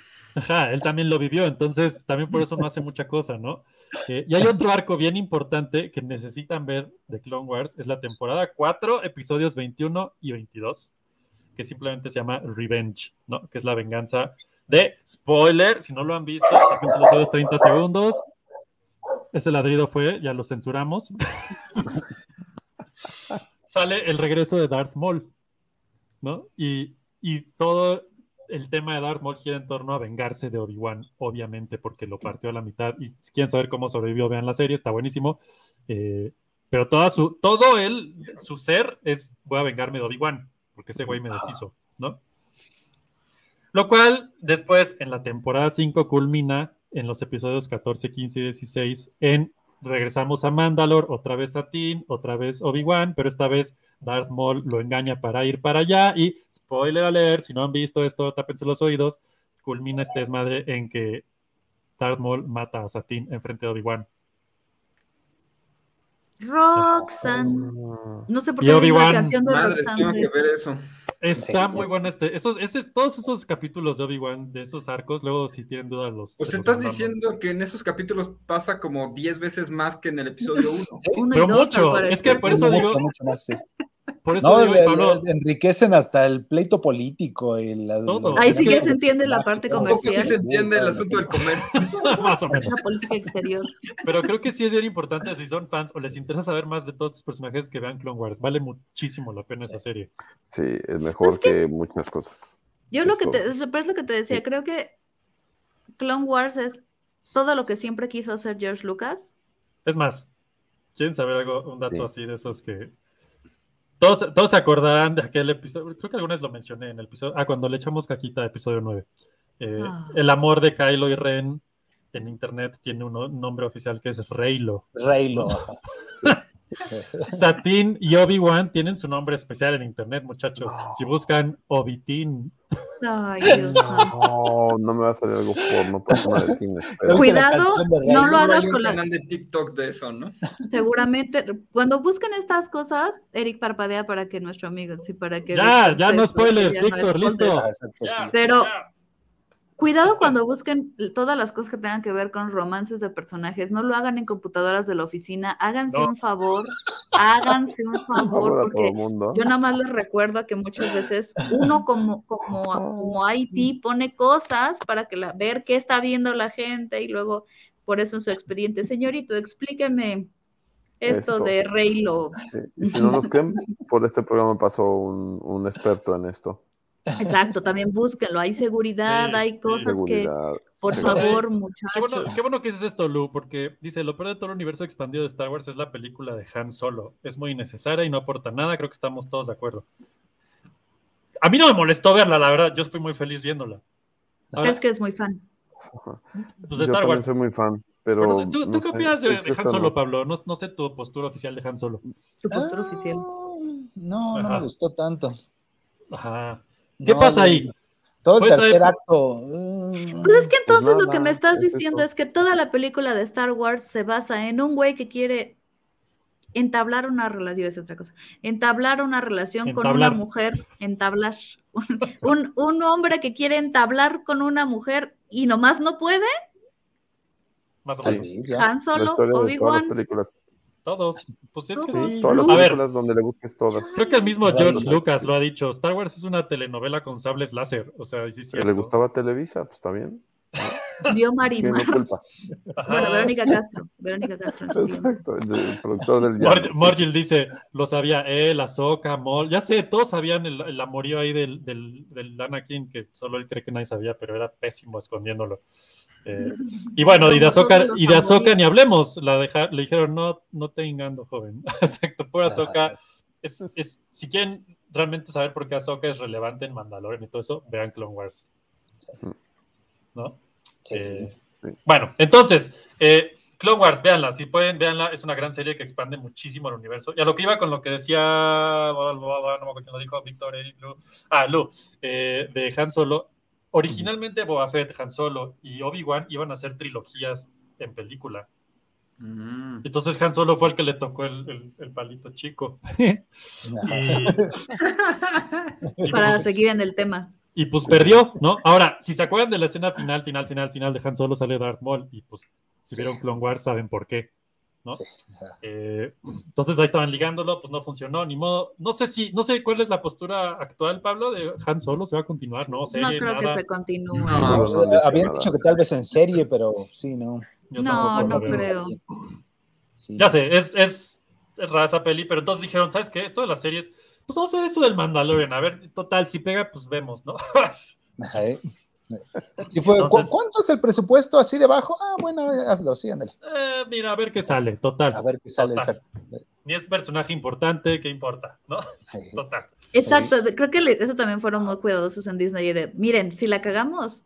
Ajá, él también lo vivió, entonces también por eso no hace mucha cosa, ¿no? Eh, y hay otro arco bien importante que necesitan ver de Clone Wars, es la temporada cuatro, episodios veintiuno y veintidós, que simplemente se llama Revenge, ¿no? Que es la venganza de, spoiler, si no lo han visto, tápense los dedos treinta segundos. Ese ladrido fue, ya lo censuramos. Sale el regreso de Darth Maul, ¿no? Y, y todo el tema de Darth Maul gira en torno a vengarse de Obi-Wan, obviamente, porque lo partió a la mitad. Y si quieren saber cómo sobrevivió, vean la serie, está buenísimo. Eh, pero toda su, todo él, su ser, es voy a vengarme de Obi-Wan, porque ese güey me deshizo, ¿no? Lo cual, después, en la temporada cinco, culmina en los episodios catorce, quince y dieciséis en regresamos a Mandalore, otra vez Satine, otra vez Obi-Wan, pero esta vez Darth Maul lo engaña para ir para allá y, spoiler alert, si no han visto esto, tápense los oídos, culmina este desmadre en que Darth Maul mata a Satine enfrente de Obi-Wan. Roxanne. No sé por Y qué hay una Obi-Wan. canción de Madres, Roxanne. tengo que ver eso. Está Sí. muy bueno este, esos, esos, todos esos capítulos de Obi-Wan, de esos arcos, luego si tienen dudas los... Pues se los estás mandamos. diciendo que en esos capítulos pasa como diez veces más que en el episodio uno. Uno y Pero dos, mucho, al es que parecer. por eso mucho, digo, mucho más, sí. por eso No, digo, le- Pablo, le enriquecen hasta el pleito político y la, Todo. la- Ahí sí Es que que- se entiende la parte Tampoco sí comercial. se entiende el asunto del comercio. más o menos. La política exterior. Pero creo que sí es bien importante si son fans o les interesa saber más de todos estos personajes que vean Clone Wars. Vale muchísimo la pena esa serie. Sí, es mejor Es que- que muchas cosas. Yo lo que Eso. te, es lo- pero es lo que te decía, Sí. creo que Clone Wars es todo lo que siempre quiso hacer George Lucas. Es más, ¿quieren saber algo? Un dato Sí. así de esos que... Todos, todos se acordarán de aquel episodio, creo que alguna vez lo mencioné en el episodio, ah, cuando le echamos caquita a episodio nueve. Eh, Ah. El amor de Kylo y Ren en internet tiene un no- nombre oficial que es Reylo. Reylo. Satine y Obi-Wan tienen su nombre especial en internet, muchachos. Si buscan Obitin, Ay, Dios santo. No, no me va a salir algo porno persona de cine. pero- Cuidado, canción de Rey. no lo Luego hagas hay un con la... canal de TikTok de eso, ¿no? Seguramente, cuando busquen estas cosas, Eric parpadea para que nuestro amigo, sí, para que... Ya, Víctor ya sepa no que spoilers, ya no hay Víctor, listo. spoilers. Ah, exacto, Ya, sí. Pero- ya. Cuidado cuando busquen todas las cosas que tengan que ver con romances de personajes. No lo hagan en computadoras de la oficina. Háganse No. un favor. Háganse un Por favor, favor a todo porque el mundo. yo nada más les recuerdo que muchas veces uno como, como, como I T pone cosas para que la, ver qué está viendo la gente y luego por eso en su expediente, señorito, explíqueme esto, Esto. de Reylo. Sí, y si no nos creen, por este programa pasó un, un experto en esto. Exacto, también búsquenlo. Hay seguridad, Sí, hay sí. cosas que, Seguridad. por Sí. favor, Qué muchachos. bueno, qué bueno que dices esto, Lu, porque dice, lo peor de todo el universo expandido de Star Wars es la película de Han Solo. Es muy innecesaria y no aporta nada, creo que estamos todos de acuerdo. a mí no me molestó verla, la verdad. Yo fui muy feliz viéndola. Ahora, Es que es muy fan. pues de Yo Star también Wars. soy muy fan, pero Bueno, ¿tú, tú no qué sé, opinas de, es de que Han esta Solo, no- Pablo? No, no sé tu postura oficial de Han Solo. Tu postura Ah, oficial. No, no Ajá. me gustó tanto. Ajá. ¿Qué No, pasa de- ahí? Todo el Pues, tercer eh, acto. mm, Pues es que Pues entonces nada, lo que me estás es diciendo eso. es que toda la película de Star Wars se basa en un güey que quiere entablar una relación, iba a decir otra cosa, entablar una relación con una Entablar. mujer, entablar, un, un hombre que quiere entablar con una mujer y nomás no puede, Más o Tal menos. vez, ya. Han La Solo, historia de todas las Obi-Wan, películas. Todos. Pues es que Todos. Sí, sí. todas las A ver, películas donde le busques todas. creo que el mismo Ay, George sí. Lucas lo ha dicho. Star Wars es una telenovela con sables láser. O sea, sí es Que cierto. le gustaba Televisa, pues está bien. vio ¿Quién Marimar. no culpa? Ajá. Bueno, Verónica Castro, Verónica Castro en su tiempo. Exacto, el, el productor del Mor- llano. sí, Morgil sí. dice, lo sabía él, Ahsoka, Mol, ya sé, todos sabían el, el amorío ahí del, del, del Anakin, que solo él cree que nadie sabía, pero era pésimo escondiéndolo. Eh, y bueno, y de Como Ahsoka, todos los y de Ahsoka amoríos. ni hablemos, la deja- le dijeron, no, no te engando, joven. Exacto, por Ahsoka, es, es, si quieren realmente saber por qué Ahsoka es relevante en Mandalorian y todo eso, vean Clone Wars. ¿No? Sí. Eh, Sí. Bueno, entonces, eh, Clone Wars, véanla, si pueden, véanla, es una gran serie que expande muchísimo el universo. Y a lo que iba con lo que decía, no me acuerdo quién lo dijo, Víctor, Eric, Lu, ah, Lu, eh, de Han Solo. Originalmente Boba Fett, Han Solo y Obi-Wan iban a hacer trilogías en película. Mm. Entonces Han Solo fue el que le tocó el, el- el palito chico. y, y Para pues- seguir en el tema. y pues perdió, ¿no? Ahora, si se acuerdan de la escena final, final, final, final de Han Solo, sale Darth Maul y pues si vieron Clone Wars saben por qué, ¿no? Sí, ajá. Eh, entonces ahí estaban ligándolo, pues no funcionó, ni modo. No sé si, no sé cuál es la postura actual, Pablo, de Han Solo, ¿se va a continuar? No, No serie, creo que nada. se continúe. No, No, no han dicho Habían nada. dicho que tal vez en serie, pero sí, no. Yo No, tampoco lo no veo. creo. Sí. Ya sé, es, es, es rara esa peli, pero entonces dijeron, ¿sabes qué? Esto de las series, pues vamos a hacer esto del Mandalorian, a ver, total, si pega, pues vemos, ¿no? Ajá, ¿eh? Sí fue, ¿cu- Entonces- ¿Cuánto es el presupuesto así debajo? Ah, bueno, eh, hazlo, sí, ándale. Eh, mira, a ver qué sale, total. A ver qué sale. Total. Exacto. Ni es personaje importante, ¿qué importa? ¿No? Sí. Total. Exacto, de- creo que le- eso también fueron muy cuidadosos en Disney de, miren, si la cagamos,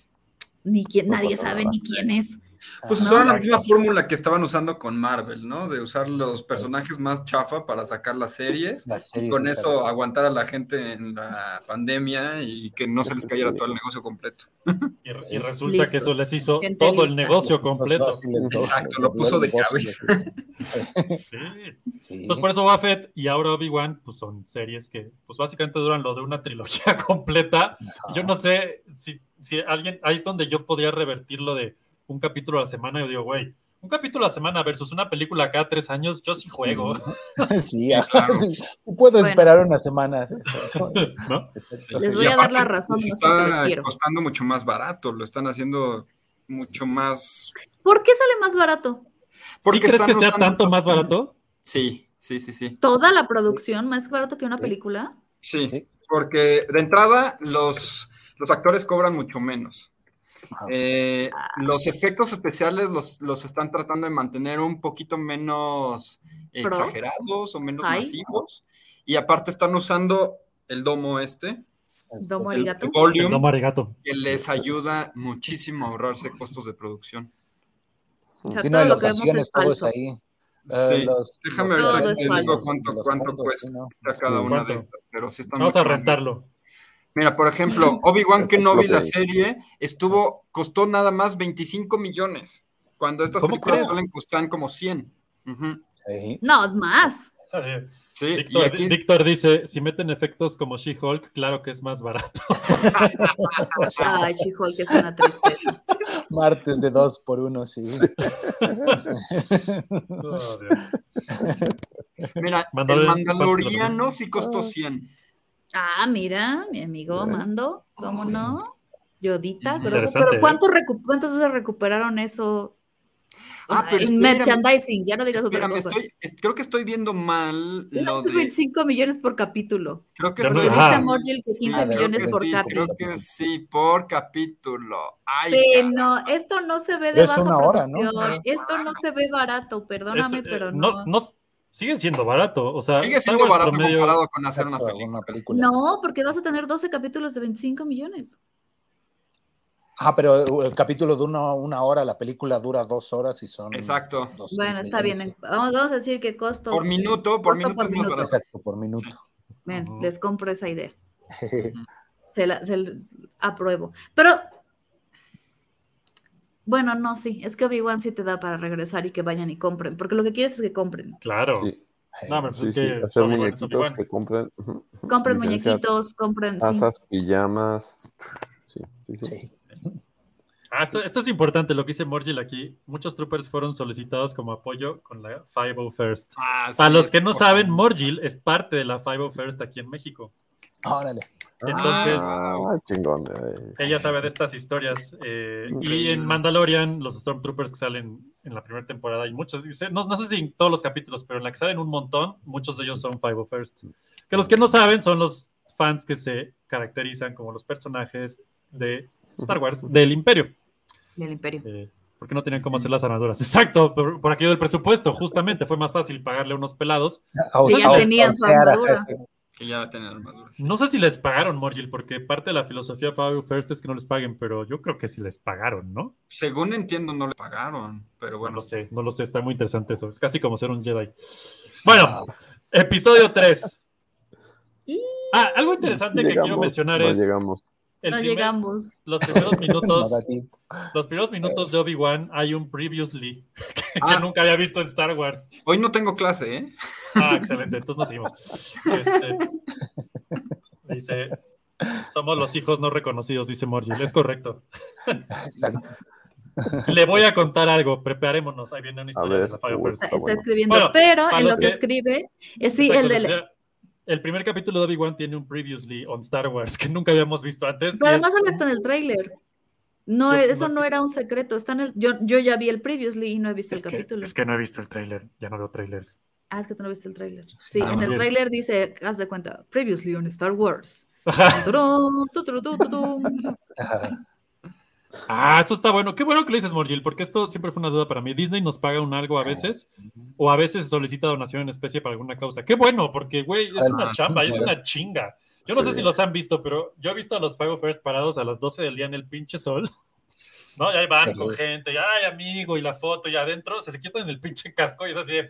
ni quién, No nadie pasa sabe nada. ni quién es. Pues No, usaron la exacto. misma fórmula que estaban usando con Marvel, ¿no? De usar los personajes más chafa para sacar las series. Las Y series, con exacto. eso aguantar a la gente en la pandemia y que no se les cayera Sí. todo el negocio completo. Y, y resulta Listos. que eso les hizo Gente todo el lista. negocio Los- completo. los- les- Exacto, les- lo puso de los- cabeza. Sí. Sí. Pues por eso Boba Fett y ahora Obi-Wan, pues son series que, pues básicamente duran lo de una trilogía completa. Ajá. Yo no sé si, si alguien, ahí es donde yo podría revertirlo de un capítulo a la semana. Yo digo, güey, un capítulo a la semana versus una película cada tres años, yo sí juego, Sí, ajá, claro. sí. Puedo Bueno. esperar una semana. ¿no? Exacto. Les Y voy a dar aparte la se- razón, se no es porque les está quiero. costando mucho más barato, lo están haciendo mucho más. ¿Por qué sale más barato? ¿Sí crees están que sea usando- tanto más barato? Sí, sí, sí, sí. ¿Toda la producción más barato que una Sí. película? Sí, Sí. porque de entrada los, los actores cobran mucho menos. Ajá. Eh, los efectos especiales los, los están tratando de mantener un poquito menos Pro. exagerados o menos Ay. masivos. Y aparte están usando el domo este, Domo el, arigato. el volume, No, Marigato. que les ayuda muchísimo a ahorrarse costos de producción. O sea, Sí, todo no, lo que locaciones, vemos es todo falso. es ahí. Eh, Sí, los- déjame los- ahorita Todo que es te digo falso. cuánto, los cuánto fondos, cuesta sí, ¿no? cada una ¿Cuánto? de estas, pero sí están Vamos a mucho más rentarlo. Mira, por ejemplo, Obi-Wan Kenobi, la Ok. serie, estuvo, costó nada más veinticinco millones, cuando estas ¿Cómo películas crees? suelen costar como cien. Ujú. Sí. No, más. Eh, Sí, y Víctor, aquí, Víctor dice, si meten efectos como She-Hulk, claro que es más barato. Ay, She-Hulk, es una tristeza. Martes de dos por uno, sí. Oh, Dios. mira, Mandalorian, el ¿cuánto Mandaloriano sí costó cien. Ah, mira, mi amigo ¿Eh? Mando, ¿cómo no? Yodita, pero, Interesante, pero ¿eh? ¿cuánto recu- ¿cuántas veces recuperaron eso? O Ah, sea, pero en espérame, merchandising, ya no digas otra Espérame, cosa. estoy, es- creo que estoy viendo mal Eran lo de... veinticinco millones por capítulo. Creo que Ya no- estoy... Ajá. Dice Morgil que Sí, quince Ah, millones creo que por sí, capítulo. creo que sí, por capítulo. Ay, Sí, cara. no, esto no se ve de Pero es baja una hora, ¿no? producción, esto no se ve barato, perdóname, Es, eh, pero no, no. no- sigue siendo barato. O sea, Sigue Star siendo Wars barato promedio- comparado con hacer una Exacto, película. una película. No, porque vas a tener doce capítulos de veinticinco millones. Ah, pero el capítulo de una, una hora, la película dura dos horas y son. Exacto. dos Bueno, está millones, bien. sí. Vamos, vamos a decir que costo. Por minuto, por costo minuto es más barato. Exacto, por minuto. Bien, Ujú. les compro esa idea. Se la, se la- apruebo. Pero, bueno, no, sí. Es que Obi-Wan sí te da para regresar y que vayan y compren. Porque lo que quieres es que compren. Claro. Sí, No, pero pues sí, es sí, que hacer Obi-Wan es muñequitos Obi-Wan. que compren. ujú, ujú, Compren licenciar muñequitos, compren. Sí. Tazas, pijamas. Sí, sí, sí. Sí. Ah, esto, esto es importante, lo que dice Morgil aquí. Muchos troopers fueron solicitados como apoyo con la cincuenta-first. Ah, sí, Para los es que no importante. saben, Morgil es parte de la cincuenta-first aquí en México. Órale. Entonces, Ah, chingón. eh. ella sabe de estas historias. eh, y Increíble. en Mandalorian, los Stormtroopers que salen en la primera temporada, hay muchos, no, no sé si en todos los capítulos, pero en la que salen un montón, muchos de ellos son cincuenta-first. Que los que no saben son los fans que se caracterizan como los personajes de Star Wars del Imperio. Del Imperio. Eh, porque no tenían cómo hacer las armaduras. Exacto, por, por aquello del presupuesto, justamente fue más fácil pagarle a unos pelados. Au- Sí, ya au- tenían su ausear, armadura. ajá, sí. Que ya tienen armaduras. No sé si les pagaron, Morgil, porque parte de la filosofía de Fabio First es que no les paguen, pero yo creo que sí les pagaron, ¿no? Según entiendo, no le pagaron, pero No bueno. lo sé, no lo sé, está muy interesante eso. Es casi como ser un Jedi. Bueno, episodio tres. Ah, algo interesante que quiero Llegamos, mencionar no es llegamos. el No primer- llegamos. los primeros minutos, No da tiempo. los primeros minutos de Obi-Wan hay un previously que, Ah. nunca había visto en Star Wars. Hoy no tengo clase, ¿eh? Ah, excelente, entonces nos seguimos. Este, dice, somos los hijos no reconocidos, dice Morgil. Es correcto. Exacto. Le voy a contar algo, preparémonos. Ahí viene una A historia ver, de la Fire uy, First. Está, Está está bueno. escribiendo, Bueno, pero para en los lo que que- escribe es sí, Exacto, el del. o sea, el primer capítulo de Obi-Wan tiene un previously on Star Wars que nunca habíamos visto antes. Pero y además es- sale hasta en el tráiler. No, Yo- eso no es no que- era un secreto. Está en el. Yo, yo ya vi el previously y no he visto es el que, capítulo. es que no he visto el tráiler, ya no veo trailers. Ah, es que tú no viste el tráiler. Sí, Ah, en muy el bien. tráiler dice, haz de cuenta, previously on Star Wars. Ajá. Turun, tuturu, tutum. Ajá. Ah, esto está bueno. Qué bueno que lo dices, Morgil, porque esto siempre fue una duda para mí. Disney nos paga un algo a veces, o a veces solicita donación en especie para alguna causa. Qué bueno, porque, güey, es una Ah, chamba, es bueno. una chinga. Yo no sé Sí. si los han visto, pero yo he visto a los Five First parados a las doce del día en el pinche sol. ¿No? Y ahí van Sí. con gente, y ay, amigo, y la foto, y adentro se, se quitan en el pinche casco y es así de.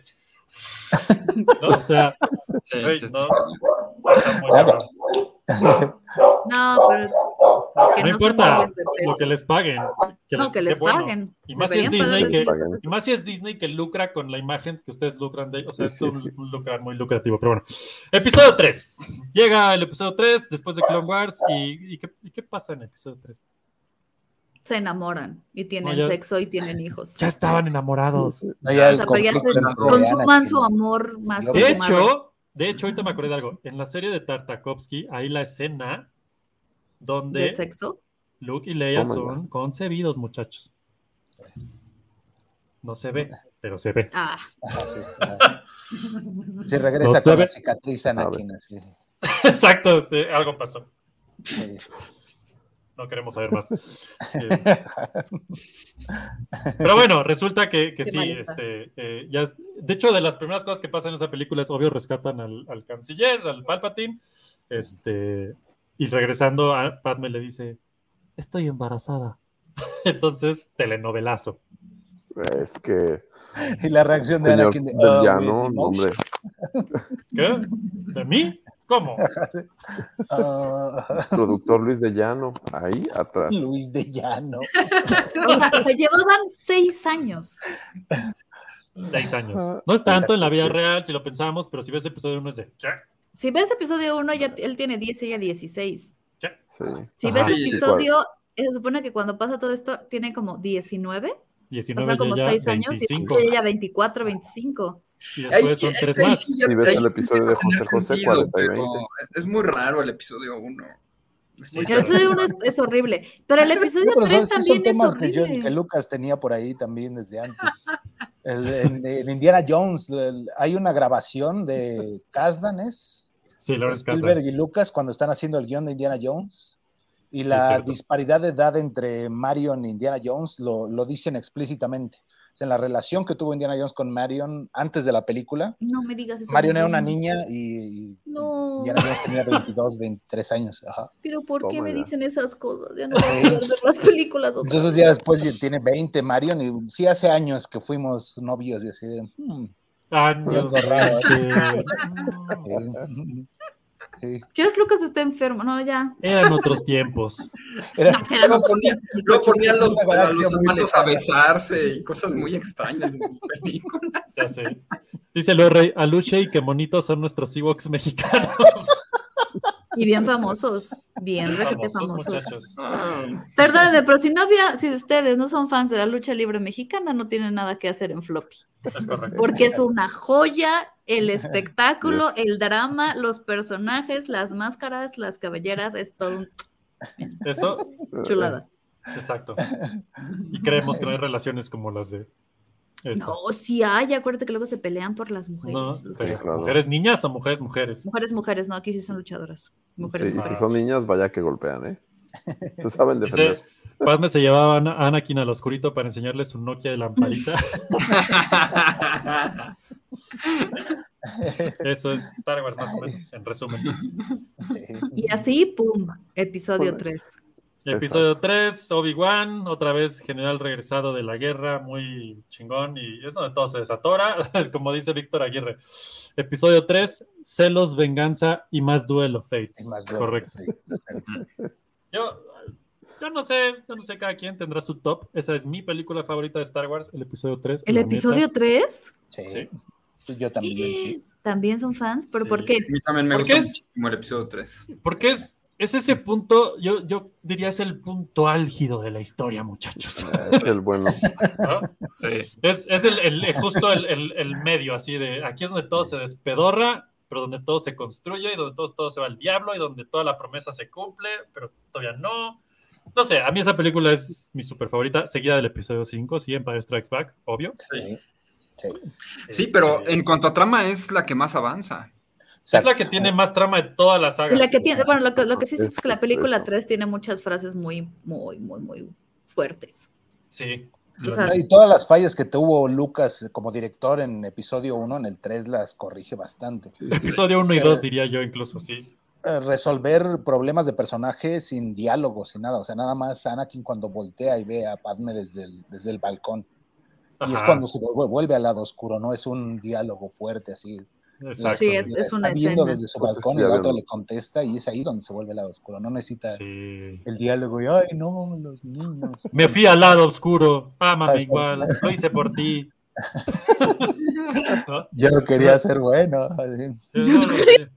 ¿No? O sea, Sí, güey, sí, sí. no. Está muy cabrón. No, pero que No no, importa son miles de pesos. lo que les paguen. Que No, les- que qué les bueno. paguen. Y más si es Deberían Disney que, pagarles y más si es Disney que lucra con la imagen que ustedes lucran de ellos. O sea, Sí, es sí, un, sí. un lucrar muy lucrativo. Pero bueno. Episodio tres. Llega el episodio tres después de Clone Wars. ¿Y, y, qué, y qué pasa en el episodio tres? Se enamoran y tienen No, ya- sexo y tienen hijos. Ya estaban enamorados. No, ya O el sea, pero ya se conflicto entre consuman Anakin su amor más y De Obi-Wan. consumado. hecho, de hecho, ahorita me acordé de algo. En la serie de Tartakovsky, hay la escena donde de sexo. Luke y Leia Tómala. son concebidos, muchachos. No se ve, pero se ve. Ah, Ajá, sí, ajá. Sí, regresa No se con ve. la cicatriz Anakin, así. Exacto, eh, algo pasó. Sí. No queremos saber más. Eh, pero bueno, resulta que, que Qué sí, mal está. este, eh, ya es- de hecho, de las primeras cosas que pasan en esa película es obvio, rescatan al, al canciller, al Palpatine, este, y regresando a Padme le dice, estoy embarazada. Entonces, telenovelazo. Es que, Y la reacción de señor Anakin de, del "Oh, llano, with no, hombre. ¿Qué? ¿De mí? ¿Cómo? Ah, Productor Luis de Llano, ahí atrás. Luis de Llano. o sea, se llevaban seis años. Seis años. No es tanto en la vida Exacto, sí. real, si lo pensamos, pero si ves episodio uno es de, ¿qué? Si ves episodio uno, ya él tiene diez y ella dieciséis. Sí. Si Ajá. ves Sí, episodio, se supone que cuando pasa todo esto, tiene como diecinueve. diecinueve, Pasan como ya, ya, seis años veinticinco. y ella veinticuatro, veinticinco. Y Ahí después sí- son es tres que ahí más. sí ya- Si ves ahí el sí episodio de empieza a José tener José, sentido, cuarenta y pero veinte. Es muy raro el episodio uno. Es Sí, muy El episodio uno es, es horrible. Pero el episodio Pero tres son, sí también son temas es que, yo, horrible. que Lucas tenía por ahí también desde antes. El, en, en Indiana Jones el- hay una grabación de Kasdan, ¿es? Sí, Lawrence Spielberg Kasdan. y Lucas cuando están haciendo el guión de Indiana Jones. Y Sí, la cierto. disparidad de edad entre Marion e Indiana Jones lo, lo dicen explícitamente. sea, en la relación que tuvo Indiana Jones con Marion antes de la película. No me digas eso. Marion era una niña y, y no. Indiana Jones tenía veintidós, veintitrés años. Ajá. Pero ¿por Toma qué me ya. dicen esas cosas? Ya no voy a poder ver las películas otra Entonces vez. ya después ya tiene veinte Marion y sí hace años que fuimos novios y así de... Hmm, Años. algo raro. Sí. Sí. George Lucas está enfermo, no, ya. Eran otros tiempos. Era- No, eran Luego otros ponían, tiempos, luego ponían los, Una a galaxia los muy hermanos a lejana. besarse y cosas muy extrañas en sus películas. Ya sé. Dice Luis Rey, Aluche y qué bonitos son nuestros Ewoks mexicanos. Y bien famosos, bien requete Famosos, famosos. muchachos. Ah, Perdónenme, pero si no había, si ustedes no son fans de la lucha libre mexicana, no tienen nada que hacer en Floppy. Es correcto. Porque es una joya, el espectáculo, Yes. el drama, los personajes, las máscaras, las cabelleras, es todo un Eso, chulada. exacto. Y creemos que no hay relaciones como las de estas. No, sí hay, acuérdate que luego se pelean por las mujeres. No, pero claro. ¿mujeres niñas o mujeres mujeres? Mujeres, mujeres, no, aquí sí son luchadoras. Mujeres, Sí, y si mujeres. son niñas, vaya que golpean, ¿eh? Se saben defender. Dice, Padme se llevaba a Ana- a Anakin al oscurito para enseñarle su Nokia de lamparita. Eso es Star Wars más o menos, en resumen. Sí. Y así, pum, episodio Hola. tres. Episodio tres, Obi-Wan, otra vez general regresado de la guerra, muy chingón, y es donde todo se desatora, como dice Víctor Aguirre. Episodio tres, celos, venganza y más duelo, Fates. Y más duelo, Correcto. sí, exacto. Yo, yo no sé, yo no sé, cada quien tendrá su top. Esa es mi película favorita de Star Wars, el episodio tres. ¿El la episodio neta. tres? Sí. Sí. Sí, yo también, sí. También son fans, pero Sí. ¿por qué? A mí también me ¿Por gusta qué es? muchísimo el episodio tres. Porque es, es ese punto, yo, yo diría es el punto álgido de la historia, muchachos. Ah, es el bueno. ¿No? Es, es el, el- justo el, el- el medio, así de aquí es donde todo se despedorra, pero donde todo se construye y donde todo, todo se va al diablo y donde toda la promesa se cumple, pero todavía no. No sé, a mí esa película es mi super favorita, seguida del episodio cinco, sí, Empire Strikes Back, obvio. Sí. Sí. Sí, pero Este, en cuanto a trama es la que más avanza. es la que tiene más trama de toda la saga. Y la que tiene, bueno, lo que, lo que sí es Es que la justo película eso. tres tiene muchas frases muy, muy, muy, muy fuertes. Sí. O sea, Y todas las fallas que tuvo Lucas como director en episodio uno, en el tres las corrige bastante. Episodio uno y Sí. dos diría yo incluso, sí. Eh, Resolver problemas de personaje sin diálogo, sin nada. O sea, nada más Anakin cuando voltea y ve a Padme desde el, desde el balcón. Y es Ajá, cuando se vuelve, vuelve al lado oscuro, no es un diálogo fuerte así. exacto. Sí, es- La es una está viendo escena. desde su Pues es balcón que y el ya otro ven- le contesta y es ahí donde se vuelve el lado oscuro. No necesita Sí. el diálogo y, ay, no, los niños. Me fui al lado oscuro, ámame Ah, sí. igual, lo hice por ti. ¿No? Yo no quería ser bueno. así. No, no, sí.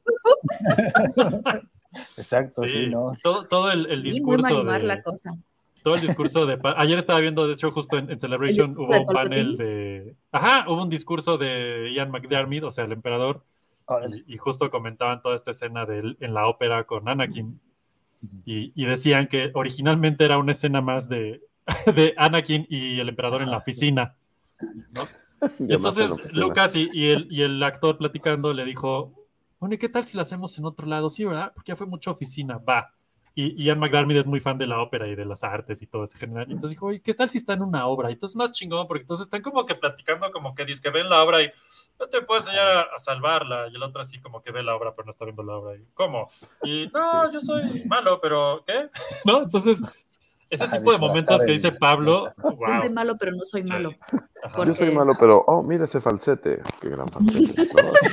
Exacto, sí, Sí, ¿no? todo, todo el, el sí, muy discurso Marimar de, la cosa. todo el discurso de Pa- ayer estaba viendo, de hecho, justo en, en Celebration ¿El hubo de un panel Palpatine? de, ajá, hubo un discurso de Ian McDiarmid, o sea, el emperador, Órale. y, y justo comentaban toda esta escena de él en la ópera con Anakin, y, y decían que originalmente era una escena más de, de Anakin y el emperador en la oficina, ¿no? Y Ya más en la entonces oficina. Lucas y, y el, y el actor platicando le dijo, bueno, ¿y qué tal si la hacemos en otro lado? Sí, ¿verdad? Porque ya fue mucha oficina, va. Y, y Ian McDiarmid es muy fan de la ópera y de las artes y todo eso en general. Y entonces dijo, oye, ¿qué tal si está en una obra? Y entonces más chingón, porque entonces están como que platicando, como que dice que ven la obra y no te puedo enseñar a, a salvarla. Y el otro así como que ve la obra, pero no está viendo la obra. Y, ¿cómo? Y no, yo soy malo, pero ¿qué? ¿No? Entonces, ese Ajá, tipo de disfrazar momentos que el- dice Pablo, Yo wow. soy malo, pero no soy malo. Ajá. Yo soy porque- malo, pero, oh, mira ese falsete. Qué gran falsete.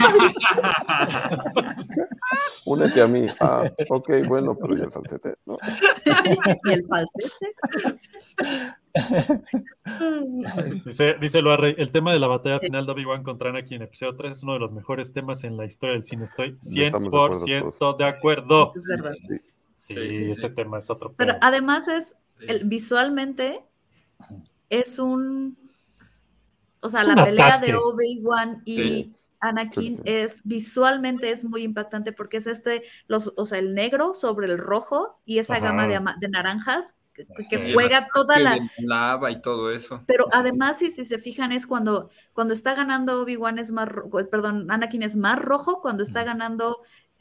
¿no? Únete a mí. Ah, ok, bueno, pero ¿y el falsete? No. Y el falsete. Dice, dice Loarre, el tema de la batalla final de Obi-Wan contra Anakin en episodio tres es uno de los mejores temas en la historia del cine. Estoy cien por ciento de acuerdo. Eso es verdad. Sí, Sí, sí, ese sí. tema es otro Pero pedo. además es, Sí. el, visualmente, es un... O sea, Es la un pelea atasque. de Obi-Wan y Sí. Anakin Sí, sí. es visualmente es muy impactante porque es este, los, o sea, el negro sobre el rojo y esa Ajá. gama de, ama- de naranjas que, que Sí. juega toda Que la... de lava y todo eso. Pero además, si, si se fijan, es cuando, cuando está ganando Obi-Wan es más, ro- perdón, Anakin es más rojo, cuando está ganando, eh,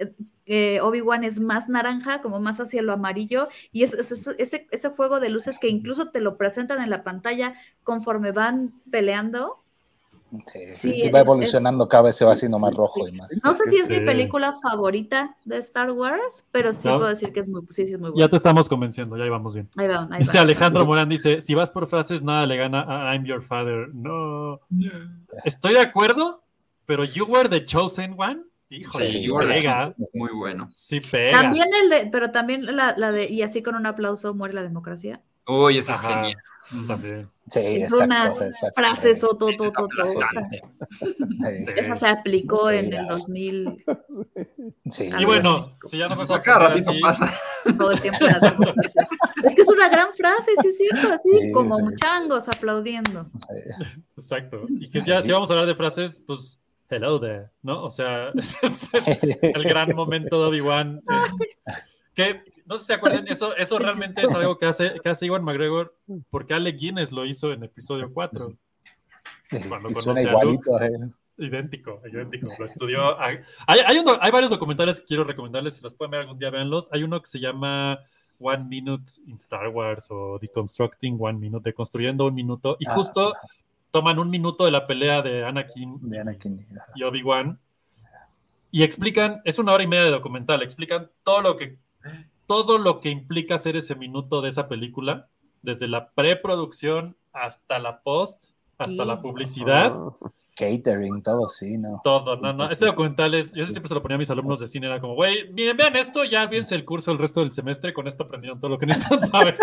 eh, Obi-Wan es más naranja, como más hacia lo amarillo, y es, es- es- ese, ese juego de luces que incluso te lo presentan en la pantalla conforme van peleando. Sí, Sí, sí, va es- evolucionando, cada vez se va haciendo más rojo y más. No sé si es mi Sí. película favorita de Star Wars, pero sí No. puedo decir que es muy, sí, sí es muy Ya buena. te estamos convenciendo, ya íbamos bien. Ahí va, ahí Dice va. Alejandro Morán, dice, si vas por frases, nada le gana a I'm your father. No. Estoy de acuerdo, pero You were the chosen one. Híjole, Sí, sí You Are the pega. Muy bueno. Sí pega. También el de, pero también la, la de, y así con un aplauso muere la democracia. Uy, ese es Ajá, genial. también. Sí, Es exacto, una exacto. frase Ese es sototototota. aplastante. Sí, Sí. Esa se aplicó Sí, en ya. el dos mil. Sí. Y bueno, si ya no fue O sea, cada para ratito así, pasa. Todo el tiempo la democracia. Es que es una gran frase, sí es cierto, así Sí, como sí. changos aplaudiendo. exacto. Y que ya, si vamos a hablar de frases, pues, hello there, ¿no? O sea, ese es el gran momento de Obi-Wan. Es que, no sé si se acuerdan, eso, eso realmente es algo que hace, que hace Ewan McGregor, porque Alec Guinness lo hizo en episodio cuatro. Cuando Y conoce suena a igualito a él. Idéntico, idéntico. Lo estudió. Hay, hay, un- hay varios documentales que quiero recomendarles. Si los pueden ver algún día, véanlos. Hay uno que se llama One Minute in Star Wars o Deconstructing One Minute, Deconstruyendo un minuto. Y Ah, justo toman un minuto de la pelea de Anakin De Anakin. y Obi-Wan y explican, es una hora y media de documental, explican todo lo que todo lo que implica hacer ese minuto de esa película, desde la preproducción hasta la post, hasta Sí. la publicidad. Ah, Catering, todo sí, ¿no? Todo, Sí, no, no. sí. Este documental es, yo siempre se lo ponía a mis alumnos de cine, era como, güey, miren, vean esto, ya vienes el curso el resto del semestre, con esto aprendieron todo lo que necesitan saber.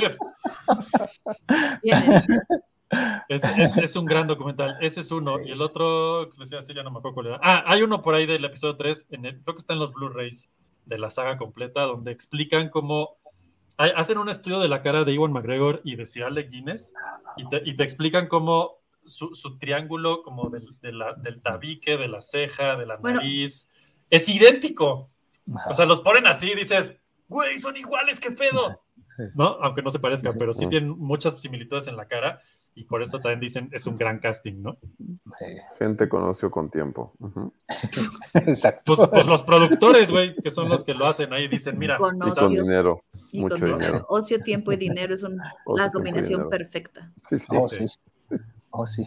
Viene. Es, es, es un gran documental, ese es uno. Sí. Y el otro, que les iba a decir, ya no me acuerdo cuál era. Ah, hay uno por ahí del episodio tres, en el, creo que está en los Blu-rays de la saga completa, donde explican cómo hay- hacen un estudio de la cara de Ewan McGregor y de Sir Alec Guinness, y te, y te explican cómo su, su triángulo como del, de la- del tabique, de la ceja, de la Bueno. nariz, es idéntico. Ajá. O sea, los ponen así y dices, güey, son iguales, qué pedo. ¿No? Aunque no se parezcan, pero sí tienen muchas similitudes en la cara y por eso también dicen es un gran casting, ¿no? Sí. gente conoció con tiempo. Ujú. Exacto. Pues, pues los productores, güey, que son los que lo hacen ahí, dicen, mira, Con Y con ocio. dinero, Y mucho con dinero. ocio, tiempo y dinero es un- Ocio, la tiempo y combinación dinero. perfecta. Sí, sí. Oh, sí. sí. Oh, sí.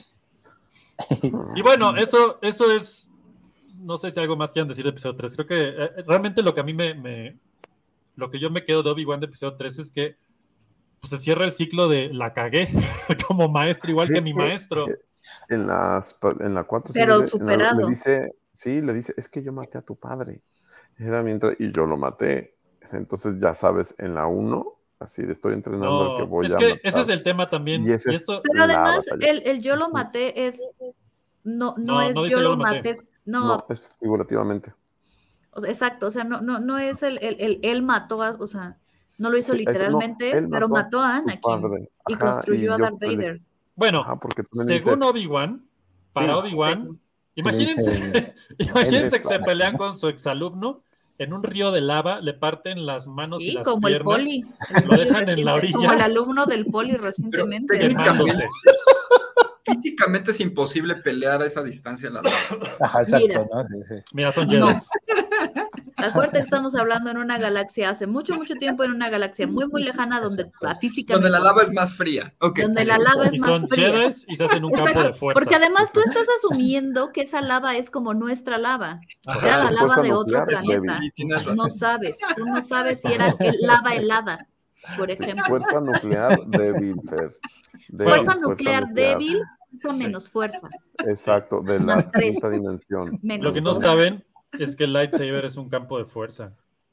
y bueno, eso, eso es, no sé si algo más quieran decir de episodio tres. Creo que eh, realmente lo que a mí me, me- lo que yo me quedo de Obi-Wan de episodio tres es que pues, se cierra el ciclo de la cagué como maestro, igual que Es mi que, maestro. eh, En, las, en la cuatro Pero le- en la- superado. le dice, sí, le dice, es que yo maté a tu padre. Era mientras, y yo lo maté. Entonces ya sabes, en la uno, así de estoy entrenando al que No, voy es a que matar. ese es el tema también. Y ese y es- esto, Pero La además, batalla. el, el yo lo maté es. No, no, No, es no dice yo lo maté. No, No, es figurativamente. o sea, exacto. O sea, no, no, no es el, el, el- él mató a. O sea, no lo hizo Sí, es- no, literalmente, él pero mató a tu Anakin. padre. Y Ajá, construyó a yo Darth le- Vader. bueno, Ajá, porque también según dice, Obi-Wan, para Sí. Obi-Wan, le imagínense, dice, imagínense él que se es- pelean con su exalumno en un río de lava, le parten las manos y Sí, las como el piernas, poli. lo dejan en la Reciente- orilla. Como el alumno del poli recientemente. quemándose. Físicamente es imposible pelear a esa distancia. La verdad. Ajá, exacto, Mira. ¿no? Sí, sí. Mira, son No. Jedi. Acuérdate que estamos hablando en una galaxia hace mucho, mucho tiempo, en una galaxia muy, muy lejana, donde Exacto. la física. Donde la lava es más fría. Ok. Donde la lava es Y más son fría. Jedi y se hacen un campo Exacto, de fuerza. porque además tú estás asumiendo que esa lava es como nuestra lava. Ajá. Era la Es lava fuerza de otro nuclear, planeta. Sí, tienes razón. No sabes, tú no sabes si era el- lava helada, por sí, ejemplo. fuerza nuclear débil, Fer. Débil, Fuerza nuclear débil, fuerza Sí. menos fuerza. Exacto, de la Más tres. quinta dimensión. Menos Lo que no dos. saben es que el lightsaber es un campo de fuerza.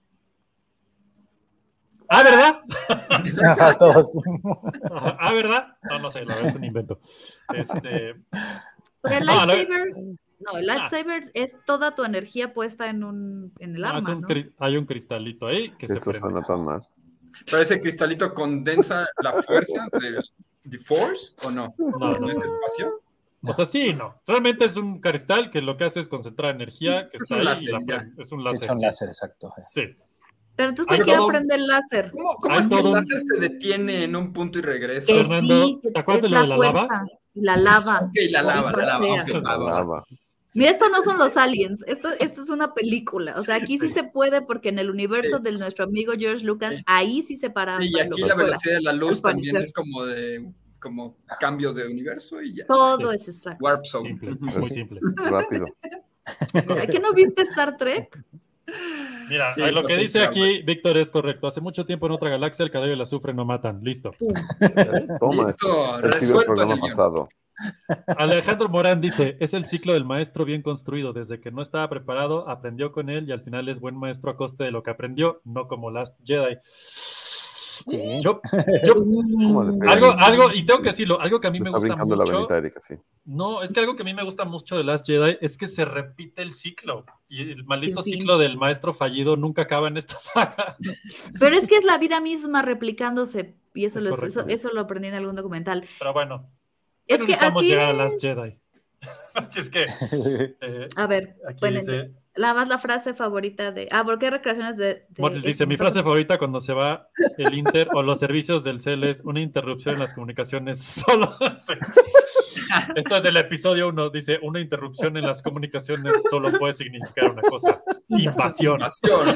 Ah, ¿verdad? Ajá, todos. Ajá, Ah, ¿verdad? No, no sé, la verdad es un invento. Este, Pero el No, a ver. lightsaber, no, el lightsaber es toda tu energía puesta en un en el no, es arma, un ¿no? cri- hay un cristalito ahí que se Eso prende. suena tan mal. Pero ese cristalito condensa la fuerza de the Force o no? No, ¿No no, es espacio? O sea, sí, no. Realmente es un cristal que lo que hace es concentrar energía que Es está un ahí láser, y la ya. prende. Es un Sí, láser. son sí. láser, exacto. Sí. Pero entonces, Hay ¿por qué todo un- aprende el láser? ¿Cómo, cómo Hay es que el todo un- láser se detiene en un punto y regresa? Que Fernando, sí, que ¿te acuerdas es de lo de la lava? fuerza, La lava. Ok, la lava, la lava. Maldita ok, sea. va, La va, va. lava. Mira, estos no son los aliens, esto, esto es una película. O sea, aquí sí, sí se puede porque en el universo sí. de nuestro amigo George Lucas, sí. ahí sí se para. Sí, y aquí la velocidad de la luz también es como de como cambios de universo y ya. Todo sí. es exacto. Warp Zone. Simple, muy simple. Rápido. ¿A qué no viste Star Trek? Mira, sí, lo que dice aquí Víctor es correcto. Hace mucho tiempo en otra galaxia el cadáver y el azufre no matan. Listo. Toma, Listo, el resuelto programa el pasado. Alejandro Morán dice, es el ciclo del maestro bien construido. Desde que no estaba preparado, aprendió con él y al final es buen maestro a coste de lo que aprendió, no como Last Jedi. ¿Qué? Yo, yo algo, algo, y tengo que decirlo, algo que a mí me, me gusta mucho. La venita, Erika, sí. No, es que algo que a mí me gusta mucho de Last Jedi es que se repite el ciclo. Y el maldito sí, ciclo sí. del maestro fallido nunca acaba en esta saga. Pero es que es la vida misma replicándose. Y eso, lo, eso, eso lo aprendí en algún documental. Pero bueno. Es bueno, que necesitamos así llegar es. a Last Jedi. Así es que. Eh, a ver, aquí bueno, dice. La más la frase favorita de. Ah, ¿por qué recreaciones de.? de bueno, dice: mi frase favorita cuando se va el Inter o los servicios del C E L es una interrupción en las comunicaciones solo. Esto es del episodio uno. Dice: una interrupción en las comunicaciones solo puede significar una cosa: invasión. invasión.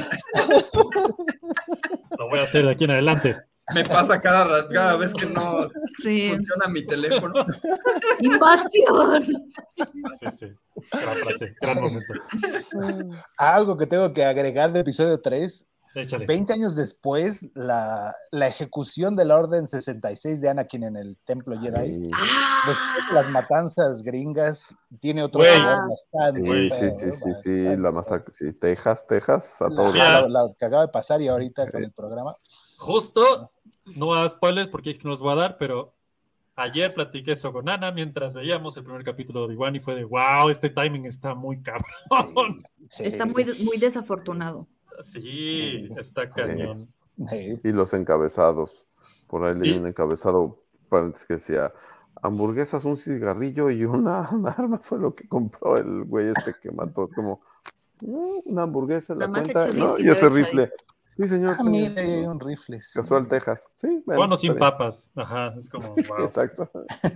Lo voy a hacer de aquí en adelante. Me pasa cada, cada vez que no sí. funciona mi teléfono. ¡Invasión! Sí, sí. Gran frase, gran momento. Algo que tengo que agregar del episodio tres. Échale. veinte años después, la, la ejecución de la Orden sesenta y seis de Anakin en el Templo Jedi. Ah. Después de las matanzas gringas, tiene otro sabor bastante. Sí, feo, sí, sí, sí, sí, la masacre. Sí, Texas, Texas, a todos lados. La, la que acaba de pasar y ahorita sí. con el programa. Justo. No a spoilers porque no los voy a dar, pero ayer platiqué eso con Ana mientras veíamos el primer capítulo de Obi-Wan y fue de wow, este timing está muy cabrón. Sí, sí. Está muy, muy desafortunado. Sí, sí. está cañón. Sí. Y los encabezados. Por ahí leí un encabezado que decía hamburguesas, un cigarrillo y una, una arma fue lo que compró el güey este que mató. Es como una hamburguesa, la cuenta, ¿no? Y ese rifle. Ahí. Sí, señor. Ah, mire, un rifle. Casual, Texas. Sí, bueno, bueno sin papas. Ajá, es como, wow. Exacto.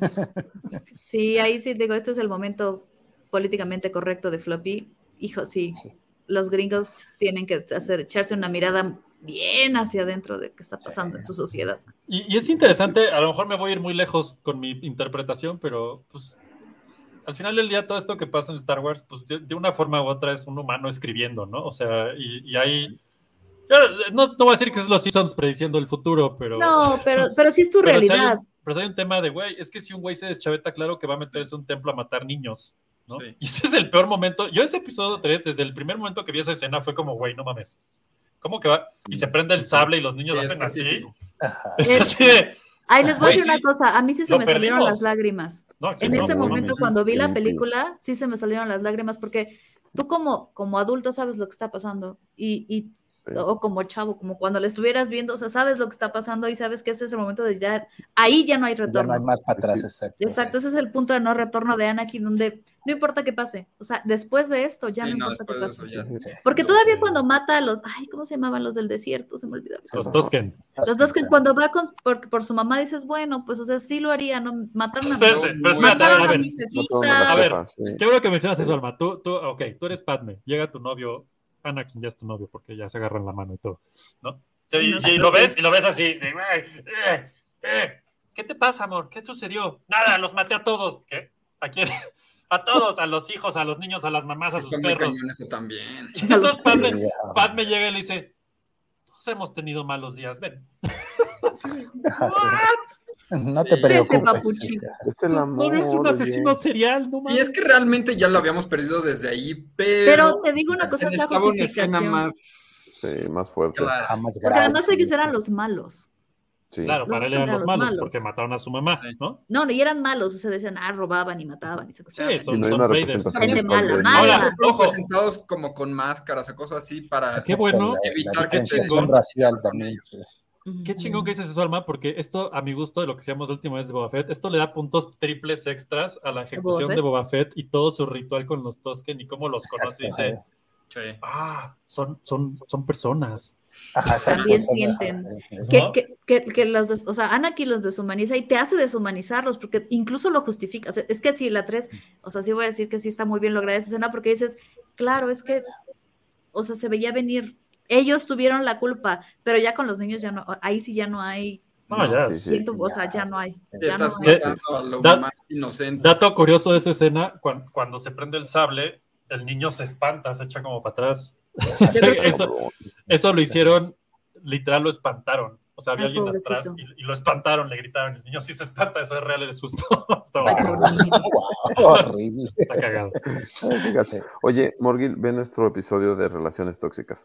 Sí, ahí sí digo, este es el momento políticamente correcto de Floppy. Hijo, sí, los gringos tienen que hacer, echarse una mirada bien hacia adentro de qué está pasando sí. en su sociedad. Y, y es interesante, a lo mejor me voy a ir muy lejos con mi interpretación, pero pues al final del día todo esto que pasa en Star Wars, pues de, de una forma u otra es un humano escribiendo, ¿no? O sea, y, y hay... No, no voy a decir que es los Simpsons prediciendo el futuro, pero... No, pero, pero sí es tu pero realidad. Si hay un, pero si hay un tema de, güey, es que si un güey se deschaveta, claro que va a meterse a un templo a matar niños, ¿no? Sí. Y ese es el peor momento. Yo ese episodio tres, desde el primer momento que vi esa escena, fue como, güey, no mames. ¿Cómo que va? Y se prende el sable y los niños sí, hacen así. Ajá. Es así de... Ay, les voy a decir una cosa. A mí sí se me perdimos. salieron las lágrimas. No, en no, ese no, momento, no, cuando vi la película, sí se me salieron las lágrimas, porque tú como, como adulto sabes lo que está pasando. Y... y Sí. o como chavo, como cuando le estuvieras viendo, o sea, sabes lo que está pasando y sabes que ese es el momento de ya, ahí ya no hay retorno. Ya no hay más para atrás, exacto. Exacto, ese es el punto de no retorno de Anakin, donde no importa qué pase, o sea, después de esto ya sí, no, no importa qué pase. Ya, porque todavía cuando mata a los, ay, ¿cómo se llamaban los del desierto? Se me olvidó. Los Tosken. Los Tosken, cuando va con, por, por su mamá dices, bueno, pues, o sea, sí lo haría, ¿no? Mataron a sí, sí, mi mataron a mi jefita. A ver, qué bueno que mencionas eso, Alma. Tú, tú, ok, tú eres Padme, llega tu novio, Anakin ya es tu novio porque ya se agarran la mano y todo, ¿no? Y, y, y lo ves y lo ves así, de, eh, eh, ¿qué te pasa, amor? ¿Qué sucedió? Nada, los maté a todos. ¿Qué? ¿A quién? A todos, a los hijos, a los niños, a las mamás, a sus perros. Eso también. Y entonces Padme, Padme llega y le dice, todos hemos tenido malos días, ven. No te sí. preocupes. Es el amor, no es un asesino serial, no mames. Sí, es que realmente ya lo habíamos perdido desde ahí, pero. Pero te digo una cosa, se necesitaba una escena más. Sí, más fuerte. Claro. Jamás porque además ellos eran los malos. Sí. Claro, para él eran los, los malos, malos, porque mataron a su mamá, ¿no? No, no, y eran malos, o sea, decían, ah, robaban y mataban y se secuestraban. Sí, son, no son raiders. Gente mala, mala. Ahora, ojo, presentados como con máscaras o cosas así para qué bueno. evitar la que te racial también. Sí. Qué chingón que dices eso, Alma, porque esto, a mi gusto, de lo que decíamos la última vez de Boba Fett, esto le da puntos triples extras a la ejecución ¿Boba de Boba Fett y todo su ritual con los Tosken y cómo los conoce y dice, sí. ah, son, son, son personas. Ajá, exacto, también son- sienten ajá. que, ¿No? que, que, que los, des- o sea, Anakin los deshumaniza y te hace deshumanizarlos, porque incluso lo justifica. O sea, es que sí, la tres, o sea, sí voy a decir que sí está muy bien lograda esa escena, porque dices, claro, es que, o sea, se veía venir. Ellos tuvieron la culpa, pero ya con los niños ya no, ahí sí ya no hay, No, ya. Sí, sí. siento, o sea, ya no hay. Te Ya no estás hay. matando a lo Da- más inocente. Dato curioso de esa escena, cuan- cuando, se prende el sable, el niño se espanta, se echa como para atrás. Sí, verdad? eso, eso lo hicieron, literal lo espantaron. O sea, había Ay, alguien pobrecito. atrás y, y lo espantaron, le gritaron. El niño sí se espanta, eso es real, es susto. Está, Ay, cagado, pobrecito. Horrible. está cagado. Ay, qué gacho. Oye, Morgil, ve nuestro episodio de relaciones tóxicas.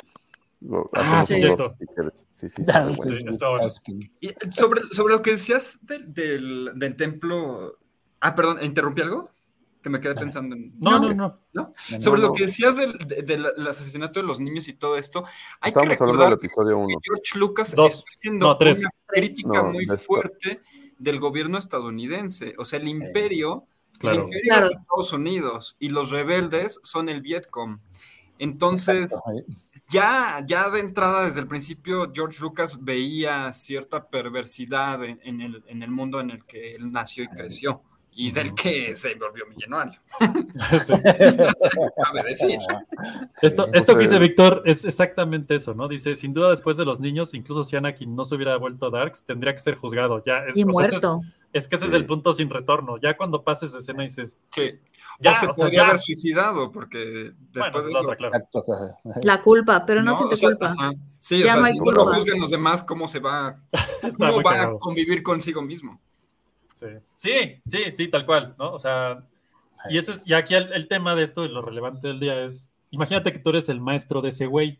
Lo Ah, hacemos sí, un cierto. dos, si quieres. Sí, sí, está muy Dances bueno. Sí, with está bueno. Tusken. Y sobre, sobre lo que decías del, del, del templo. Ah, perdón, ¿interrumpí algo? Que me quedé pensando en. No, no, No. no. ¿No? No, Sobre no. lo que decías del, de- del del asesinato de los niños y todo esto, hay que Estábamos hablando recordar del episodio uno. que George Lucas Dos. está haciendo No, tres. una crítica No, muy de esto. fuerte del gobierno estadounidense. O sea, el imperio, Claro. el imperio Claro. es Estados Unidos y los rebeldes son el Vietcong. Entonces, Exacto. ya, ya de entrada, desde el principio, George Lucas veía cierta perversidad en, en el, en el mundo en el que él nació y creció, y del que se volvió millonario. Sí. Cabe decir. Esto, Sí, esto que pues, dice eh, Víctor es exactamente eso, ¿no? Dice, sin duda después de los niños, incluso si Anakin no se hubiera vuelto Darks, tendría que ser juzgado. Ya es, Y o sea, ese es- muerto. es, que ese es Sí. el punto sin retorno. Ya cuando pases esa escena dices, Sí. ya, o se o sea, podría ya. haber suicidado, porque después Bueno, de es la eso. otra, claro. Exacto. ajá. La culpa, pero no, ¿no? siente O sea, culpa. ajá. Sí, Ya o sea, no hay si no lo culpa. juzgan los demás, ¿cómo se va, Está cómo muy va a cagado. convivir consigo mismo? Sí. sí, sí, sí, tal cual, ¿no? O sea, y ese es, y aquí el, el tema de esto y lo relevante del día es, imagínate que tú eres el maestro de ese güey.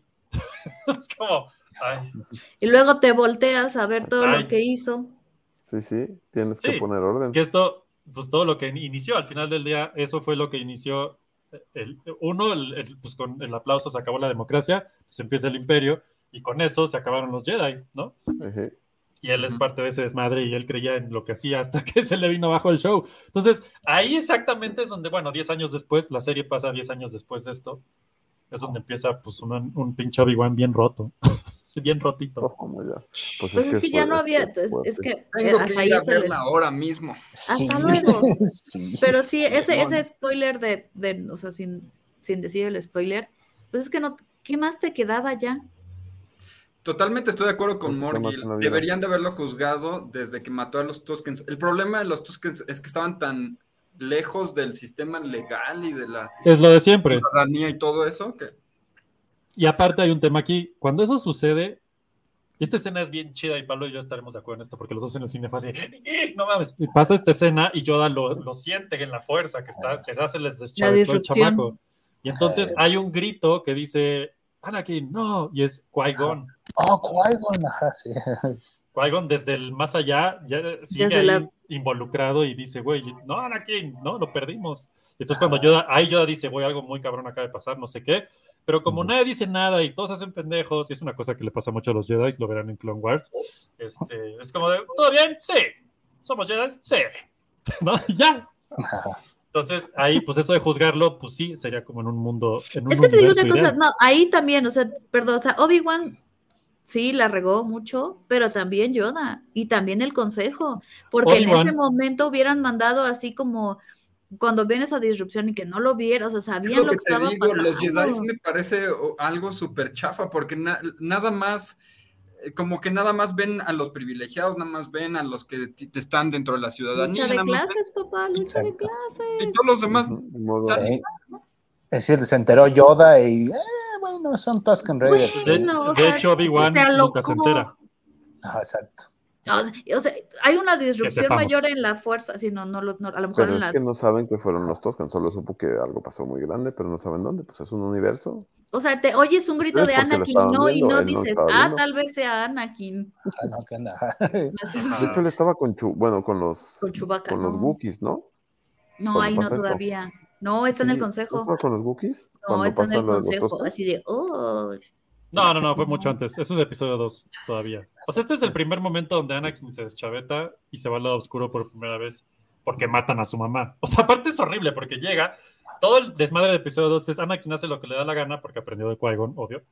Es como, ay, Y luego te volteas a ver todo Ay. lo que hizo. Sí, sí, tienes Sí, que poner orden. que esto, pues todo lo que inició, al final del día, eso fue lo que inició. El, uno, el, el, pues con el aplauso se acabó la democracia, se empieza el imperio, y con eso se acabaron los Jedi, ¿no? Ejé. Y él es Ujú. parte de ese desmadre y él creía en lo que hacía hasta que se le vino abajo el show. Entonces, ahí exactamente es donde, bueno, diez años después, la serie pasa diez años después de esto, es donde empieza pues un, un pinche Obi-Wan bien roto, bien rotito. Oh, como ya. Pues, Pues es que ya fue- no había, es es, fuerte. es que eh, Tengo hasta que ahí ir a se les- verla ahora mismo. Sí. luego. Sí. Pero sí, ese, Demonios. ese spoiler de, de, o sea, sin, sin decir el spoiler, pues es que no, ¿qué más te quedaba ya? Totalmente estoy de acuerdo con Pues, ¿qué más Morgil. en la vida? Deberían de haberlo juzgado desde que mató a los Tuskens. El problema de los Tuskens es que estaban tan lejos del sistema legal y de la Es lo de siempre. ciudadanía y todo eso que Y aparte hay un tema aquí, cuando eso sucede, esta escena es bien chida y Pablo y yo estaremos de acuerdo en esto, porque los dos en el cine fue así, ¡eh, no mames! Y pasa esta escena y Yoda lo, lo siente en la fuerza, que está, que se les deschavetó el disrupción. chamaco. Y entonces hay un grito que dice, Anakin, no, y es Qui-Gon. Oh, Qui-Gon, ajá, sí. Qui-Gon desde el más allá ya sigue Desde ahí la- involucrado y dice, güey, no, Anakin, no, lo perdimos. Y entonces cuando Yoda, ahí Yoda dice, güey, algo muy cabrón acaba de pasar, no sé qué, pero como Ujú. nadie dice nada y todos hacen pendejos, y es una cosa que le pasa mucho a los Jedi, lo verán en Clone Wars, este, es como de, ¿todo bien? Sí. ¿Somos Jedi? Sí. ¿No? Ya. Ajá. Entonces, ahí, pues eso de juzgarlo, pues sí, sería como en un mundo, en un Es que te digo una universo cosa, ideal. no, ahí también, o sea, perdón, o sea, Obi-Wan sí la regó mucho, pero también Yoda y también el consejo, porque en Obi-Wan. ese momento hubieran mandado así como cuando ven esa disrupción y que no lo vieron, o sea, es sabían lo lo que que te estaba digo, los pasando. Jedi me parece o- algo súper chafa porque na- nada más, eh, como que nada más ven a los privilegiados, nada más ven a los que t- están dentro de la ciudadanía. Lucha de nada más ven- clases, papá, lucha de Exacto. y clases. todos los demás. Ujú, en modo- Sí. Es decir, se enteró Yoda y, eh, bueno, son Tusken Raiders. De, sí. Bueno, o de sea, hecho, Obi-Wan se alocó. nunca se entera. Ajá, exacto. O sea, o sea, hay una disrupción sepamos. mayor en la fuerza, si no, no, lo- no, a lo mejor Pero en es la... que no saben que fueron los Toscan, solo supo que algo pasó muy grande, pero no saben dónde, pues es un universo. O sea, te oyes un grito Es de porque lo Anakin, estaban no, y viendo, no él no dices, estaba ah, viendo. tal vez sea Anakin. Ah, no, ¿qué onda? Ajá. De hecho, él estaba con Chu, bueno, con los Con Chewbacca, con los no. Wookiees, ¿no? No, cuando ahí no pasa esto. todavía. No, está en el Sí, ¿no consejo. estaba con los Wookiees? No, Cuando está en pasa el lo de los consejo. Toscan. Así de, oh. No, no, no, fue mucho antes. Eso es episodio dos todavía. O sea, este es el primer momento donde Anakin se deschaveta y se va al lado oscuro por primera vez porque matan a su mamá. O sea, aparte es horrible porque llega, todo el desmadre de episodio dos es Anakin hace lo que le da la gana porque aprendió de Qui-Gon, obvio.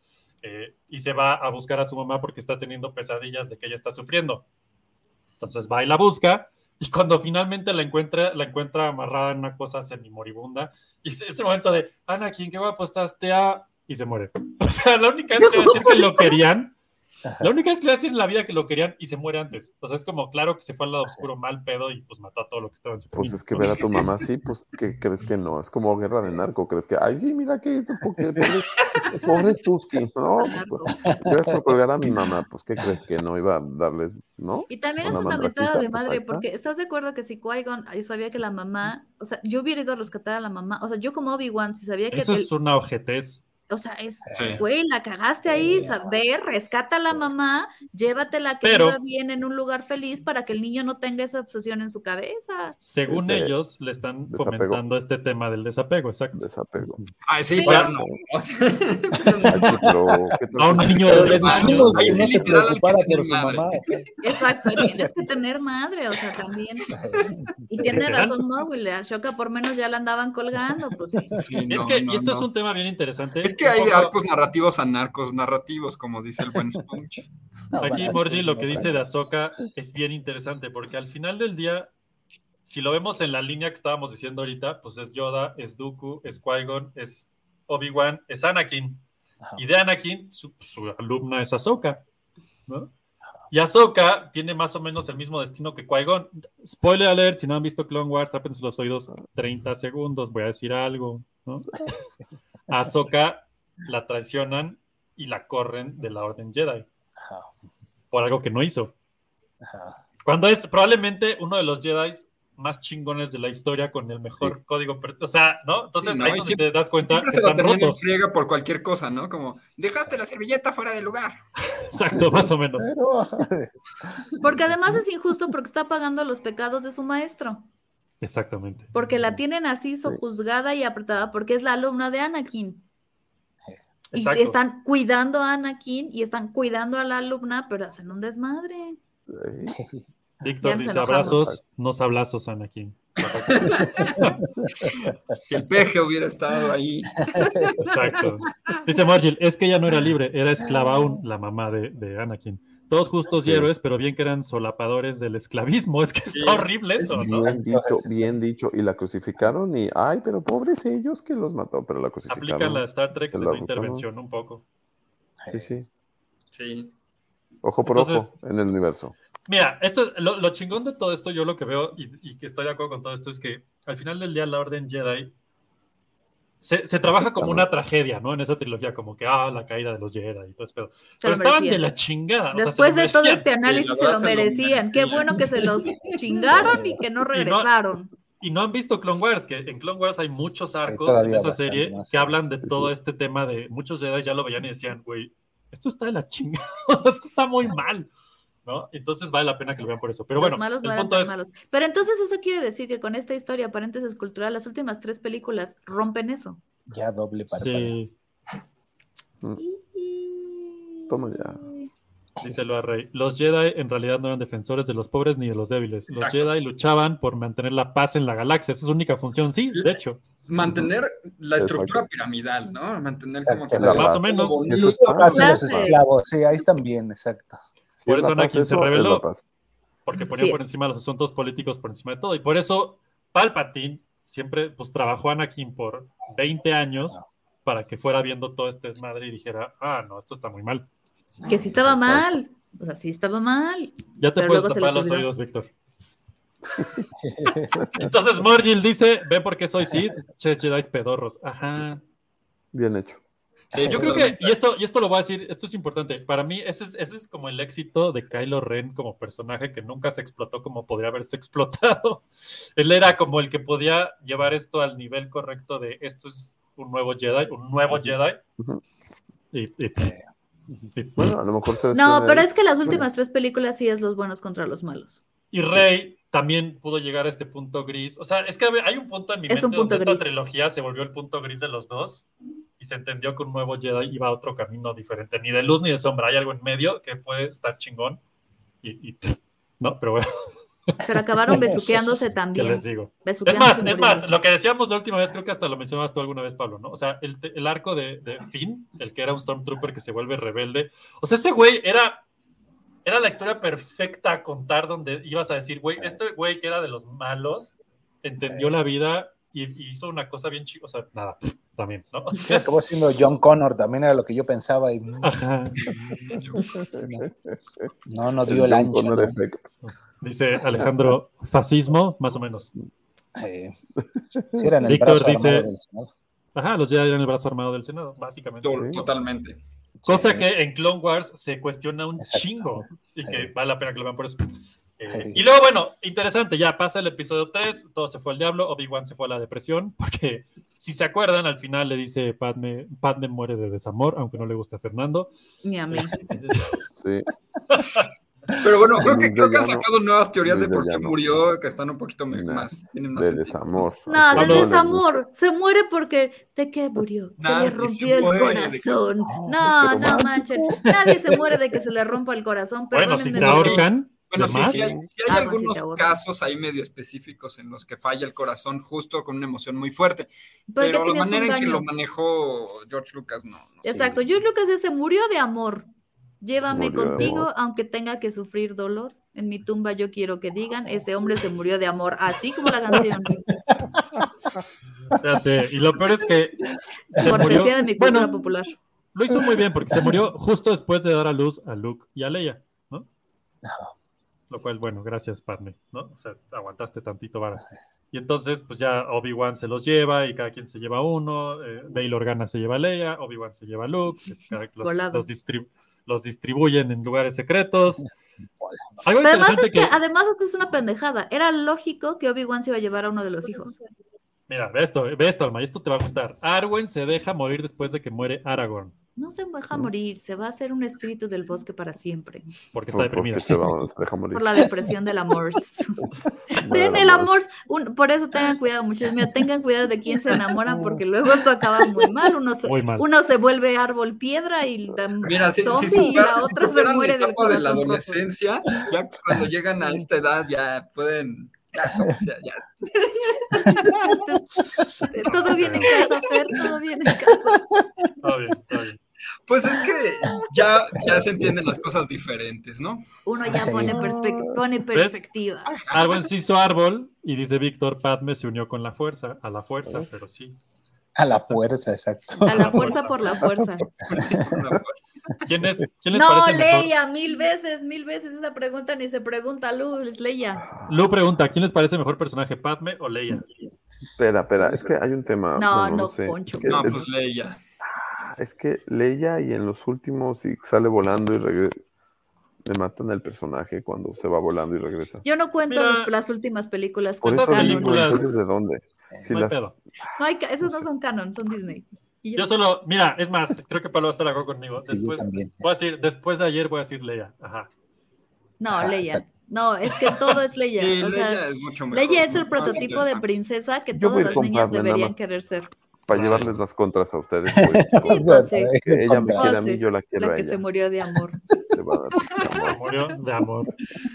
eh, y se va a buscar a su mamá porque está teniendo pesadillas de que ella está sufriendo. Entonces va y la busca, y cuando finalmente la encuentra, la encuentra amarrada en una cosa semimoribunda, y ese, ese momento de, Anakin, qué guapo estás, te ha... y se muere. O sea, la única vez que decir que lo querían, la única vez que le decir en la vida que lo querían y se muere antes. O sea, es como claro que se fue al lado oscuro mal pedo y pues mató a todo lo que estaba en su camino. Pues es que ver a tu mamá así, pues ¿qué crees que no? Es como Guerra de Narco, ¿crees que? Ay, sí, mira que es porque pobre, pobre Tusky, ¿no? Pues, gracias por colgar a mi mamá, pues ¿qué crees que no iba a darles, no? Y también Una es una mentada mandraquiza, de pues, ahí madre, está. porque ¿estás de acuerdo que si Qui-Gon sabía que la mamá, o sea, yo hubiera ido a rescatar a la mamá, o sea, yo como Obi-Wan, si sabía que Eso el- es una ojetez. o sea, es, Sí. güey, la cagaste ahí, ve, rescata a la mamá, llévatela que Pero- viva bien en un lugar feliz para que el niño no tenga esa obsesión en su cabeza. Según De- ellos, le están desapego. fomentando este tema del desapego, exacto. Desapego. Ay, sí, Pero- pero no. O sea, Ay, sí, pero ¿qué tal A un si- niño Pero de le diez años. dijimos Ahí que sí, no se literal, hay que preocupara tener por su madre. mamá. Exacto, tienes que tener madre, o sea, también. Y tiene razón Morwell, a Shoka por menos ya la andaban colgando, pues sí. sí, Es no, que, no, y esto no. es un tema bien interesante. Es que un hay poco- arcos narrativos a narcos narrativos, como dice el buen Sponge. No, Aquí bueno, Morgi sí, lo no que sé. dice de Ahsoka es bien interesante, porque al final del día, si lo vemos en la línea que estábamos diciendo ahorita, pues es Yoda, es Dooku, es Qui-Gon, es Obi-Wan, es Anakin. Ajá. Y de Anakin, su, su alumna es Ahsoka, ¿no? Y Ahsoka tiene más o menos el mismo destino que Qui-Gon. Spoiler alert, si no han visto Clone Wars, tápense los oídos treinta segundos, voy a decir algo, ¿no? A Ahsoka la traicionan y la corren de la Orden Jedi Ajá, por algo que no hizo. ajá. Cuando es probablemente uno de los Jedi más chingones de la historia con el mejor código, per- o sea, ¿no? Entonces Sí, ¿no? ahí Y es donde siempre- te das cuenta Siempre que se lo están tenían en rotos. friega por cualquier cosa, ¿no? Como, dejaste la servilleta fuera de lugar. Exacto, más o menos. Pero, Porque además es injusto porque está pagando los pecados de su maestro. Exactamente. Porque la tienen así sojuzgada y apretada porque es la alumna de Anakin. Y Exacto. están cuidando a Anakin y están cuidando a la alumna, pero hacen un desmadre. Ay, Víctor Ya nos dice enojamos. abrazos, no sablazos, Anakin. Que el peje hubiera estado ahí. Exacto. Dice Margil, es que ella no era libre, era esclava aún, la mamá de, de Anakin. Todos justos Sí. y héroes, pero bien que eran solapadores del esclavismo. Es que está Sí. horrible eso, ¿no? Bien dicho, bien dicho. Y la crucificaron y, ay, pero pobres ellos que los mató, pero la crucificaron. Aplica la Star Trek Se de la no botaron. intervención un poco. Sí, sí. Sí. Ojo por Entonces- ojo en el universo. Mira, esto, lo, lo chingón de todo esto, yo lo que veo y, y que estoy de acuerdo con todo esto es que al final del día la Orden Jedi se, se trabaja como una tragedia, ¿no? En esa trilogía, como que, ah, la caída de los Jedi y todo eso. Pero, Se lo estaban merecían. de la chingada. o sea, Después se lo de todo merecían. este análisis la se lo verdad se lo merecían. Qué merecían. bueno que se los chingaron y que no regresaron. Y no han visto Clone Wars, que en Clone Wars hay muchos arcos todavía en esa bastante serie más, que sí. hablan de Sí, todo sí. este tema de muchos Jedi ya lo veían y decían, güey, esto está de la chingada, esto está muy mal, ¿no? Entonces vale la pena que lo vean por eso. Pero Los bueno, malos no el eran punto tan es, malos. Pero entonces eso quiere decir que con esta historia, paréntesis cultural, las últimas tres películas rompen eso. ya doble para sí, Toma ya. díselo a Rey, los Jedi en realidad no eran defensores de los pobres ni de los débiles. Los Exacto. Jedi luchaban por mantener la paz en la galaxia. Esa es su única función, sí, de hecho. Mantener la estructura Exacto. piramidal, ¿no? Mantener Exacto, como que la la Más paz. o menos. bonito. Eso es paz. Hacen los Clase. esclavos, sí, ahí están bien, exacto. Si Por es eso la paz, Anakin se eso es rebeló. la paz. Porque ponían Sí. por encima los asuntos políticos por encima de todo. Y por eso Palpatine siempre pues trabajó a Anakin por veinte años para que fuera viendo todo este desmadre y dijera, ah, no, esto está muy mal. Que sí estaba Exacto. mal. O sea, sí estaba mal. Ya te Pero puedes luego se tapar les los olvidó. oídos, Víctor. Entonces Morgil dice, ve por qué soy Sith, ches Jedi pedorros. Ajá. Bien hecho. Sí, Yo creo que, y esto, y esto lo voy a decir, esto es importante. Para mí, ese es, ese es como el éxito de Kylo Ren como personaje que nunca se explotó como podría haberse explotado. Él era como el que podía llevar esto al nivel correcto de esto es un nuevo Jedi, un nuevo Jedi. Ujú. Y, y- y- Bueno, a lo mejor se No, desprende pero ahí. es que las últimas tres películas sí es los buenos contra los malos. y Rey también pudo llegar a este punto gris. O sea, es que hay un punto en mi Es mente un punto donde esta gris. trilogía se volvió el punto gris de los dos y se entendió que un nuevo Jedi iba a otro camino diferente, ni de luz ni de sombra. Hay algo en medio que puede estar chingón y, y no, pero bueno. Pero acabaron besuqueándose también. ¿Qué les digo? Es Besuqueándose más, es muriéndose. más, lo que decíamos la última vez, creo que hasta lo mencionabas tú alguna vez, Pablo, ¿no? O sea, el, el arco de, de Finn, el que era un Stormtrooper que se vuelve rebelde. O sea, ese güey era, era la historia perfecta a contar donde ibas a decir, güey, este güey que era de los malos, entendió la vida y, y hizo una cosa bien chica. O sea, nada, también, ¿no? O sea, Acabó siendo John Connor, también era lo que yo pensaba. Y... Ajá. No, no dio el, el ancho. ¿No? Dice Alejandro, fascismo, más o menos. Eh, sí, eran el Víctor brazo dice, armado del Senado. Ajá, los Jedi eran el brazo armado del Senado, básicamente. Totalmente. Cosa Sí. que en Clone Wars se cuestiona un Exacto. chingo y Sí. que vale la pena que lo vean por eso. Eh, Sí. y luego, bueno, interesante, ya pasa el episodio tres, todo se fue al diablo, Obi-Wan se fue a la depresión, porque si se acuerdan, al final le dice Padme, Padme muere de desamor, aunque no le gusta a Fernando. Ni a mí. Sí. Pero bueno, creo que, Luis creo que de han Llano. sacado nuevas teorías de Luis de por qué Llano. murió, que están un poquito me- Nah, más. Tienen más De sentido. desamor. No, ¿A de quién no le desamor. Se muere porque. ¿De qué murió? Se Nadie le se rompió el muere de que- corazón. Oh, No, qué no romántico. manchen. Nadie se muere de que se le rompa el corazón. Bueno, si Perdónenme. te no sé. ahorcan, Bueno, ¿de sí, más? sí hay, sí hay Ah, no, sí algunos te ahorcan. casos ahí medio específicos en los que falla el corazón justo con una emoción muy fuerte. Porque Pero la tienes un manera en que daño. lo manejó George Lucas no. no sé. Exacto. George Lucas se murió de amor. Llévame Murió de contigo, amor. aunque tenga que sufrir dolor. En mi tumba yo quiero que digan, ese hombre se murió de amor, así como la canción. Ya sé, y lo peor es que se Cortesía murió, de mi cultura bueno, popular. lo hizo muy bien porque se murió justo después de dar a luz a Luke y a Leia, ¿no? Lo cual, bueno, gracias, Padme, ¿no? O sea, aguantaste tantito vara. Y entonces, pues ya Obi-Wan se los lleva y cada quien se lleva uno, eh, Bail Organa se lleva a Leia, Obi-Wan se lleva a Luke, se- cada- los, Volado. los, distribu- los distribuyen en lugares secretos. Algo Pero además interesante es que, que... además esto es una pendejada. Era lógico que Obi-Wan se iba a llevar a uno de los hijos. Mira, ve esto, ve esto, Alma, y esto te va a gustar. Arwen se deja morir después de que muere Aragorn, No se deja morir, se va a hacer un espíritu del bosque para siempre. porque está Porque deprimida. se, va, se deja morir. Por la depresión del amor. Del Den el amor. amor. Un- por eso tengan cuidado, muchachos. Mira, tengan cuidado de quién se enamoran, porque luego esto acaba muy mal. Uno se, Muy mal. uno se vuelve árbol piedra y la Mira, si, si zombie y supera- la si otra se superan la muere del etapa de la corazón roto. adolescencia, ya cuando llegan a esta edad ya pueden, ya, como sea, ya. Todo bien en casa, Fer, todo bien en casa. Todo bien, todo bien. Pues es que ya, ya se entienden las cosas diferentes, ¿no? Uno ya pone, perspec- pone perspectiva. Arwen se hizo árbol y dice Víctor, Padme se unió con la fuerza, a la fuerza, pero sí. A la fuerza, exacto. A la fuerza por la fuerza. ¿Quién es? ¿Quién les No, parece mejor? Leia, mil veces, mil veces esa pregunta ni se pregunta, Luz, es Leia. Lu pregunta, ¿quién les parece mejor personaje, Padme o Leia? Espera, espera, es que hay un tema. No, bueno, no, sé. Poncho. Que- No, es, pues Leia. es que Leia y en los últimos sí sale volando y regresa. Le matan el personaje cuando se va volando y regresa. Yo no cuento Mira, los- las últimas películas Por con esas eso canon. digo, películas- entonces, ¿de dónde? Si No hay las, pedo. No, hay, ca- esos no son canon, son Disney. Y yo- Yo solo, mira, es más, creo que Pablo va a estar de acuerdo conmigo. Sí, yo Después, también. voy a decir, después de ayer voy a decir Leia. Ajá. No, Ah, Leia. exacto. No, es que todo es Leia. Sí, o sea, Leia es mucho mejor. Leia es el Más prototipo de interesante. princesa que Yo voy todas a las niñas comprarle, nada deberían más. querer ser. para Vale. llevarles las contras a ustedes. pues, Sí, pues sí. que ella me Oh, quiere a sí, mí, yo la quiero La a que ella. se murió de amor. Se va a dar amor. Murió de amor.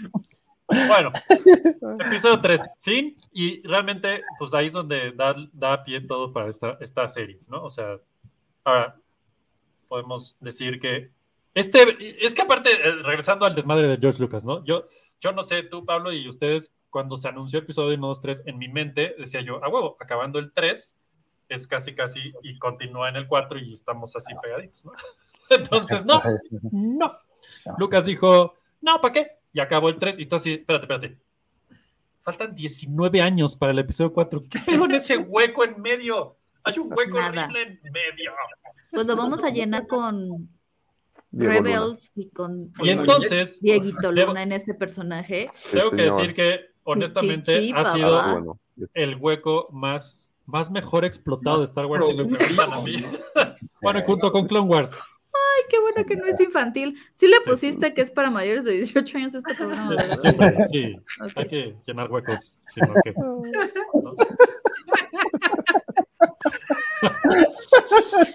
Bueno, episodio tres, fin, y realmente, pues ahí es donde da, da pie todo para esta, esta serie, ¿no? O sea, ahora podemos decir que este, es que aparte, eh, regresando al desmadre de George Lucas, ¿no? Yo, yo no sé, tú, Pablo, y ustedes, cuando se anunció episodio uno, dos, tres, en mi mente decía yo, a huevo, acabando el tres, es casi, casi, y continúa en el cuatro y estamos así pegaditos, ¿no? Entonces, no, no. Lucas dijo, no, ¿para qué? Y acabó el tres, y tú así, espérate, espérate. Faltan diecinueve años para el episodio cuatro. ¿Qué pedo en ese hueco en medio? Hay un hueco Nada. horrible en medio. Pues lo vamos a llenar con Diego Rebels y con Y entonces, Dieguito debo, Luna en ese personaje. Sí, tengo que señor. decir que, honestamente, Chi, chi, ha papá. sido Bueno, el hueco más, más mejor explotado de Star Wars, si me preguntan a mí. Bueno, y junto con Clone Wars. Ay, qué bueno que no es infantil. Sí le Sí. pusiste que es para mayores de dieciocho años este programa, ¿verdad? Sí, hombre, sí, Ok. hay que llenar huecos. Sino que, ¿no?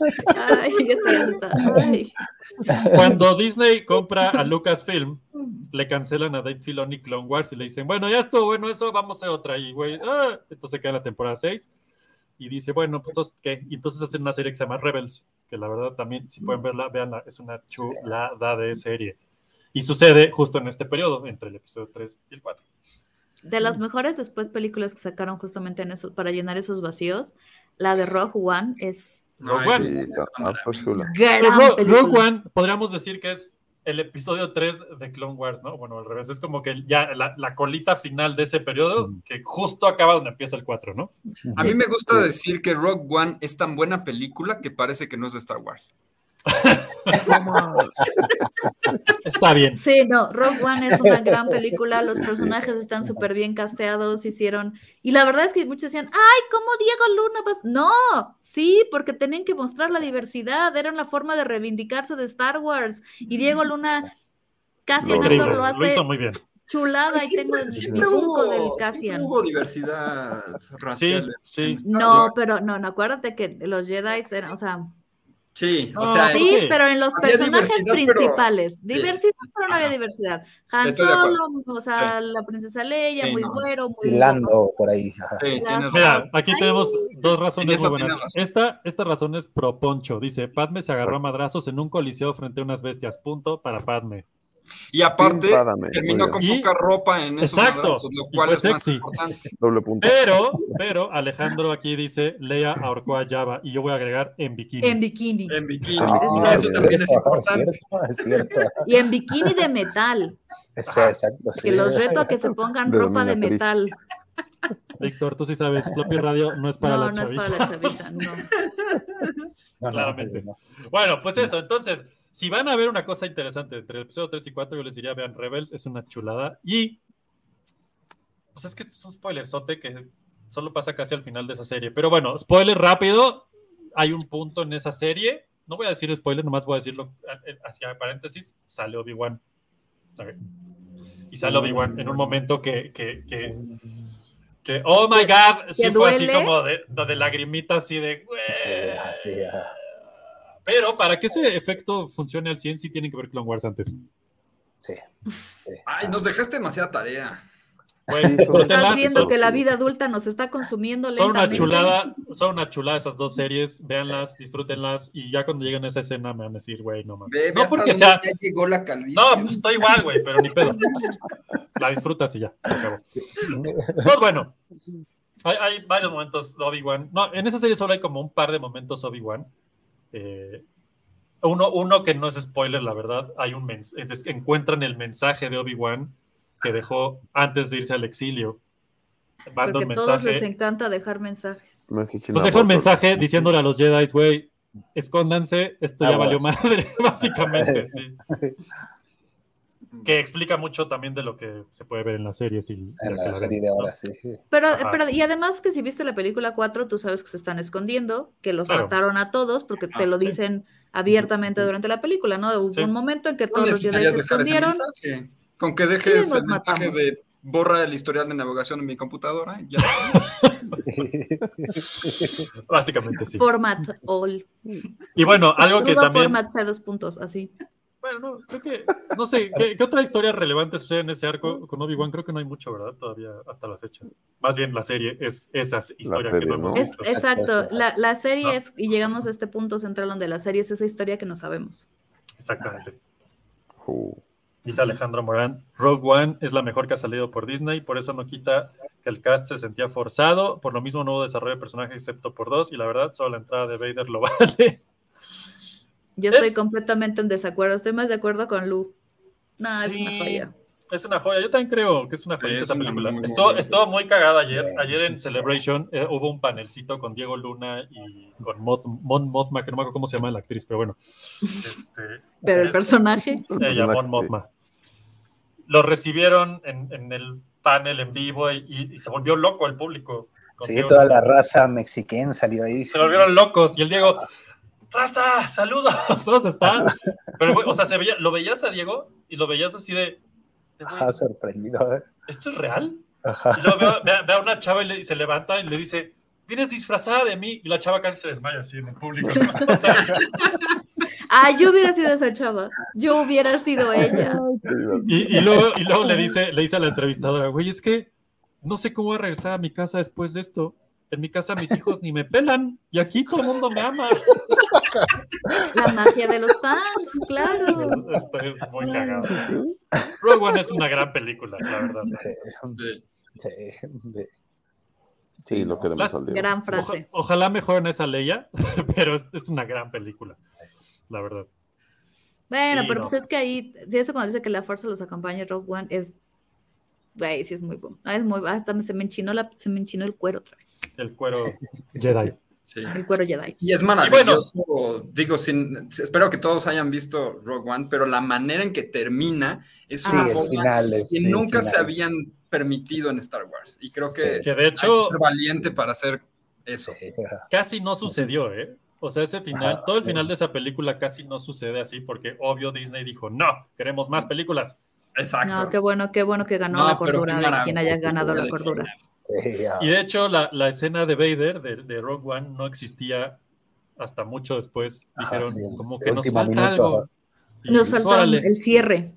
Ay, eso ya está. Ay. Cuando Disney compra a Lucasfilm, le cancelan a Dave Filoni Clone Wars y le dicen, bueno, ya estuvo bueno eso, vamos a hacer otra. Y güey, ah, entonces queda en la temporada seis y dice, bueno, pues entonces, ¿qué? Y entonces hacen una serie que se llama Rebels, que la verdad también, si pueden verla, veanla, es una chulada de serie. Y sucede justo en este periodo, entre el episodio tres y el cuatro. De las mejores después películas que sacaron justamente en eso, para llenar esos vacíos, la de Rogue One es Rogue One. Sí, está- ah, pues, chula. gran Ro- película. Rogue One, podríamos decir que es el episodio tres de Clone Wars, ¿no? Bueno, al revés, es como que ya la, la colita final de ese periodo, que justo acaba donde empieza el cuatro, ¿no? A mí me gusta decir que Rogue One es tan buena película que parece que no es de Star Wars. Está bien. Sí, no, Rogue One es una gran película, los personajes están súper bien casteados, hicieron, y la verdad es que muchos decían, ay, ¿cómo Diego Luna? Pues no, sí, porque tenían que mostrar la diversidad, era una forma de reivindicarse de Star Wars, y Diego Luna, Cassian Increíble, Andor lo lo hace hizo muy bien. chulada, y tengo Siempre, mi siempre Funko del hubo, Cassian. siempre hubo diversidad racial. Sí, en sí. Star No, Wars. pero no, no, acuérdate que los Jedi eran, o sea, Sí, o No, sea, pero sí, sí. pero en los Había personajes diversidad, pero- principales. Sí. Diversidad, pero no había Ajá. diversidad. Han Estoy de acuerdo. Solo, o sea, la princesa Leia, Sí, muy no. güero, muy Lando por ahí. Ajá. sí, tienes Mira, razón. Mira, aquí Ay. tenemos dos En razones eso muy buenas. tienes razón. Esta, esta razón es pro Poncho. Dice, Padme se agarró a madrazos en un coliseo frente a unas bestias. Punto para Padme. Y aparte, Pádame, terminó muy con bien. poca ropa en esos Exacto, madrazos, lo y cual fue es más sexy. importante. Doble punto. Pero, pero Alejandro aquí dice, Leia ahorcó a Java y yo voy a agregar en bikini. en bikini. En bikini. Ah, Eso también es cierto, importante. cierto, es cierto. Y en bikini de metal. Sí, exacto, sí. Que los reto a que se pongan De ropa de dominatriz. metal. Víctor, tú sí sabes, Floppy Radio no es para No, la no es chaviza. para la chavita, no. No, no, claramente. no. Bueno, pues eso, entonces, si van a ver una cosa interesante entre el episodio tres y cuatro, yo les diría, vean Rebels, es una chulada. Y, pues es que esto es un spoilerzote que solo pasa casi al final de esa serie. Pero bueno, spoiler rápido, hay un punto en esa serie, no voy a decir spoiler, nomás voy a decirlo hacia paréntesis, sale Obi-Wan. Ok. Y sale Obi-Wan en un momento que, que, que, que oh my God, sí ¿Que fue así duele? como de, de lagrimita, así de, güey. Sí, sí, ajá. Pero para que ese efecto funcione al cien, sí tienen que ver Clone Wars antes. Sí. Ay, nos dejaste demasiada tarea. Güey, Sí, disfrútenlas, Estás viendo son, que la vida adulta nos está consumiendo son una lentamente. chulada, son una chulada esas dos series, véanlas, disfrútenlas, y ya cuando lleguen a esa escena me van a decir, güey, no mames. Ve, ve No hasta porque dónde sea, ya llegó la calvicie. no, pues estoy igual, güey, pero ni pedo. La disfrutas y ya, se acabó. Pues bueno, hay, hay varios momentos de Obi-Wan. No, en esa serie solo hay como un par de momentos Obi-Wan. Eh, uno, uno que no es spoiler, la verdad, hay un mens- es que encuentran el mensaje de Obi-Wan que dejó antes de irse al exilio. Manda Porque un a todos les mensaje. encanta dejar mensajes. Messi China Pues dejó un Bottle. mensaje diciéndole a los Jedi, güey, escóndanse, esto ya Aguas. valió madre, básicamente, sí. Que explica mucho también de lo que se puede ver en la serie. Si, En ya que la la serie ven, de ¿no? ahora, sí. Pero, Ajá. pero, y además que si viste la película cuatro, tú sabes que se están escondiendo, que los Claro. mataron a todos, porque te Ah, lo sí. dicen abiertamente durante la película, ¿no? Hubo Sí. un momento en que No todos los Jedi necesitarías se dejar ese escondieron. mensaje. Con que Sí, dejes nos el mensaje matamos. de borra el historial de navegación en mi computadora, ya. Básicamente sí. Format all. Y bueno, algo que Crudo también... format C dos puntos, así. Bueno, no, creo que... No sé, ¿qué, qué otra historia relevante sucede en ese arco con Obi-Wan? Creo que no hay mucho, ¿verdad? Todavía hasta la fecha. Más bien la serie es esa historia serie, que no hemos ¿no? Es, visto. exacto, la, la serie No. es, y llegamos a este punto central donde la serie es esa historia que no sabemos. Exactamente. Uh, Dice Alejandro Morán, Rogue One es la mejor que ha salido por Disney, por eso no quita que el cast se sentía forzado, por lo mismo no hubo desarrollo de personaje excepto por dos, y la verdad, solo la entrada de Vader lo vale. Yo estoy Es- completamente en desacuerdo, estoy más de acuerdo con Lu. No, es Sí, una joya. Es una joya, yo también creo que es una Sí, joya es esa una película. muy, muy Estuvo, buena. estuvo muy cagada ayer. Bien. Ayer en Celebration eh, hubo un panelcito con Diego Luna y con Moth, Mon Mothma, que no me acuerdo cómo se llama la actriz, pero bueno. Este, Pero el es- personaje, Ella, Mon Mothma. Lo recibieron en, en el panel en vivo y, y- y se volvió loco el público. con Sí, Diego toda Luna. la raza mexiquén salió ahí. Se volvieron locos y el Diego, raza, saludos, todos están. Pero, güey, o sea, se veía, lo veías a Diego y lo veías así de, de, güey, Ajá, sorprendido. ¿eh? ¿esto es real? Ajá. Y luego veo, ve, ve a una chava y, le- y se levanta y le dice, vienes disfrazada de mí, y la chava casi se desmaya así en el público. ¿no? O sea, Ah, yo hubiera sido esa chava. Yo hubiera sido ella. Y, y luego, y luego le dice, le dice a la entrevistadora, güey, es que no sé cómo voy a regresar a mi casa después de esto. En mi casa mis hijos ni me pelan y aquí todo el mundo me ama. La magia de los fans, claro. Estoy muy cagado. Rogue One es una gran película, la verdad. Sí, sí, sí. Sí, lo queremos Las- al Diego. Gran frase. Oja- ojalá mejoren esa Leia, pero es, es una gran película, la verdad. Bueno, Sí, pero no. pues es que ahí, si eso cuando dice que la fuerza los acompaña, Rogue One es, güey, sí es muy bueno. Ah, es muy, hasta me- se me enchinó la, se me enchinó el cuero otra vez. El cuero Jedi. Sí. El cuero Jedi. Y es maravilloso, digo, sin, espero que todos hayan visto Rogue One, pero la manera en que termina es Sí, una el forma final es- que sí, el nunca se final. habían permitido en Star Wars. Y creo que, Sí. Que de hay hecho que ser valiente para hacer eso. Sí. casi no sucedió, ¿eh? O sea, ese final, Ajá, todo el sí. final de esa película casi no sucede así porque obvio Disney dijo, no, queremos más películas. Exacto. No, qué bueno, qué bueno que ganó No, la pero cordura qué de quien haya maravilla, ganado la de cordura. Sí, ya. Y de hecho la, la escena de Vader, de, de Rogue One, no existía hasta mucho después. Ajá, Dijeron, sí, el- como el que nos último falta minuto, algo. ajá. Y, Nos pues, faltó órale. el cierre.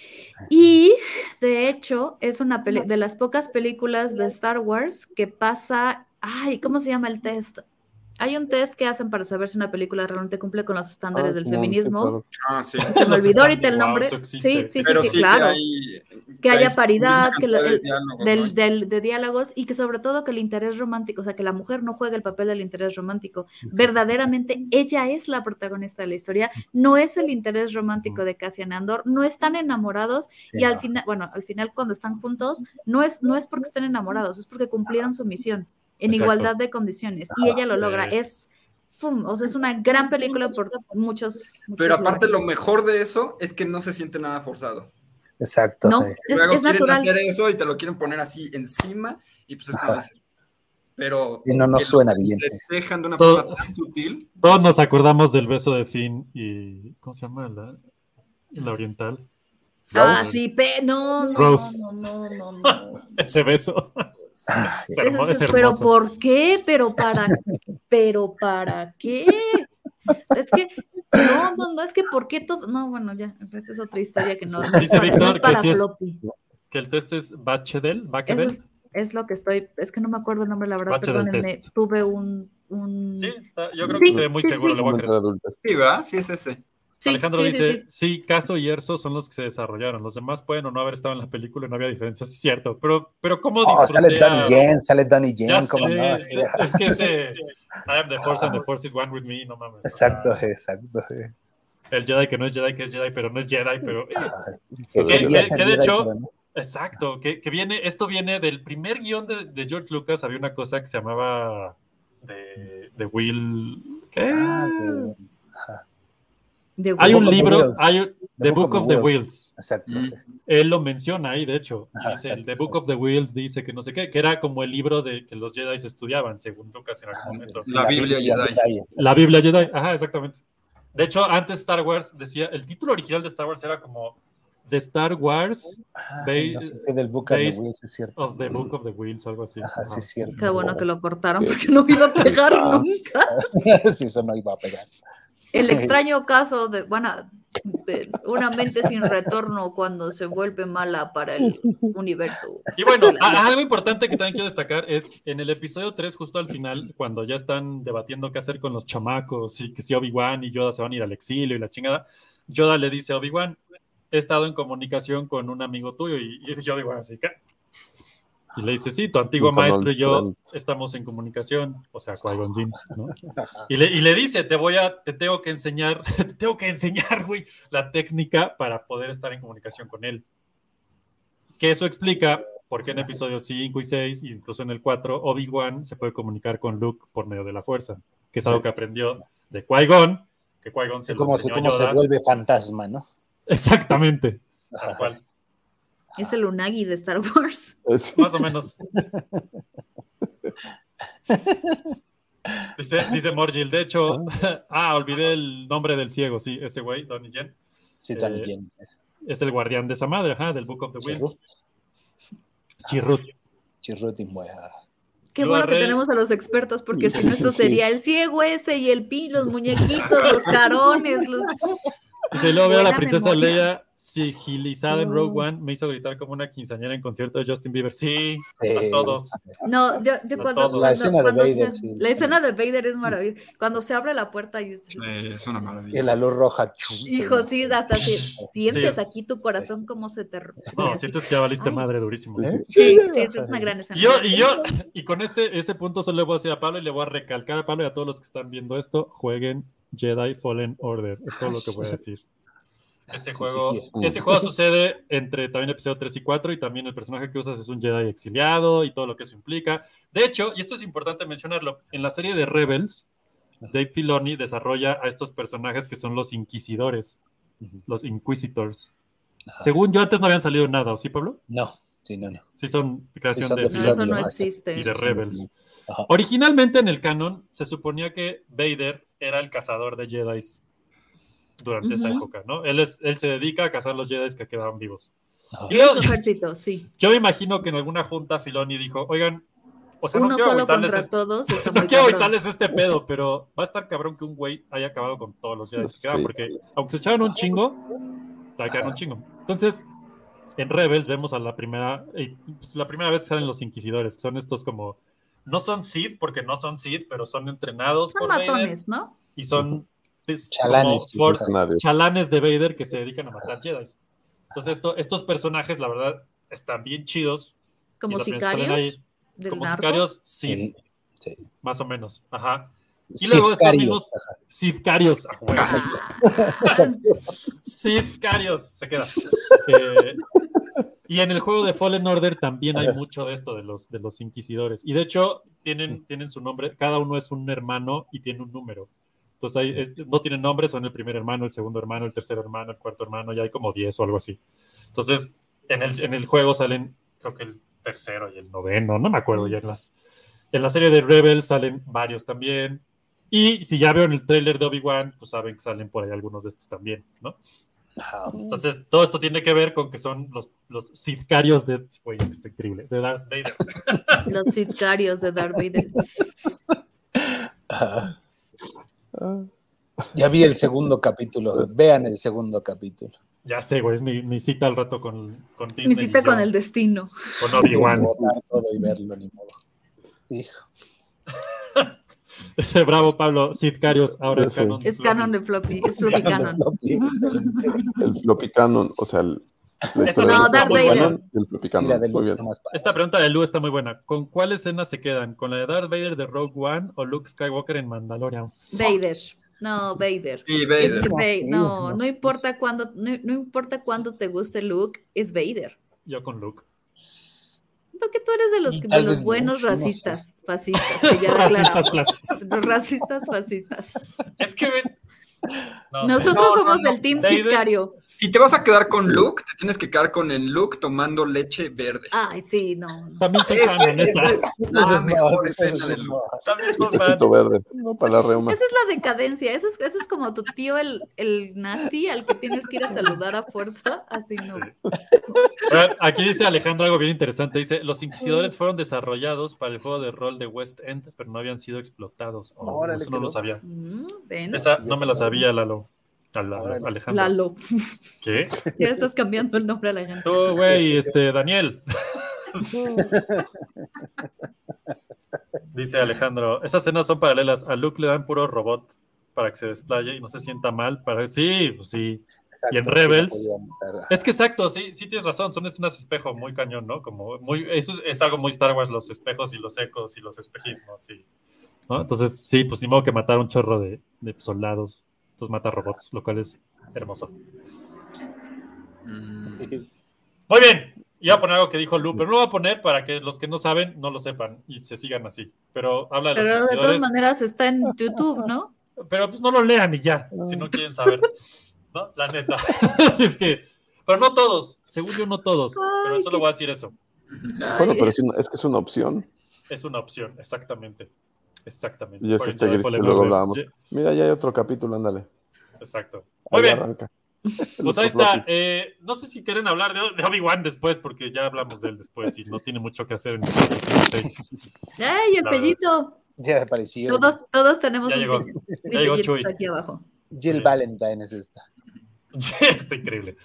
Y de hecho, es una peli- de las pocas películas de Star Wars que pasa. Ay, ¿cómo se llama el test? Hay un test que hacen para saber si una película realmente cumple con los estándares Ah, del Simón, sí, feminismo. claro. Ah, sí. Se me Los olvidó ahorita el estándares, wow, nombre. eso existe. Sí, sí, sí, Pero sí, sí claro. que hay... Que haya hay paridad, una que lo- cantidad de el- diálogos, del, ¿no? del- de diálogos y que sobre todo que el interés romántico, o sea, que la mujer no juegue el papel del interés romántico. Sí. Verdaderamente ella es la protagonista de la historia, no es el interés romántico de Cassian Andor, no están enamorados Sí, y al no. final, bueno, al final cuando están juntos, no es, no es porque estén enamorados, es porque cumplieron su misión en Exacto. igualdad de condiciones y ella lo logra. Sí. Es, ¡fum! O sea, es una gran película por muchos, muchos Pero aparte lados. lo mejor de eso es que no se siente nada forzado. Exacto. No, sí. es, Luego es quieren natural. hacer eso y te lo quieren poner así encima y pues es como Ajá. dices, pero Y no nos que suena lo bien. dejan de una Todo- forma tan sutil. Todos nos acordamos del beso de Finn y... ¿Cómo se llama? La, la oriental. Ah, Rose. sí, pe- no, no, Rose. no, no, no, no. Ese beso. Ah, Es hermo- es Es- pero hermoso. ¿por qué? ¿Pero para, pero para qué? Es que, no, no, no, es que ¿por qué todo? No, bueno, ya, esa es otra historia que no, no es Dice para, no Víctor es que para sí es- floppy. Que el test es Bachedel. Eso Bachedel. es, es lo que estoy, es que no me acuerdo el nombre, la verdad, Bache del perdónenme, test. tuve un, un... Sí, está- yo creo Sí, que se ve muy sí, seguro, sí. le voy a Mente de creer. adultos. Sí, ¿verdad? Sí es ese. Sí, Alejandro sí, sí, dice, sí. sí, Caso y Erso son los que se desarrollaron. Los demás pueden o no haber estado en la película y no había diferencia, es cierto. Pero, pero ¿cómo Oh, disfruté sale Donnie a- Yen, sale Donnie Ya Yen, ¿cómo sé, no? Sí. es que ese I am the Force and the Force is one with me, no mames. o Exacto, sea, exacto. sí. el Jedi que no es Jedi, que es Jedi, pero no es Jedi, pero... eh, Ah, Que- quería que- ser que de Jedi, hecho- pero no. Exacto, que, que viene, esto viene del primer guión de, de George Lucas, había una cosa que se llamaba de, de Will... ¿Qué? Ah, de- ajá, De Hay Will. un Book of the libro, Wheels. hay un- The Book of the Wheels. Exacto. Mm. Él lo menciona ahí, de hecho. Ajá, Dice, el exacto. The Book of the Wheels dice que no sé qué, que era como el libro de que los Jedi estudiaban, según Lucas en algún Ajá, sí, momento. sí, La Biblia Jedi. La Biblia Jedi, ajá, exactamente. De hecho, antes Star Wars decía, el título original de Star Wars era como The Star Wars Ay, no sé qué del Book of the based Wheels, es cierto. of the Book of the Wheels o algo así. Ajá, sí, Ajá. es cierto. Qué bueno que lo cortaron Ok. porque no me iba a pegar Ah. nunca. Sí, eso no iba a pegar. El extraño caso de, bueno, de una mente sin retorno cuando se vuelve mala para el universo. Y bueno, a- algo importante que también quiero destacar es en el episodio tres, justo al final, cuando ya están debatiendo qué hacer con los chamacos y que si Obi-Wan y Yoda se van a ir al exilio y la chingada, Yoda le dice a Obi-Wan, he estado en comunicación con un amigo tuyo y, y Obi-Wan así que... Y le dice, sí, tu antiguo Un maestro y yo friend. estamos en comunicación, o sea, Qui-Gon Jinn, ¿no? Y le, y le dice, te voy a, te tengo que enseñar, te tengo que enseñar, güey, la técnica para poder estar en comunicación con él. Que eso explica por qué en episodios cinco y seis, e incluso en el cuatro, Obi-Wan se puede comunicar con Luke por medio de la fuerza, que es algo que aprendió de Qui-Gon, que Qui-Gon se Sí, lo como, se, enseñó a como se Yoda. vuelve fantasma, ¿no? Exactamente, tal Ajá. cual, Es el Unagi de Star Wars. Sí. más o menos. Dice, dice Morgil, de hecho, ah, olvidé el nombre del ciego, sí, ese güey, Donnie Yen, Sí, Donnie Eh, Yen. es el guardián de esa madre, ajá, del Book of the Chirrut. Wheels. Chirrut. Chirrut y Mueja. Qué Lua bueno que Rey. tenemos a los expertos, porque Sí, si no, sí, esto sí. sería el ciego ese y el pi, los muñequitos, los carones, los... Dice, y luego veo a la Buena princesa memoria. Leia sigilizada en Rogue One. Me hizo gritar como una quinceañera en concierto de Justin Bieber. Sí, Sí. a todos. No, yo, yo A cuando, todos. cuando- La escena de cuando Vader, se- sí, la sí. escena de Vader es maravillosa. Cuando se abre la puerta y es- Eh, es una Y maravilla. la luz roja. hijo, sí, hasta si sientes es- aquí tu corazón como se te... No, así. sientes que ya valiste Ay. madre durísimo. Sí, sí. Sí, sí, esa es una gran escena. Y yo, y yo, y con este ese punto solo le voy a decir a Pablo y le voy a recalcar a Pablo y a todos los que están viendo esto, jueguen Jedi Fallen Order. Es todo lo que voy a decir. Ese Sí, juego, sí, ese juego sucede entre también episodio tres y cuatro y también el personaje que usas es un Jedi exiliado y todo lo que eso implica. De hecho, y esto es importante mencionarlo, en la serie de Rebels, Dave Filoni desarrolla a estos personajes que son los inquisidores, los Inquisitors. Ajá. Según yo, antes no habían salido nada, ¿o sí, Pablo? No, sí, no, no. Sí, son creación Sí, son de, de No, Filoni eso no Filoni, existe. y de Sí, son de Rebels. Filoni. Ajá. Originalmente en el canon se suponía que Vader era el cazador de Jedi durante esa Ujú. época, ¿no? Él, es, él se dedica a cazar los Jedi que quedaban vivos. Ajá. Y Y luego, su ejército, sí. yo me imagino que en alguna junta Filoni dijo, oigan, o sea, no Uno quiero solo agüitarles contra este- todos está no muy quiero cabrón. agüitarles este pedo, pero va a estar cabrón que un güey haya acabado con todos los Jedi que quedaban, Sí. porque aunque se echaban un chingo, ya quedaron un chingo. Entonces, en Rebels vemos a la primera, eh, pues, la primera vez que salen los Inquisidores, que son estos como, no son Sith, porque no son Sith, pero son entrenados Son por Vader matones, ¿no? y son pues, Chalanes, como force- mercenarios. chalanes de Vader que se dedican a matar Jedi. Entonces, esto, estos personajes, la verdad, están bien chidos. Como Y la primera vez salen sicarios ahí del como narco. sicarios, sí, Sí, sí. más o menos. Ajá. Y luego estos Sicarios, mismos ajá. sicarios, a huevo. Ah, Sicarios, se queda. Eh, y en el juego de Fallen Order también hay mucho de esto de los, de los inquisidores. Y de hecho, tienen, tienen su nombre, cada uno es un hermano y tiene un número. Entonces hay, es- no tienen nombres, son el primer hermano, el segundo hermano, el tercer hermano, el cuarto hermano, ya hay como diez o algo así. Entonces, en el, en el juego salen, creo que el tercero y el noveno, no me acuerdo ya en las... En la serie de Rebels salen varios también. Y si ya vieron el tráiler de Obi-Wan, pues saben que salen por ahí algunos de estos también, ¿no? Ajá. Entonces, todo esto tiene que ver con que son los, los sicarios de... Güey, es que está increíble. De Darth Vader. los sicarios de Darth Vader. Ajá. Ah, Ya vi el segundo capítulo. Vean el segundo capítulo. Ya sé, güey, es mi, mi cita al rato con, con Disney. Mi cita y con yo, el destino. Con Tienes que Obi-Wan. botar todo y verlo, ni modo. Hijo. Ese bravo Pablo, sicarios, ahora es Sí. canon. Es canon de floppy, es floppy canon. el floppy canon, o sea, el, la Esta historia no, del Darth floppy Vader. canon y el floppy Y la canon. de Muy Luke bien. está más padre. Esta pregunta de Lu está muy buena. ¿Con cuál escena se quedan? ¿Con la de Darth Vader de Rogue One o Luke Skywalker en Mandalorian? Vader. No, Vader. Sí, Es Vader. que No, Va- sí, no, no no sé. importa cuándo, no, no importa cuándo te guste Luke, es Vader. Yo con Luke. Porque tú eres de los, Y de tal los vez buenos mucho, no racistas, fascistas, que ya Racistas, declaramos. Los racistas fascistas. Es que ven. No sé. Nosotros No, no, somos no. del team Vader- sicario. Si te vas a quedar con Luke, te tienes que quedar con el Luke tomando leche verde. Ay, sí, no. También soy Ese- fan, la neta. esa es la Entonces, no, mejor entonces, escena de Luke. no. También soy fan. Tecito verde, no para la reuma. Esa es la decadencia. Eso es, eso es como tu tío, el, el nasty, al que tienes que ir a saludar a fuerza. Así no. Sí. Pero aquí dice Alejandro algo bien interesante. Dice, los inquisidores fueron desarrollados para el juego de rol de West End, pero no habían sido explotados. Oh, Órale, eso qué no lo loco. sabía. Mm, ven, Esa no me la sabía, Lalo. A la- Órale. Alejandro. Lalo. ¿Qué? Ya estás cambiando el nombre a la gente. Tú, güey, este, Daniel. Dice Alejandro, esas escenas son paralelas. A Luke le dan puro robot para que se desplaye y no se sienta mal. Para... Sí, pues sí. Y en Exacto, Rebels- sí, no podía matar. Es que exacto, sí, sí tienes razón, son escenas espejo muy cañón, ¿no? Como muy, eso es, es algo muy Star Wars, los espejos y los ecos y los espejismos, sí. ¿No? Entonces, sí, pues ni modo que matar un chorro de, de soldados, entonces mata robots, lo cual es hermoso. Mm. Muy bien, iba a poner algo que dijo Lu, pero no lo voy a poner para que los que no saben no lo sepan y se sigan así. Pero habla de los Pero de todas inquisidores, maneras está en YouTube, ¿no? pero pues no lo lean y ya, si no quieren saber, ¿no? La neta. Así es que, pero no todos, según yo no todos, pero Ay, solo qué- voy a decir eso. Bueno, pero es, una- es que es una opción. Es una opción, exactamente. Exactamente. Y es Por este Enjoy gris que Fallen luego Order. hablábamos. Ye- Mira, ya hay otro capítulo, ándale. Exacto. Muy Ahí bien. arranca. Pues ahí está. Eh, no sé si quieren hablar de, de Obi-Wan después, porque ya hablamos de él después y no tiene mucho que hacer en el seis. ¡Ay, el La pellito! Ya apareció. Todos, todos tenemos Ya un llegó. pellito. Mi Ya llegó pellito Chuy. está aquí abajo. Jill Valentine es esta. Sí, está increíble.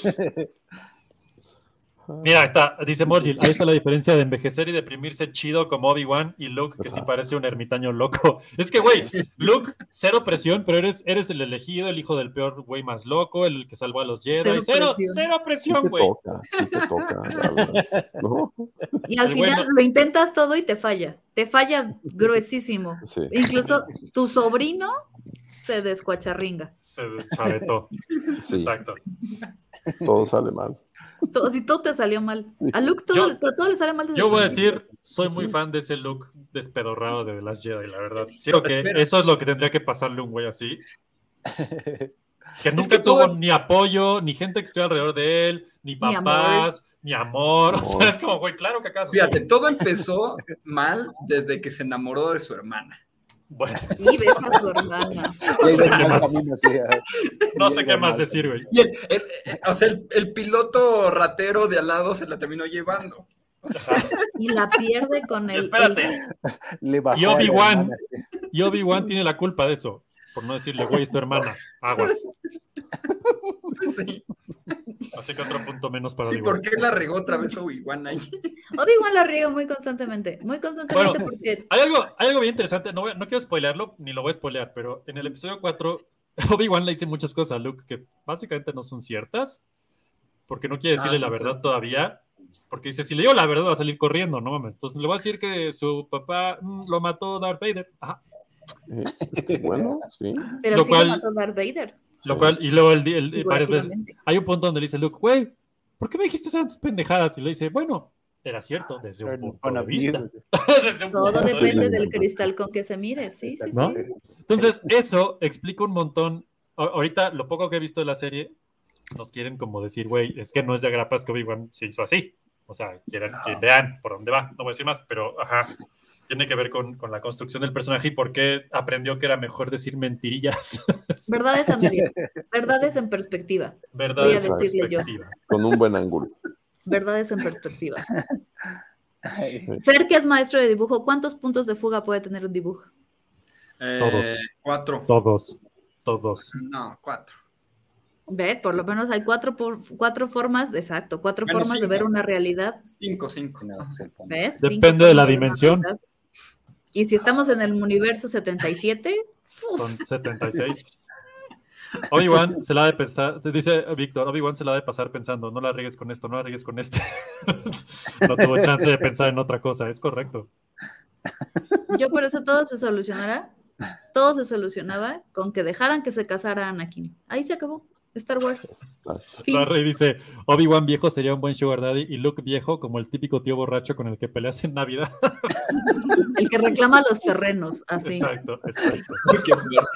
Mira, está, dice Morgil, ahí está la diferencia de envejecer y deprimirse chido como Obi-Wan y Luke, que sí parece un ermitaño loco. Es que, güey, Luke, cero presión, pero eres, eres el elegido, el hijo del peor güey más loco, el que salvó a los Jedi. Cero Cero, presión. cero presión, Sí te güey. toca, sí te toca, la verdad. ¿No? Y al El final bueno- lo intentas todo y te falla. Te falla gruesísimo. Sí. Incluso tu sobrino se descuacharringa. Se deschavetó. Sí, Exacto. todo sale mal. Todo, si todo te salió mal. A Luke todo, Yo- le- pero todo le sale mal desde Yo el voy a principio. decir, soy muy Sí. fan de ese look despedorrado de The Last Jedi, la verdad. Siento que Espera. eso es lo que tendría que pasarle a un güey así. Que nunca que tuvo todo- ni apoyo, ni gente que estuviera alrededor de él, ni Ni papás, ni amor. O Amor. sea, es como, güey, claro que acá. Fíjate, todo empezó mal desde que se enamoró de su hermana. Bueno, Y ves a su hermana. Ya iba en ¿Qué mal más? camino, sí, ah. no Ya sé iba qué más mal. decir, güey. Y el, el- o sea, el, el piloto ratero de al lado se la terminó llevando. O sea, Y la pierde con el. Espérate. el- Le bajó Y a la Obi-Wan. hermana, sí. Y Obi-Wan tiene la culpa de eso. Por no decirle, güey, es tu hermana. Aguas. sí, Así que otro punto menos para sí, Obi-Wan. ¿por qué la regó otra vez Obi-Wan ahí? Obi-Wan la riega muy constantemente. Muy constantemente Bueno, porque. Hay algo, hay algo bien interesante, no, voy a- no quiero spoilearlo, ni lo voy a spoilear, pero en el episodio cuatro, Obi-Wan le dice muchas cosas a Luke que básicamente no son ciertas, porque no quiere decirle Ah, sí, la sí. verdad todavía, porque dice, si le digo la verdad va a salir corriendo, no mames. Entonces le voy a decir que su papá mm, lo mató Darth Vader. Ajá. Eh, es bueno, sí. Pero Lo sí cual- lo mató Darth Vader. Lo Sí. cual, y luego el, el- el- varias veces, Figurativamente. hay un punto donde le dice Luke, güey, ¿por qué me dijiste tantas pendejadas? Y le dice, bueno, era cierto desde un Certain punto fun de of vista. views. Desde un Todo punto de depende vista. del cristal con que se mire. Sí, sí, ¿No? sí. Entonces, eso explica un montón. A- Ahorita, lo poco que he visto de la serie, nos quieren como decir, güey, es que no es de agrapas que Obi-Wan se hizo así. O sea, quieren que vean por dónde va. No voy a decir más, pero ajá. Tiene que ver con, con la construcción del personaje y por qué aprendió que era mejor decir mentirillas. Verdades a medio. Verdades en perspectiva. Verdad Voy a es decirle yo. perspectiva. Con un buen ángulo. Verdades en perspectiva. Ay, Fer, que es maestro de dibujo, ¿cuántos puntos de fuga puede tener un dibujo? Eh, Todos. Cuatro. Todos. Todos. No, cuatro. Ve, por lo menos hay cuatro, por, cuatro formas, exacto, cuatro Bueno, formas de cinco. ver una realidad. Cinco, cinco. no, es el fondo. ¿Ves? Depende Cinco de la formas ver una dimensión. realidad. Y si estamos en el universo setenta y siete, Son setenta y seis. Obi-Wan se la ha de pensar, se dice Víctor, Obi-Wan se la ha de pasar pensando, no la riegues con esto, no la riegues con este. No tuvo chance de pensar en otra cosa, es correcto. yo por eso todo se solucionará. Todo se solucionaba con que dejaran que se casara Anakin. Ahí se acabó. Star Wars. Exacto. Fin. Larry dice, Obi-Wan viejo sería un buen sugar daddy y Luke viejo como el típico tío borracho con el que peleas en Navidad. El que reclama los terrenos, así. Exacto, exacto. Qué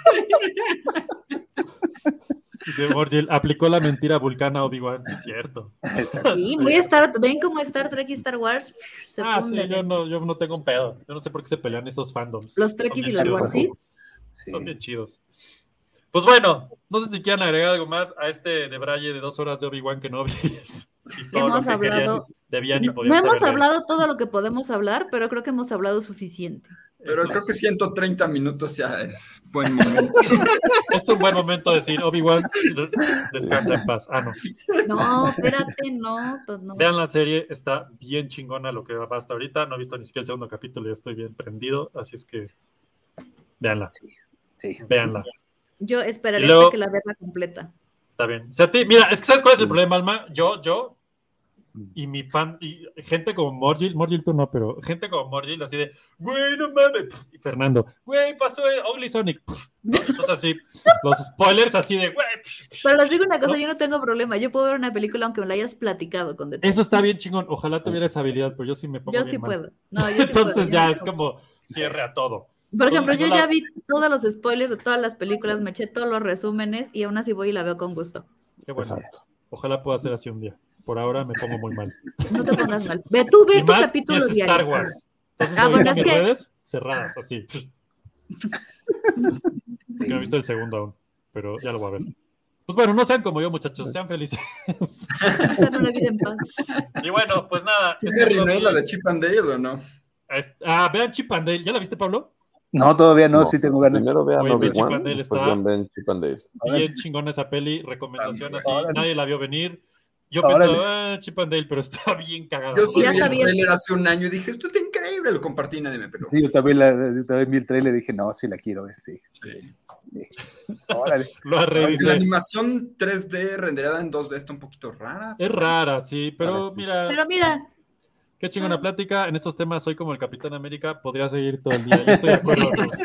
fuerte. Dice Morgil, aplicó la mentira vulcana a Obi-Wan, sí es cierto. Exacto. Sí, muy Star, ven como Star Trek y Star Wars se Ah, sí, funden. yo no, yo no tengo un pedo. Yo no sé por qué se pelean esos fandoms. Los Son Trekkies y bien los chidos. Warsis. Sí. Son bien chidos. Pues bueno, no sé si quieren agregar algo más a este debraye de dos horas de Obi-Wan Kenobi. Y todo Hemos lo que querían, hablado- debían y No, podían no hemos saber de él. hablado todo lo que podemos hablar, pero creo que hemos hablado suficiente. Pero Eso creo es. que ciento treinta minutos ya es buen momento. Es un buen momento de decir, Obi-Wan, descansa en paz. Ah, no. No, espérate, no. to- no. Vean la serie, está bien chingona lo que va hasta ahorita. No he visto ni siquiera el segundo capítulo y estoy bien prendido, así es que véanla, Sí. véanla. Yo esperaría Y luego- hasta que la verla completa. Está bien. O sea, a ti- mira, es que ¿sabes cuál es el problema, Alma? Yo, yo y mi fan, y gente como Morgil, Morgil tú no, pero gente como Morgil así de, güey, no mames, pf, y Fernando, güey, pasó el Ugly Sonic, pf, ¿no? Entonces así, los spoilers así de, güey, pf, pf. Pero les digo una cosa, ¿No? yo no tengo problema. Yo puedo ver una película aunque me la hayas platicado con detalle. Eso está bien chingón, ojalá tuviera esa habilidad, pero yo sí me pongo Yo bien sí mal. puedo. No, yo sí Entonces puedo. ya Yo es sí como cierre a todo. Por ejemplo, Entonces, yo no la- ya vi todos los spoilers de todas las películas, me eché todos los resúmenes y aún así voy y la veo con gusto. Qué bueno. Exacto. Ojalá pueda hacer así un día. Por ahora me pongo muy mal. No te pongas mal. Ve tú, ve Y tu más si capítulo es diario. Star Wars. Entonces, Ah, ahorita bueno, es mis que- redes cerradas, así. Sí. No he visto el segundo aún, pero ya lo voy a ver. Pues bueno, no sean como yo, muchachos, sean felices. Vivan una vida en paz. Y bueno, pues nada. ¿Sí es te un rimé Floppy. la de Chip and Dale o no? Es- Ah, vean Chip and Dale. ¿Ya la viste, Pablo? No, todavía no, No, sí tengo ganas. Primero vean Oye, ve Chip Obi-Wan, and Dale después está- vean Ben Chip and Dale. Bien chingona esa peli. Recomendación así. Órale. Nadie la vio venir. Yo Órale. pensaba, ah, Chip and Dale, pero está bien cagada. Yo sí Ya vi el sabía. trailer hace un año y dije, esto está increíble, lo compartí y nadie me peló. Sí, yo también, la, yo también vi el trailer y dije, no, sí la quiero ver, sí. Sí. sí. Órale. Lo arre, La dice. animación tres D renderada en dos D está un poquito rara. Es rara, sí, pero mira, Pero mira, qué chingona plática. En estos temas soy como el Capitán América, podría seguir todo el día. Yo estoy de acuerdo.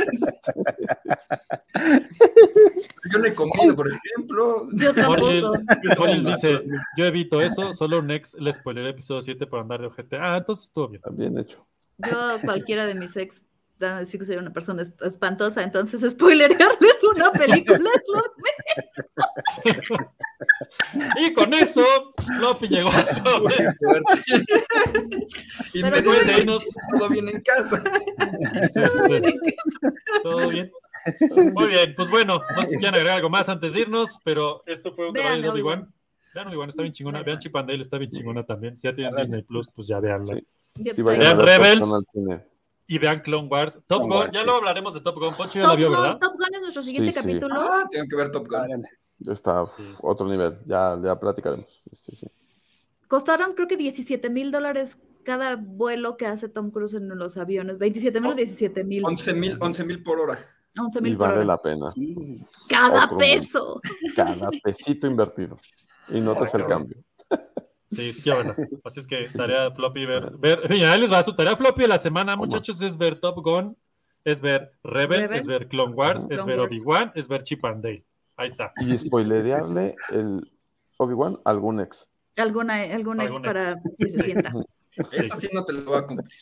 Yo no he comido, por ejemplo. yo Morlil, tampoco. Morlil dice, yo evito eso, solo un ex le spoileré episodio siete por andar de ojete. Ah, entonces estuvo bien. Está bien hecho. Yo, cualquiera de mis ex, van a decir que soy una persona es- espantosa, entonces spoilerearles una película es lo Y con eso, Floppy llegó a sobre. Qué fuerte. Y Pero me bueno, dicen, nos- todo bien en casa. Sí, sí. ¿Todo bien? Muy bien, pues bueno, no sé si quieren agregar algo más antes de irnos, pero esto fue un Vean trabajo de Obi-Wan. Obi-Wan. Vean Obi-Wan, está bien chingona. Vean. Vean Chip and Dale, está bien chingona también. Si ya tienen Gracias. Disney Plus, pues ya veanla. Sí. Yo Y vayan estoy- a Vean ver Top Rebels. Gun al cine. Y vean Clone Wars. Top Clone Gun, Wars, ya sí. luego hablaremos de Top Gun. Poncho ya la Top vio, Gun, ¿verdad? Top Gun es nuestro siguiente Sí, sí. capítulo. Ah, tengo que ver Top Gun. Órale. Está Sí. otro nivel. Ya, ya platicaremos. Sí, sí. Costaron creo que diecisiete mil dólares cada vuelo que hace Tom Cruise en los aviones. veintisiete mil o diecisiete mil. once mil, once mil por hora. once Y mil por vale hora. la pena. Sí. Cada Otro peso. Cada pesito invertido. Y notas el cambio. Sí, sí, ya bueno. Así es que tarea Floppy ver. ver mira, ahí les va su tarea Floppy de la semana, muchachos, es ver Top Gun, es ver Rebels, Rebel. es ver Clone Wars, Ajá. es Clone ver Wars. Obi-Wan, es ver Chip and Dale. Ahí está. Y spoilerearle el Obi-Wan a algún ex. Alguna, algún ex Algún para que se sienta. Esa sí no te la voy a cumplir.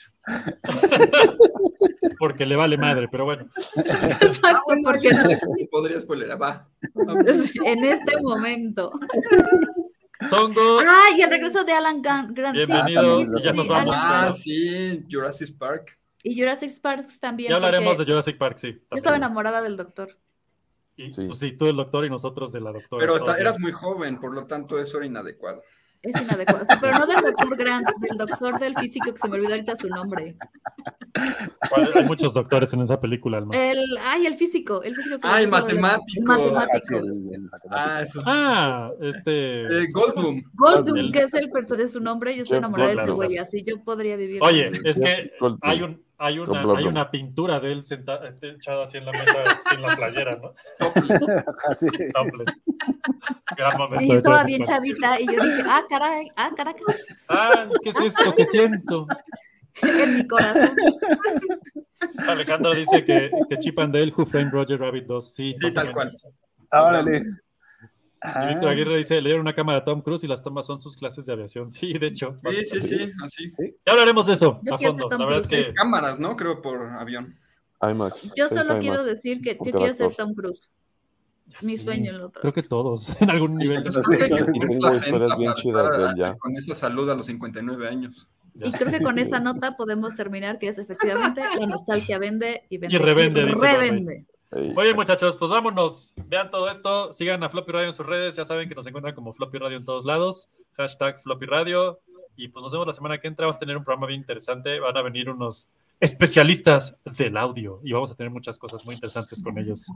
Porque le vale madre, pero bueno. Exacto, porque no. Sí, podría spoiler. Va. En este momento. Songo, Ah, y el regreso de Alan Gun- Grant. Sí, bienvenidos. sí, Y ya sí, nos vamos. Alan Ah, Grant. sí, Jurassic Park. Y Jurassic Park también. Ya hablaremos porque de Jurassic Park, sí. Yo estaba también. enamorada del doctor. Y, Sí. pues sí, tú el doctor y nosotros de la doctora. Pero todos está- eras bien. muy joven, por lo tanto eso era inadecuado. Es inadecuado. Sí, pero no del doctor Grant, del doctor del físico que se me olvidó ahorita su nombre. ¿Cuál? Hay muchos doctores en esa película, Alma. El, ay, el físico. El físico que Ah, el hizo- matemático. El Ah, matemático. sí, el- el matemático. Ah, eso es. Ah, este. Eh, Goldblum. Goldblum, El- que es el personaje de su nombre, yo estoy Jeff enamorada de ese Goldblum. güey, así yo podría vivir. Oye, con él. es que Goldblum. hay un, hay una, Goldblum. hay una pintura de él sentada, echada así en la mesa sin la playera, ¿no? Topless. Ajá, sí. Topless. Gran momento Y de estaba Jurassic bien Park. chavita y yo dije, ah, caray, ah, caracas, Ah, ¿qué es esto que siento? en mi corazón. Alejandro dice que, que Chip and Dale, Who Framed Roger Rabbit dos. Sí, Sí, más o tal menos. cual. Órale. Y Víctor Aguirre dice, le dieron una cámara a Tom Cruise y las tomas son sus clases de aviación. Sí, de hecho. Sí, sí, sí, así. Ya hablaremos de eso Yo a quiero fondo. ser Tom La verdad es Seis que cámaras, ¿no? Creo por avión. IMAX. Yo seis solo quiero IMAX. decir que Por yo cada quiero ser actor. Tom Cruise. ya Mi sí, sueño el otro. Creo que todos, en algún nivel. Pues creo que hay que Y tener tengo placenta historias bien para chidas de él estar ya. con esa salud a los cincuenta y nueve años. Ya Y creo que sé. con esa nota podemos terminar, que es efectivamente la nostalgia vende y vende. Y revende, y dice revende. Ey, Muy bien, muchachos, pues vámonos. Vean todo esto. Sigan a Floppy Radio en sus redes. Ya saben que nos encuentran como Floppy Radio en todos lados. Hashtag Floppy Radio. Y pues nos vemos la semana que entra. Vamos a tener un programa bien interesante. Van a venir unos especialistas del audio y vamos a tener muchas cosas muy interesantes con ellos.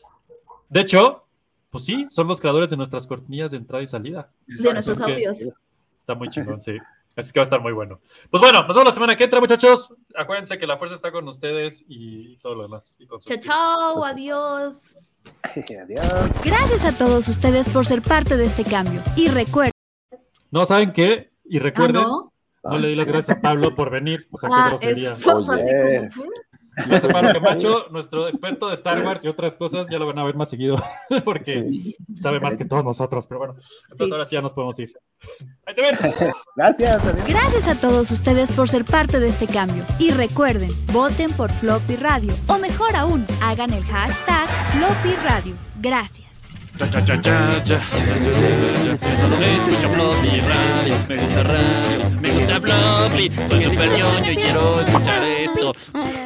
De hecho, pues sí, son los creadores de nuestras cortinillas de entrada y salida. De nuestros Así que audios. Está muy chingón, sí. Así que va a estar muy bueno. Pues bueno, nos vemos la semana que entra, muchachos. Acuérdense que la fuerza está con ustedes y todo lo demás. Y con su Chao, espíritu. chao, adiós. Adiós. Gracias a todos ustedes por ser parte de este cambio. Y recuerden, No, ¿saben qué? Y Ah, recuerden, ¿no? no le di las gracias a Pablo por venir. O sea, qué Ah, grosería. es fue Oye. así como... Gracias a Pablo Camacho, nuestro experto de Star Wars y otras cosas. Ya lo van a ver más seguido porque Sí. sabe más que todos nosotros. Pero bueno, entonces Sí. ahora sí ya nos podemos ir. Ahí se ven. Gracias. Adiós. gracias a todos ustedes por ser parte de este cambio. Y recuerden, voten por Floppy Radio. O mejor aún, hagan el hashtag Floppy Radio. Gracias. Cha, cha, cha, cha, cha. Solo me escucha Floppy Radio. Me gusta radio, me gusta Floppy. Soy super ñoño y quiero escuchar esto.